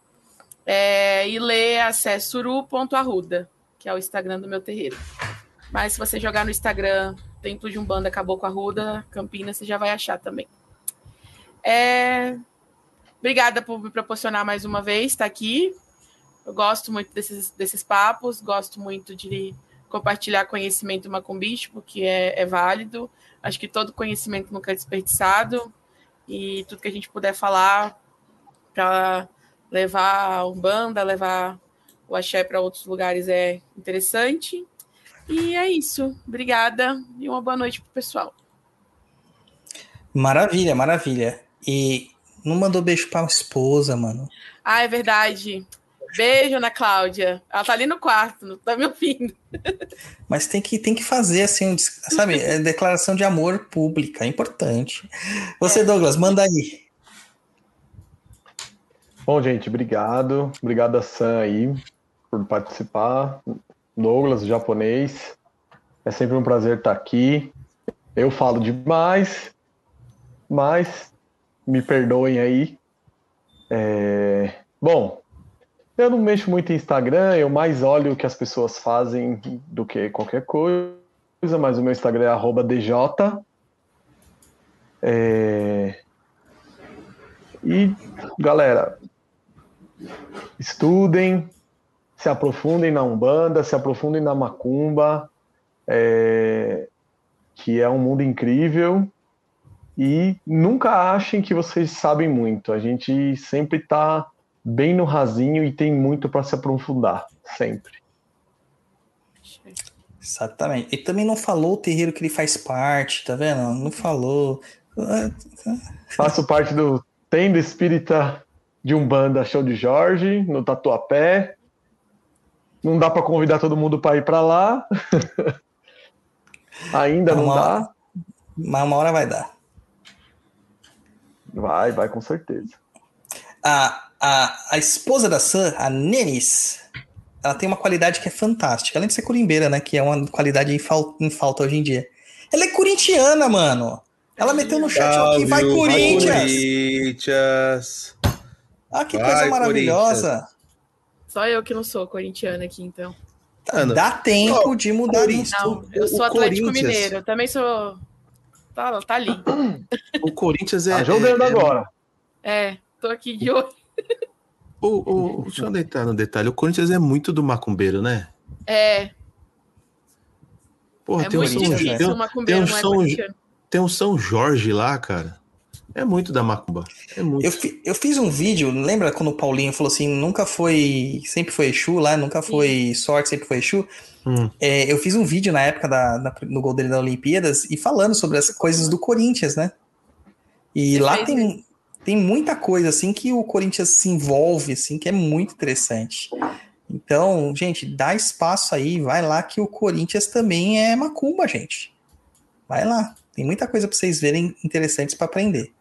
ileassessuru.arruda, que é o Instagram do meu terreiro. Mas se você jogar no Instagram Templo de Umbanda Caboclo Arruda, Campinas, você já vai achar também. Obrigada por me proporcionar mais uma vez estar aqui. Eu gosto muito desses papos, gosto muito de compartilhar conhecimento macumbístico, que é válido. Acho que todo conhecimento nunca é desperdiçado e tudo que a gente puder falar para levar a Umbanda, levar o axé para outros lugares é interessante. E é isso. Obrigada e uma boa noite pro pessoal. Maravilha, maravilha. E não mandou beijo pra esposa, mano. É verdade. Beijo, Ana Cláudia. Ela tá ali no quarto, não tá me ouvindo. Mas tem que fazer, assim, sabe? Declaração de amor pública, é importante. Você, Douglas, manda aí. Bom, gente, obrigado. Obrigado a Sam aí por participar. Douglas, japonês. É sempre um prazer estar aqui. Eu falo demais, mas me perdoem aí. Bom, eu não mexo muito em Instagram, eu mais olho o que as pessoas fazem do que qualquer coisa, mas o meu Instagram é @dj. E, galera, estudem, se aprofundem na Umbanda, se aprofundem na Macumba, que é um mundo incrível e nunca achem que vocês sabem muito. A gente sempre tá bem no rasinho e tem muito para se aprofundar, sempre. Exatamente. E também não falou o terreiro que ele faz parte, tá vendo? Não falou. Faço parte do Tenda Espírita de Umbanda Show de Jorge, no Tatuapé. Não dá para convidar todo mundo para ir para lá. Ainda não dá. Mas uma hora vai dar. Vai com certeza. A esposa da Sam, a Nenis, ela tem uma qualidade que é fantástica. Além de ser corimbeira, né? Que é uma qualidade em falta hoje em dia. Ela é corintiana, mano. Ela meteu no chat aqui, vai Corinthians! Ah, que coisa maravilhosa. Só eu que não sou corintiana aqui, então. Dá tempo de mudar isso. Não, eu sou Atlético Mineiro. Eu também sou... Tá ali. O Corinthians é... Tá jogando agora. Tô aqui de olho. Deixa eu entrar no detalhe. O Corinthians é muito do macumbeiro, né? Porra, é muito difícil o macumbeiro não é corintiano. Tem um São Jorge lá, cara. É muito da macumba. É muito. Eu fiz um vídeo, lembra quando o Paulinho falou assim, sempre foi Exu lá, nunca foi sorte, sempre foi Exu? Eu fiz um vídeo na época no gol dele da Olimpíadas e falando sobre as coisas do Corinthians, né? E lá tem muita coisa, assim, que o Corinthians se envolve, assim, que é muito interessante. Então, gente, dá espaço aí, vai lá que o Corinthians também é macumba, gente. Vai lá. Tem muita coisa pra vocês verem interessantes pra aprender.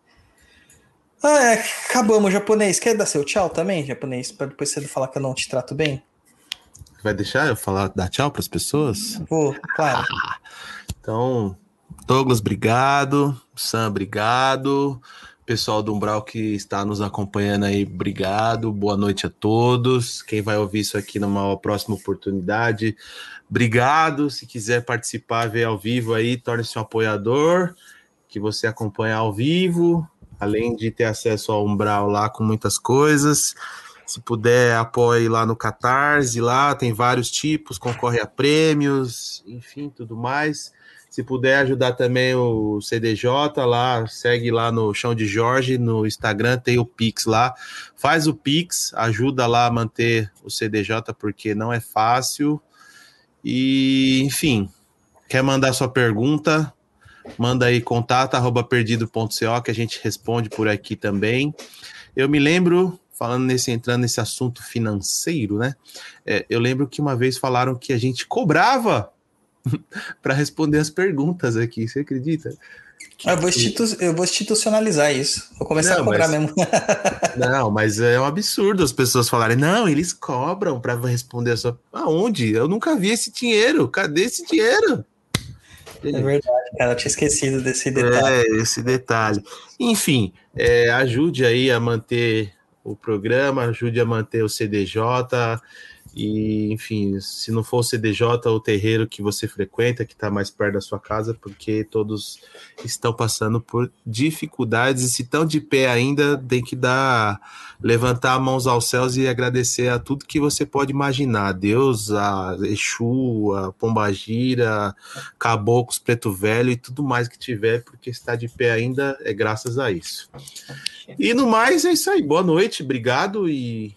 Acabamos, japonês. Quer dar seu tchau também, japonês? Pra depois você falar que eu não te trato bem? Vai deixar eu dar tchau pras pessoas? Vou, claro. Então, Douglas, obrigado. Sam, obrigado. Pessoal do Umbral que está nos acompanhando aí, obrigado. Boa noite a todos. Quem vai ouvir isso aqui numa próxima oportunidade, obrigado. Se quiser participar, ver ao vivo aí, torne-se um apoiador, que você acompanha ao vivo, além de ter acesso ao Umbral lá com muitas coisas. Se puder, apoie lá no Catarse, lá tem vários tipos, concorre a prêmios, enfim, tudo mais. Se puder ajudar também o CDJ lá, segue lá no Chão de Jorge, no Instagram, tem o Pix lá. Faz o Pix, ajuda lá a manter o CDJ, porque não é fácil. E, enfim, quer mandar sua pergunta, manda aí contato@perdido.co, que a gente responde por aqui também. Eu me lembro, entrando nesse assunto financeiro, né? Eu lembro que uma vez falaram que a gente cobrava para responder as perguntas aqui, você acredita? Eu vou institucionalizar isso. Vou começar a cobrar mesmo. Não, mas é um absurdo as pessoas falarem, não, eles cobram para responder a sua... Aonde? Eu nunca vi esse dinheiro. Cadê esse dinheiro? É verdade, cara. Eu tinha esquecido desse detalhe. Esse detalhe. Enfim, ajude aí a manter o programa, ajude a manter o CDJ. E, enfim, se não for o CDJ, o terreiro que você frequenta, que está mais perto da sua casa, porque todos estão passando por dificuldades, e se estão de pé ainda, tem que levantar as mãos aos céus e agradecer a tudo que você pode imaginar, Deus, a Exu, a Pombagira, Caboclos, Preto Velho e tudo mais que tiver, porque está de pé ainda é graças a isso. E no mais, é isso aí, boa noite, obrigado e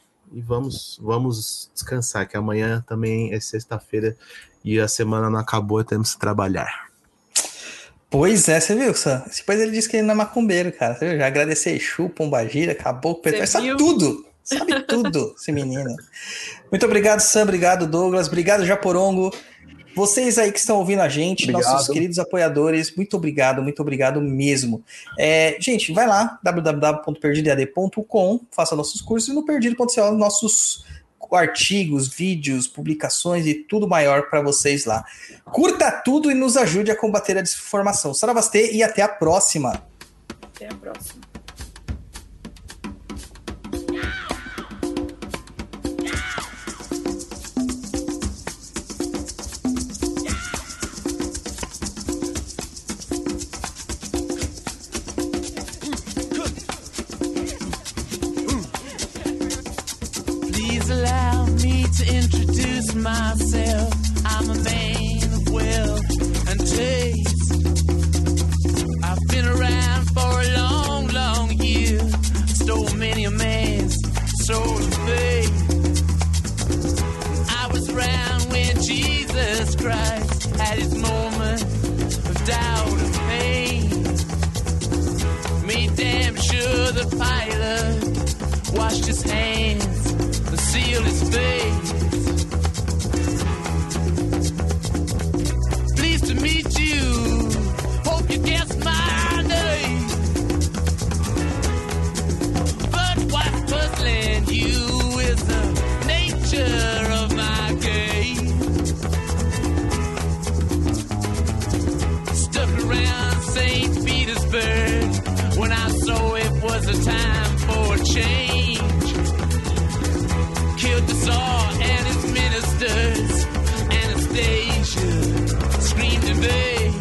vamos descansar, que amanhã também é sexta-feira e a semana não acabou, temos que trabalhar. Pois é, você viu, Sam? Depois ele disse que ele não é macumbeiro, cara. Você viu? Já agradecer Exu, Pombagira, Caboclo, Pedro, sabe tudo esse menino. Muito obrigado, Sam, obrigado, Douglas, obrigado, Japorongo. Vocês aí que estão ouvindo a gente, obrigado. Nossos queridos apoiadores, muito obrigado mesmo. Gente, vai lá, www.perdidoead.com, faça nossos cursos e no perdido.co, nossos artigos, vídeos, publicações e tudo maior para vocês lá. Curta tudo e nos ajude a combater a desinformação. Saravastê e até a próxima. Até a próxima. Allow me to introduce myself. I'm a man of wealth and taste. washed his hands and sealed his face. Pleased to meet you, hope you guessed my name. But what's puzzling you is the nature of my game. Stuck around St. Petersburg when I saw it was a time for a change. Killed the Tsar and his ministers. Anastasia screamed in vain.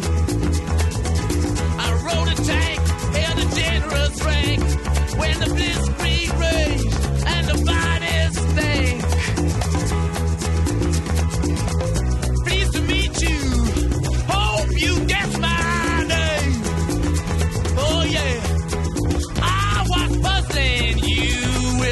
I rode a tank, held a generous rank when the blitzkrieg raged and the bodies stank. Pleased to meet you, hope you guessed my name. Oh yeah, I was puzzling you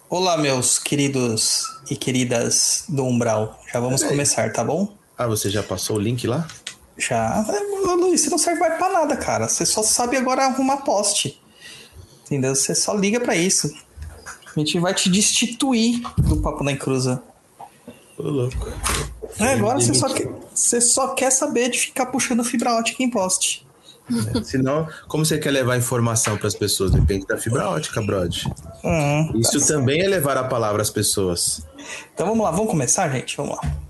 Olá, meus queridos e queridas do Umbral. Já vamos começar, tá bom? Ah, você já passou o link lá? Já. Luiz, você não serve mais pra nada, cara. Você só sabe agora arrumar poste. Entendeu? Você só liga pra isso. A gente vai te destituir do Papo na Encruza. Ô, louco. Agora você só quer saber de ficar puxando fibra ótica em poste. Senão, como você quer levar informação para as pessoas? Depende da fibra ótica, brother. Isso também é levar a palavra às pessoas. Então vamos lá, vamos começar, gente? Vamos lá.